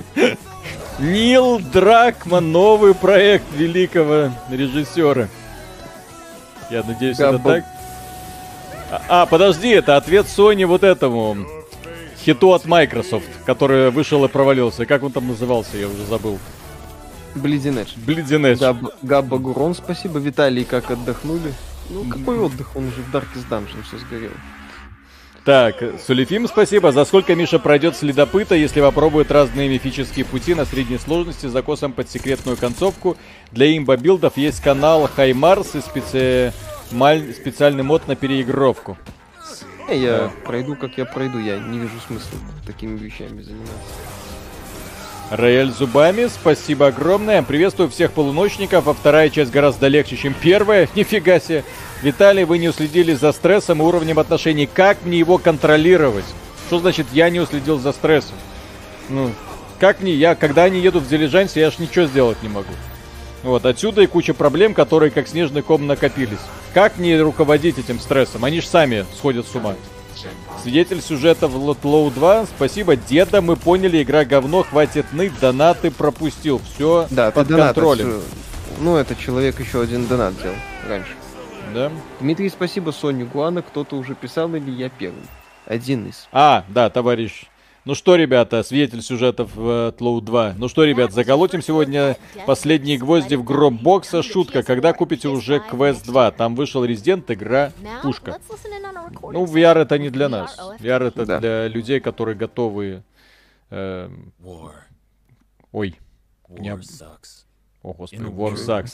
Нил Дракман, новый проект великого режиссера. Я надеюсь, Габба. это так. А, а, подожди, это ответ Sony вот этому хиту от Microsoft, который вышел и провалился. Как он там назывался, я уже забыл. Bleeding Edge. Bleeding Edge. Габ... Габба Гурон, спасибо. Виталий, как отдохнули? Ну, какой отдых? Он уже в Darkest Dungeon все сгорел. Так, Сулифим, спасибо. За сколько Миша пройдет следопыта, если попробует разные мифические пути на средней сложности с закосом под секретную концовку? Для имба-билдов есть канал High Mars и специ... маль... специальный мод на переигровку. Э, я да. пройду, как я пройду. Я не вижу смысла такими вещами заниматься. Рояль зубами, спасибо огромное. Приветствую всех полуночников, а вторая часть гораздо легче, чем первая. Нифига себе. Виталий, вы не уследили за стрессом и уровнем отношений. Как мне его контролировать? Что значит я не уследил за стрессом? Ну, как мне, я, когда они едут в дилижансе, я ж ничего сделать не могу. Вот, отсюда и куча проблем, которые как снежный ком накопились. Как мне руководить этим стрессом? Они ж сами сходят с ума. Свидетель сюжета в Outlaw два. Спасибо, деда, мы поняли, игра говно, хватит ныть, донаты пропустил. Все да, под контролем. Это, ну, это человек еще один донат делал раньше. Да. Дмитрий, спасибо, Соня Гуана, кто-то уже писал или я первый? Один из. А, да, товарищ. Ну что, ребята, свидетель сюжетов в Outlaw два. Ну что, ребят, заколотим сегодня последние гвозди в гроб бокса. Шутка, когда купите уже Квест два? Там вышел Резидент, игра пушка. Ну, ви ар это не для нас. ви ар это да. для людей, которые готовы... Э... Ой. Не... О, господи, War sucks.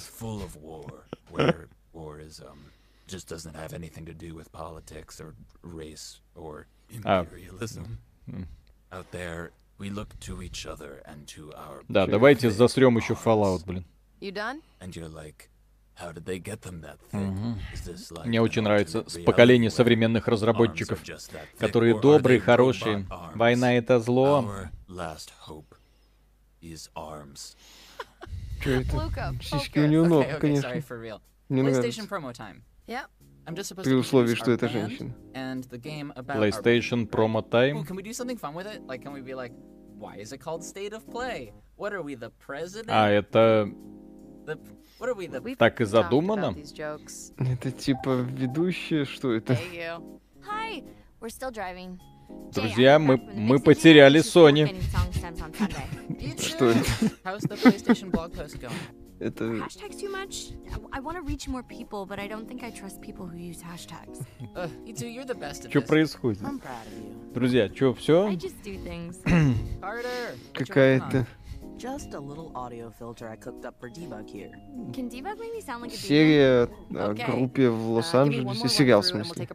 А. Да, давайте засрем еще Fallout, блин. Угу. Мне очень нравится с поколения современных разработчиков, которые добрые, хорошие. Война — это зло. Что это? Сиськи у него ног, конечно. Мне нравится. При условии, что это женщина. PlayStation Promo Time. А, это... Так и задумано? Это типа ведущая, что это? Друзья, мы, мы потеряли Sony. Что это? Это... Что происходит? Друзья, что, все? Какая-то... Серия о группе в Лос-Анджелесе. Сериал, в смысле.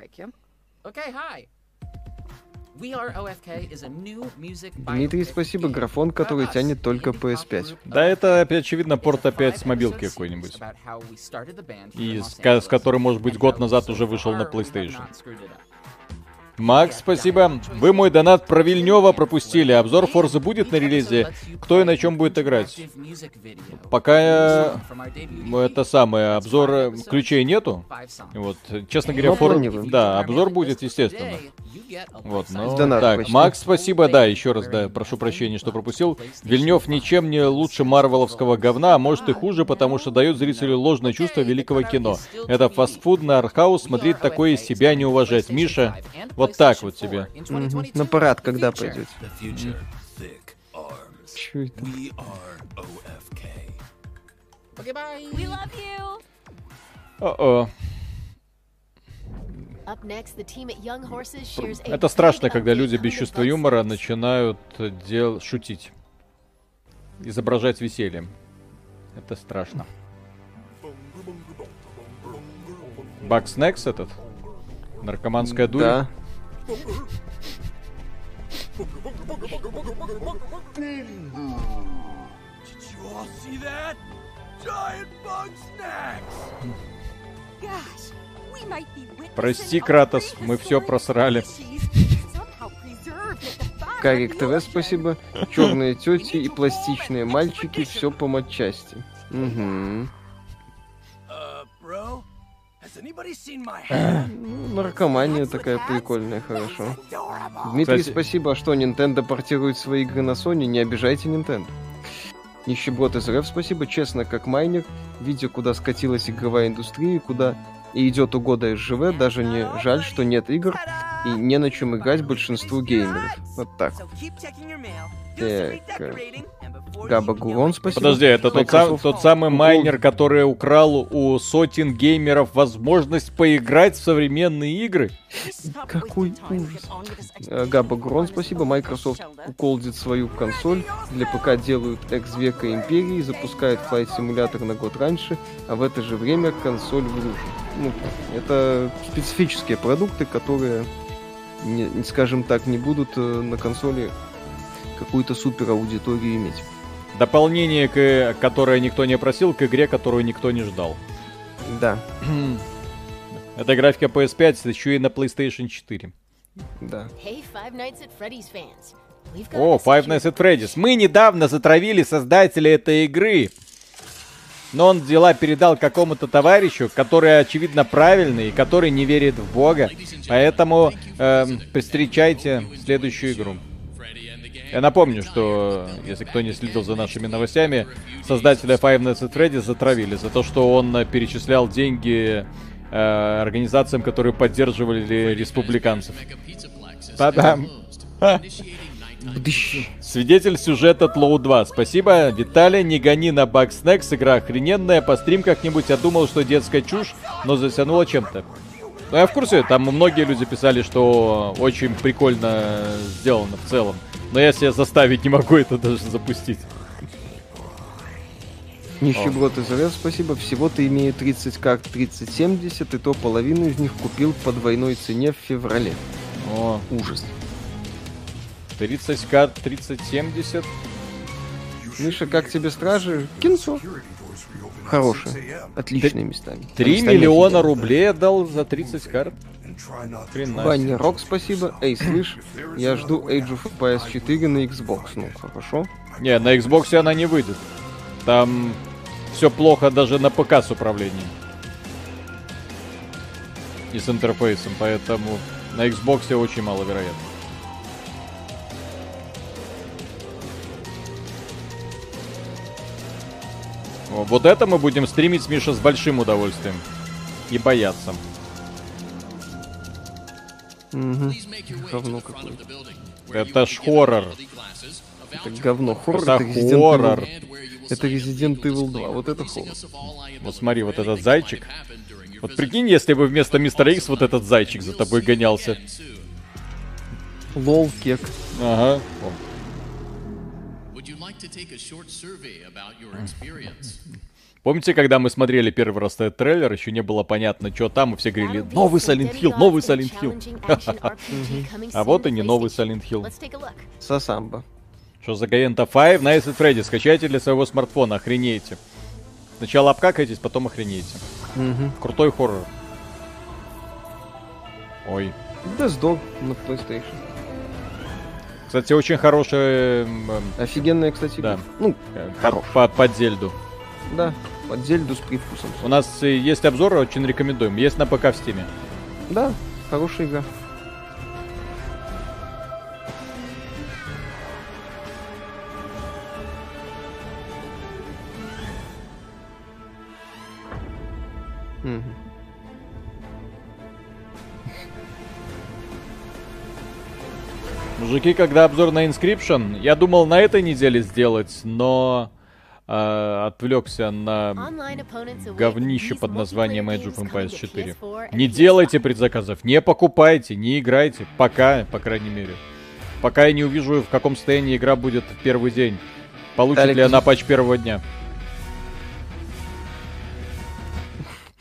Дмитрий, спасибо. Графон, который тянет только пи эс пять. Да, это, очевидно, порт опять с мобилки какой-нибудь. И с, с которым, может быть, год назад уже вышел на PlayStation. Макс, спасибо. Вы мой донат про Вильнёва пропустили. Обзор Форзы будет на релизе? Кто и на чем будет играть? Пока я... это самое, обзор ключей нету. Вот, честно говоря, Фор... да, обзор будет, естественно. Вот, ну, так, почти. Макс, спасибо, да, еще раз, да, прошу прощения, что пропустил. Вильнёв ничем не лучше марвеловского говна, а может и хуже, потому что дает зрителю ложное чувство великого кино. Это фастфудный артхаус, смотреть такое из себя не уважать. Миша, вот так вот тебе. Mm-hmm. На парад когда пойдете? Mm. Чё это? О-о. Это страшно, когда люди без чувства юмора начинают дел... шутить. Изображать веселье. Это страшно. Бакснекс этот? Наркоманская дурь? Да. Прости, Кратос, мы все просрали. Карик ТВ, спасибо. Черные тети и пластичные мальчики, все по матчасти. Угу. Ну, наркомания такая прикольная, хорошо. Дмитрий, Кстати... спасибо. А что, Nintendo портирует свои игры на Sony? Не обижайте Nintendo. Нищеброд из РФ, спасибо. Честно, как майнер, видя, куда скатилась игровая индустрия, куда и идет угода СЖВ, даже не жаль, что нет игр и не на чем играть большинству геймеров. Вот так. Так. Габа Гурон, спасибо. Подожди, это тот, сам, тот самый майнер, который украл у сотен геймеров возможность поиграть в современные игры? Какой ужас. Габа Гурон, спасибо. Microsoft уколдит свою консоль. Для ПК делают экс века империи, запускают Flight Simulator на год раньше, а в это же время консоль в луже. Ну, это специфические продукты, которые, не, скажем так, не будут на консоли какую-то супер аудиторию иметь. Дополнение, к, которое никто не просил, к игре, которую никто не ждал. Да. Это графика пи эс пять, еще и на PlayStation четыре. Да. О, Five Nights at Freddy's. Мы недавно затравили создателя этой игры. Но он дела передал какому-то товарищу, который, очевидно, правильный, и который не верит в Бога. Поэтому э, встречайте следующую игру. Я напомню, что, если кто не следил за нашими новостями, создателя Five Nights at Freddy's затравили за то, что он перечислял деньги э, организациям, которые поддерживали республиканцев. Та-дам! Свидетель сюжета Тлоу два. Спасибо, Виталий, не гони на Bugsnax, игра охрененная, пострим как-нибудь, я думал, что детская чушь, но затянуло чем-то. Ну, я в курсе, там многие люди писали, что очень прикольно сделано в целом. Но я себя заставить не могу это даже запустить. Нищеброд из РФ, спасибо. Всего-то имею тридцать карт тридцать семьдесят, и то половину из них купил по двойной цене в феврале. О, ужас. тридцать карт тридцать семьдесят. Миша, как тебе стражи? Кинцо. Хорошие. Отличные местами. три миллиона рублей отдал за тридцать карт. Банни Рок, спасибо. Эй, слышь, я жду Age of пи эс четыре на Xbox. Ну, хорошо. Не, на Xbox она не выйдет. Там все плохо даже на ПК с управлением. И с интерфейсом, поэтому на Xbox очень маловероятно. Вот это мы будем стримить, Миша, с большим удовольствием. И бояться. Угу. Говно какое-то. Это ж хоррор. Это говно. Хоррор. Это, это хоррор. Это Resident Evil два. Вот это хоррор. Вот смотри, вот этот зайчик. Вот прикинь, если бы вместо Мистера Икс вот этот зайчик за тобой гонялся. Лол, кек. Ага. Помните, когда мы смотрели первый раз этот трейлер, еще не было понятно, что там, и все говорили: новый Silent Hill, новый Silent Hill. А вот и не новый Silent Hill. Сасамба. Что за гаента? Five Nights at Freddy's. Скачайте для своего смартфона, охренеете. Сначала обкакайтесь, потом охренеете. Крутой хоррор. Ой. Death Dog на PlayStation. Кстати, очень хорошая... Офигенная, кстати. Да. Ну, хорош. Под, под Зельду. Да, под Зельду с привкусом. У нас есть обзоры, очень рекомендуем. Есть на ПК в Стиме. Да, хорошая игра. Угу. Мужики, когда обзор на Inscription, я думал на этой неделе сделать, но э, отвлекся на говнище под названием Age of Empires четыре. Не делайте предзаказов, не покупайте, не играйте, пока, по крайней мере. Пока я не увижу, в каком состоянии игра будет в первый день. Получит Алик, ли она патч первого дня.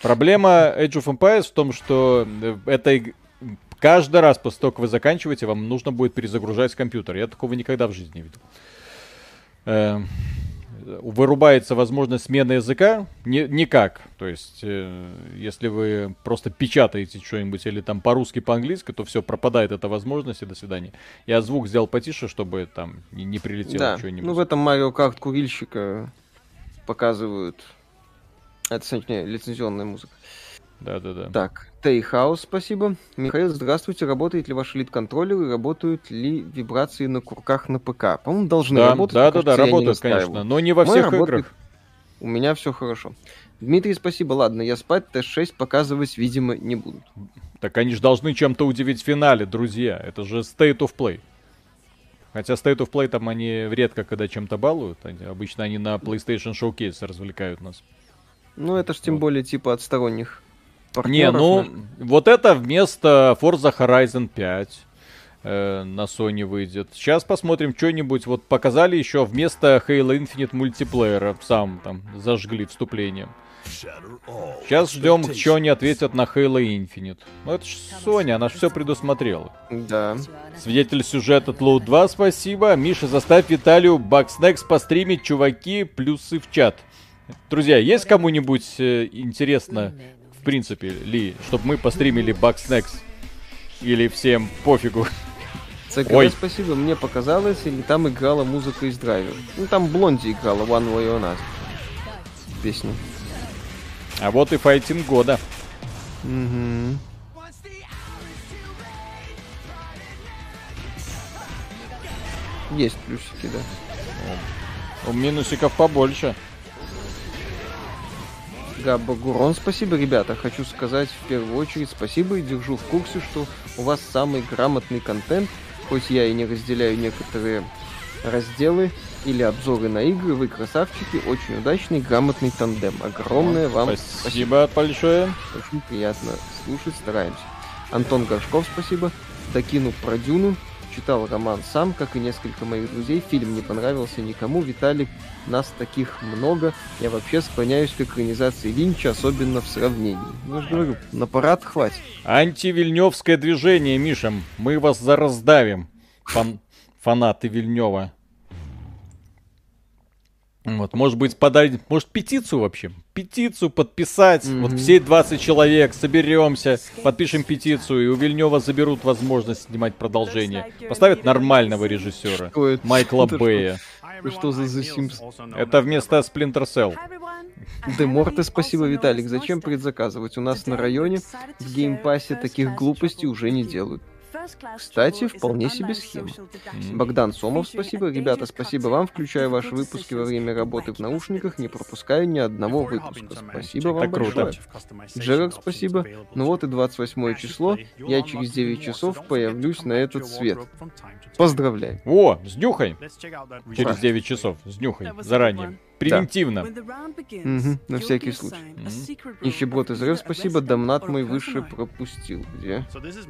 Проблема Age of Empires в том, что это каждый раз после того, как вы заканчиваете, вам нужно будет перезагружать компьютер. Я такого никогда в жизни не видел. Э, вырубается возможность смены языка? Ни, никак. То есть, э, если вы просто печатаете что-нибудь или там по-русски, по-английски, то все, пропадает эта возможность, и до свидания. Я звук сделал потише, чтобы там не, не прилетело да. что-нибудь. Ну, в этом Mario Kart курильщика показывают... Это, точнее, лицензионная музыка. Да-да-да. Так, Тейхаус, спасибо. Михаил, здравствуйте. Работает ли ваш лид-контроллер и работают ли вибрации на курках на ПК? По-моему, должны да, работать. Да, да, да, работают, конечно, но не во всех работает... играх. У меня все хорошо. Дмитрий, спасибо. Ладно, я спать Т шесть показывать, видимо, не будут. Так они же должны чем-то удивить в финале, друзья. Это же State of Play. Хотя State of Play там они редко когда чем-то балуют. Они, обычно они на PlayStation Showcase развлекают нас. Ну, это ж тем вот. более типа от сторонних партнеров. Не, ну, на... вот это вместо Forza Horizon пять э, на Sony выйдет. Сейчас посмотрим что-нибудь. Вот показали еще вместо Halo Infinite мультиплеера. Сам там зажгли вступление. Сейчас ждем, что они ответят на Halo Infinite. Ну, это ж Sony, она ж все предусмотрела. Да. Свидетель сюжета Тлоуд два, спасибо. Миша, заставь Виталию Бакснекс постримить, чуваки, плюсы в чат. Друзья, есть кому-нибудь э, интересно, в принципе, ли, чтобы мы постримили Бакснекс? Или всем пофигу? ЦГВ, спасибо, мне показалось, или там играла музыка из драйвера. Ну, там Блонди играла One Way or Another. Песня. А вот и файтинг года. Угу. Есть плюсики, да. У минусиков побольше. Габба Гурон, спасибо, ребята. Хочу сказать в первую очередь спасибо и держу в курсе, что у вас самый грамотный контент. Хоть я и не разделяю некоторые разделы или обзоры на игры, вы красавчики, очень удачный, грамотный тандем. Огромное вам спасибо, спасибо большое. Очень приятно слушать, стараемся. Антон Горшков, спасибо. Докину про Дюну. Читал роман сам, как и несколько моих друзей. Фильм не понравился никому. Виталик, нас таких много. Я вообще склоняюсь к экранизации Линча, особенно в сравнении. Ну, я же говорю, на парад хватит. Антивильнёвское движение, Миша. Мы вас зараздавим, фан... фанаты Вильнёва. Вот, может быть, подать, может, петицию вообще? Петицию подписать. Mm-hmm. Вот все двадцать человек соберемся, подпишем петицию, и у Вильнёва заберут возможность снимать продолжение. Поставят нормального режиссера, Майкла Бэя. Что за The Sims? Это вместо Splinter Cell. Деморте, спасибо, Виталик. Зачем предзаказывать? У нас на районе в геймпассе таких глупостей уже не делают. Кстати, вполне себе схема. Mm. Богдан Сомов, спасибо. Ребята, спасибо вам. Включаю ваши выпуски во время работы в наушниках. Не пропускаю ни одного выпуска. Спасибо вам большое. Джерак, спасибо. Ну вот и двадцать восьмое число. Я через девять часов появлюсь на этот свет. Поздравляю. О, снюхай. Через девять часов. Снюхай. Заранее. Превентивно. Да. Угу, на всякий случай. Mm-hmm. Нищеброд из РФ, спасибо. Домнат мой выше пропустил. Где?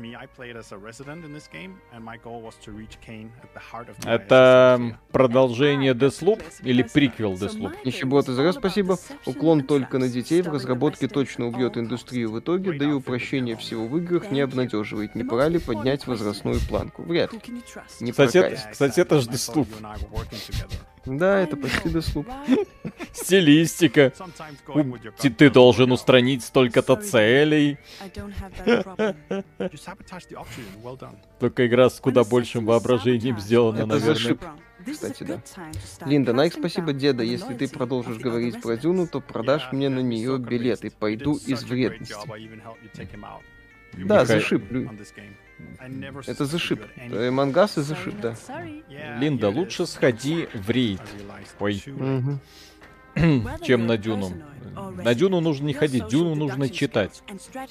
Это продолжение Deathloop или приквел Deathloop? Нищеброд из РФ, спасибо. Уклон только на детей в разработке точно убьет индустрию в итоге, да и упрощение всего в играх не обнадеживает. Не пора ли поднять возрастную планку? Вряд ли. Не кстати, это, кстати, это же Deathloop. Да, это почти Deathloop. Стилистика. Ты, ты должен устранить столько-то целей. Только игра с куда большим воображением сделана, это наверное. Зашиб. Кстати, да. Линда, Найк, спасибо, деда. Если ты продолжишь говорить про Дюну, то продашь мне на нее билеты. Пойду из вредности. Да, зашиб. Это зашиб. Мангас и зашиб, да. Линда, лучше сходи в рейд. Ой. Угу. Чем на Дюну. На Дюну нужно не ходить, Дюну нужно читать.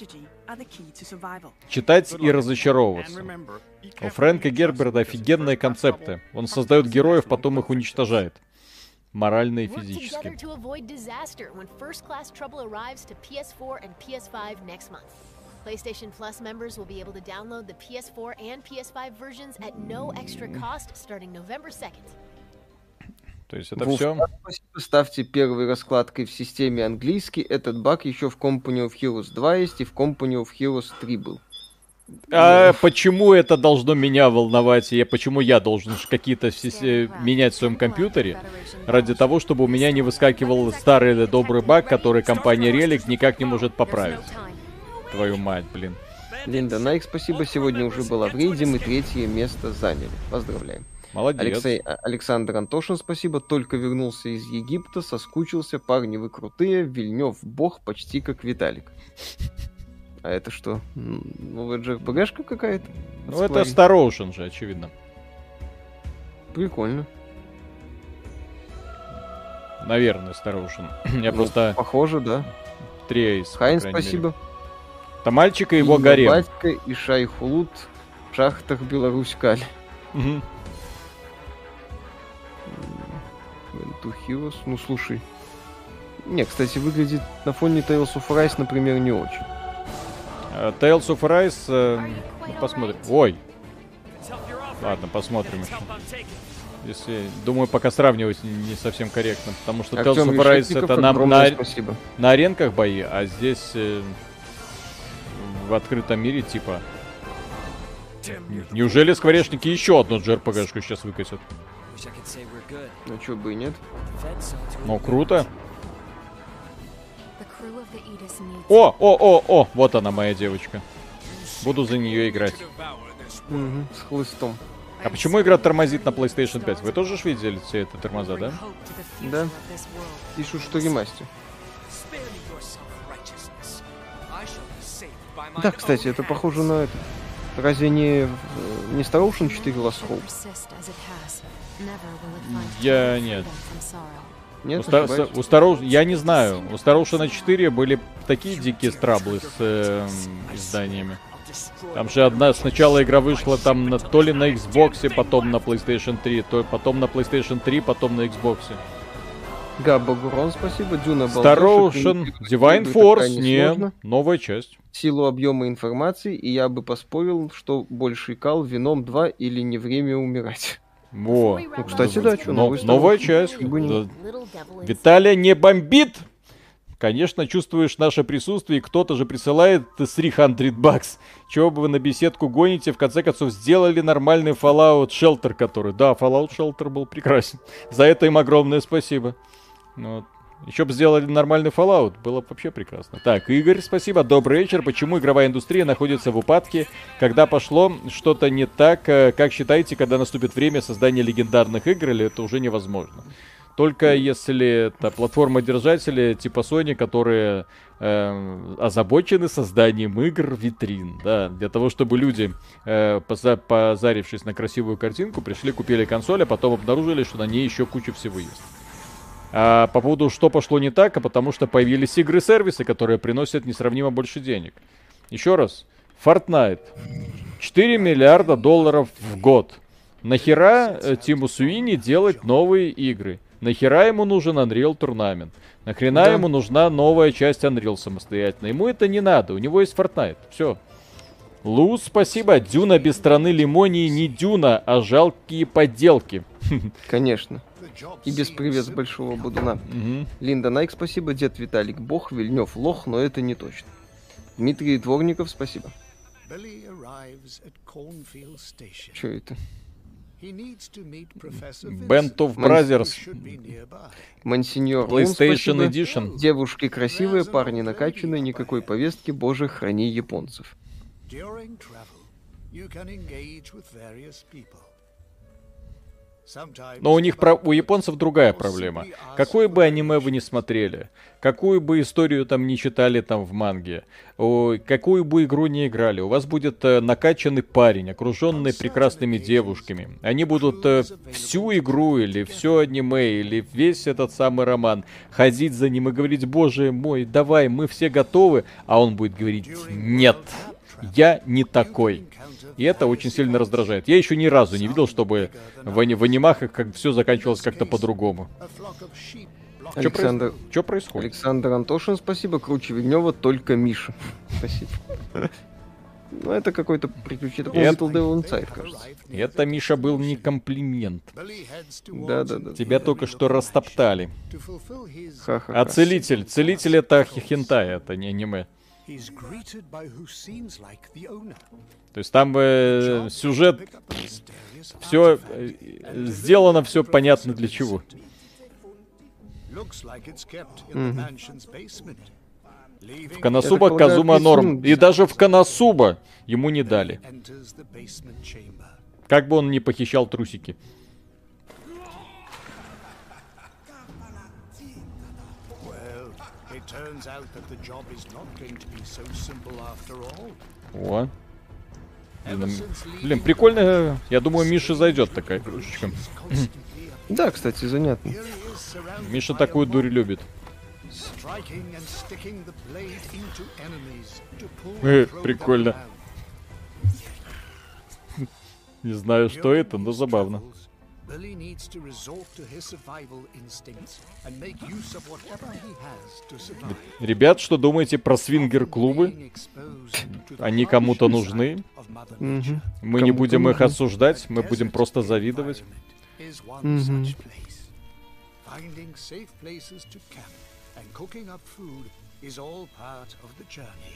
Читать и разочаровываться. У Фрэнка Герберта офигенные концепты. Он создает героев, потом их уничтожает. Морально и физически. PlayStation Plus members will be able to download the P S four and P S five versions at no extra cost starting November second. То есть это Вов, все. Спасибо, ставьте первой раскладкой в системе английский. Этот баг еще в Company of Heroes два есть и в Company of Heroes три был. А почему это должно меня волновать? Я, почему я должен ж какие-то все- менять в своем компьютере ради того, чтобы у меня не выскакивал старый добрый баг, который компания Relic никак не может поправить? Твою мать, блин. Линда Найк, спасибо. Сегодня уже была в рейде, мы третье место заняли. Поздравляем. Молодец. Алексей, а- Александр Антошин, спасибо. Только вернулся из Египта, соскучился. Парни, вы крутые. Вильнев бог, почти как Виталик. А это что? М, Новая джей ар пи джи-шка какая-то? От Ну это Square? Star Ocean же, очевидно. Прикольно. Наверное, Star Ocean. Я Ну, просто Похоже, да. трейс. по Хайн, крайней мере. спасибо. Там мальчик и его Инна гарем. Батька и Шайхулут в шахтах Беларусь Каль. Мгм. Two Heroes, ну слушай. Не, кстати, выглядит на фоне Tales of Rise, например, не очень. А, Tales of Rise, э, ну, посмотрим. Ой, ладно, посмотрим еще. Если, думаю, пока сравнивать не не совсем корректно, потому что Tales Артём of Rise Решетников, это нам на, огромное спасибо. на аренках бои, а здесь э, в открытом мире типа. Неужели скворечники еще одну джей ар пи джи-шку сейчас выкатят? Ну чё бы и нет. Ну, круто. О, о, о, о, вот она, моя девочка. Буду за нее играть. Мгм, с хлыстом. А почему игра тормозит на PlayStation пять? Вы тоже ж видели все это тормоза, да? Да. Пишут, что ремастер. Да, кстати, это похоже на это. Разве не, в- не Star Ocean четыре Last Hope? Я нет. Нет, У, Ста- ошибаюсь? у Star Ocean- я не знаю. У Star Ocean четыре были такие дикие страблы с э, изданиями. Там же одна сначала игра вышла там на, то ли на Xbox, потом на PlayStation три, то потом на PlayStation три, потом на Xbox. Габа Гурон, спасибо. Дюна Star Балдашек, Ocean, комментирует, Divine это Force, крайне не, сложно. новая часть. В силу объема информации, и я бы поспорил, что больший кал Веном два или не время умирать. Во. Ну, кстати, да, чё, Но- новый Star новая Ocean. часть. Почему бы нет? Да. Виталия не бомбит! Конечно, чувствуешь наше присутствие, и кто-то же присылает триста бакс. Чего бы вы на беседку гоните? В конце концов, сделали нормальный Fallout Shelter, который... Да, Fallout Shelter был прекрасен. За это им огромное спасибо. Вот. Еще бы сделали нормальный Fallout, было бы вообще прекрасно. Так, Игорь, спасибо. Добрый вечер. Почему игровая индустрия находится в упадке? Когда пошло что-то не так? э, Как считаете, когда наступит время создания легендарных игр, или это уже невозможно? Только если это платформа-держатели типа Sony, которые э, озабочены созданием игр витрин, да, для того, чтобы люди, э, поза- позарившись на красивую картинку, пришли, купили консоль, а потом обнаружили, что на ней еще куча всего есть. А по поводу, что пошло не так, а потому что появились игры-сервисы, которые приносят несравнимо больше денег. Еще раз, Fortnite. четыре миллиарда долларов в год. Нахера э, Тиму Суини делать новые игры? Нахера ему нужен Unreal Tournament? Нахрена Да. ему нужна новая часть Unreal самостоятельно? Ему это не надо, у него есть Fortnite. Все. Луз, спасибо. Дюна без страны Лимонии не Дюна, а жалкие подделки. Конечно. И без привет с Большого Будуна. Мгм. Линда Найк, спасибо. Дед Виталик Бог, Вильнев лох, но это не точно. Дмитрий Дворников, спасибо. Billy arrives at Cornfield Station. Че это? He needs to meet Professor Band of Vincent, who Brothers. should be nearby. Мансиньор Лун, PlayStation спасибо. Edition. Девушки красивые, парни накачанные, никакой повестки, боже, храни японцев. During travel, you can engage with various people. Sometimes Но у них про... about у японцев другая or проблема. simply ask Какое for бы аниме вы directions. не смотрели, какую бы историю там не читали там в манге, о, какую бы игру не играли, у вас будет э, накачанный парень, окруженный прекрасными девушками. Они будут э, всю игру или все аниме, или весь этот самый роман ходить за ним и говорить: боже мой, давай, мы все готовы, а он будет говорить: нет, я не такой. И это очень сильно раздражает. Я еще ни разу не видел, чтобы в, ани- в анимахах как все заканчивалось как-то по-другому. A flock of sheep block Что Александр, происходит? Александр Антошин, спасибо. Круче Вильнева, только Миша. Спасибо. Ну, это какой-то приключение. Такой Это- Little Devil Inside, кажется. Это, Миша, был не комплимент. Да-да-да. Тебя только что растоптали. Ха-ха-ха. А целитель? Целитель это хентай, это не аниме. То есть там э, сюжет, все сделано, все понятно для чего. В Коносуба Я так полагаю, Казума норм. Пиццун- И даже в Коносуба ему не дали. Как бы он не похищал трусики. О. Блин, блин, прикольно. Я думаю, Мише зайдет такая игрушечка. Да, кстати, занятно. Миша такую дурь любит. Э, прикольно. Не знаю, что это, но забавно. Ребят, что думаете про свингер-клубы? Они кому-то нужны? Мгм. Мы не Кому-то будем их нужны. осуждать, мы будем просто завидовать. Мгм. Finding safe places to camp and cooking up food is all part of the journey.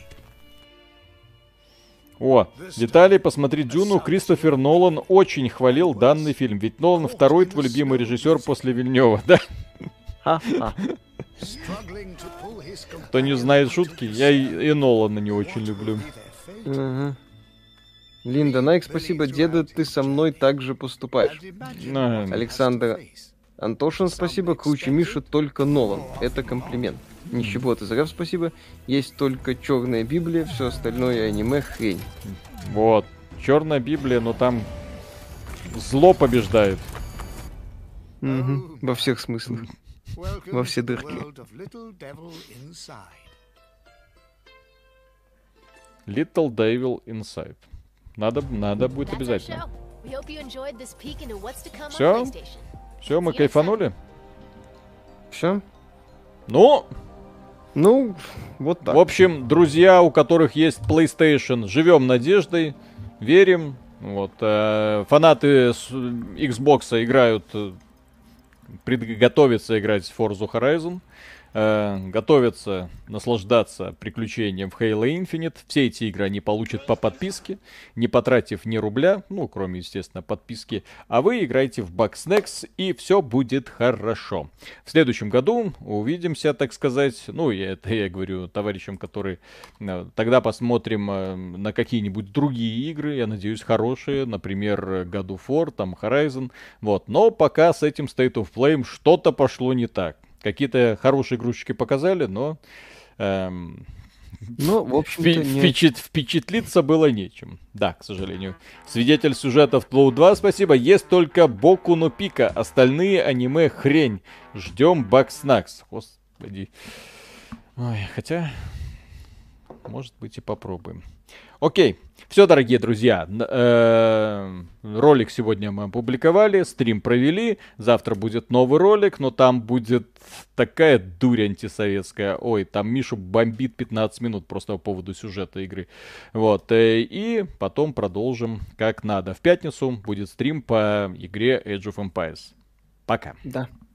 О, Виталий, посмотри Дюну. Кристофер Нолан очень хвалил данный фильм. Ведь Нолан второй твой любимый режиссер после Вильнева, да? Ха-ха. Struggling to pull his Кто не знает шутки, я и, и Нолана не очень люблю. Ага. Линда Найк, спасибо, деда, ты со мной так же поступаешь. Ага. Александр Антошин, спасибо, круче Миша только Нолан. Это комплимент. Ничего, ты Зарев, спасибо. Есть только Черная Библия, все остальное аниме хрень. Вот. Черная Библия, но там зло побеждает. Мгм. Во всех смыслах. Во все дырки. Little Devil Inside. Надо, надо будет That's our обязательно. show. We hope you enjoyed this peek into what's to come on Всё? PlayStation. Все, мы кайфанули? Все? Ну, Ну, вот так. в общем, друзья, у которых есть PlayStation, живем надеждой, верим. Вот, э, фанаты с Xbox играют, э, пред- готовятся играть в Forza Horizon, э, готовятся наслаждаться приключением в Halo Infinite. Все эти игры они получат по подписке, не потратив ни рубля, ну, кроме, естественно, подписки. А вы играете в Bugsnax, и все будет хорошо. В следующем году увидимся, так сказать. Ну, и это я говорю товарищам, которые... э, Тогда посмотрим э, на какие-нибудь другие игры, я надеюсь, хорошие. Например, God of War, там, Horizon. Вот. Но пока с этим State of Play что-то пошло не так. Какие-то хорошие игрушечки показали, но эм, Ну, в общем-то, впе- не... впечат- впечатлиться было нечем. Да, к сожалению. Свидетель сюжета в Тлоу два, спасибо. Есть только Боку но Пика. Остальные аниме хрень. Ждем Bugsnax. Господи. Ой, хотя... Может быть и попробуем. Окей. Все, дорогие друзья. н- э, Ролик сегодня мы опубликовали. Стрим провели. Завтра будет новый ролик. Но там будет такая дурь антисоветская. Ой, там Мишу бомбит пятнадцать минут просто по поводу сюжета игры. Вот. э, И потом продолжим как надо. В пятницу будет стрим по игре Age of Empires. Пока. Да.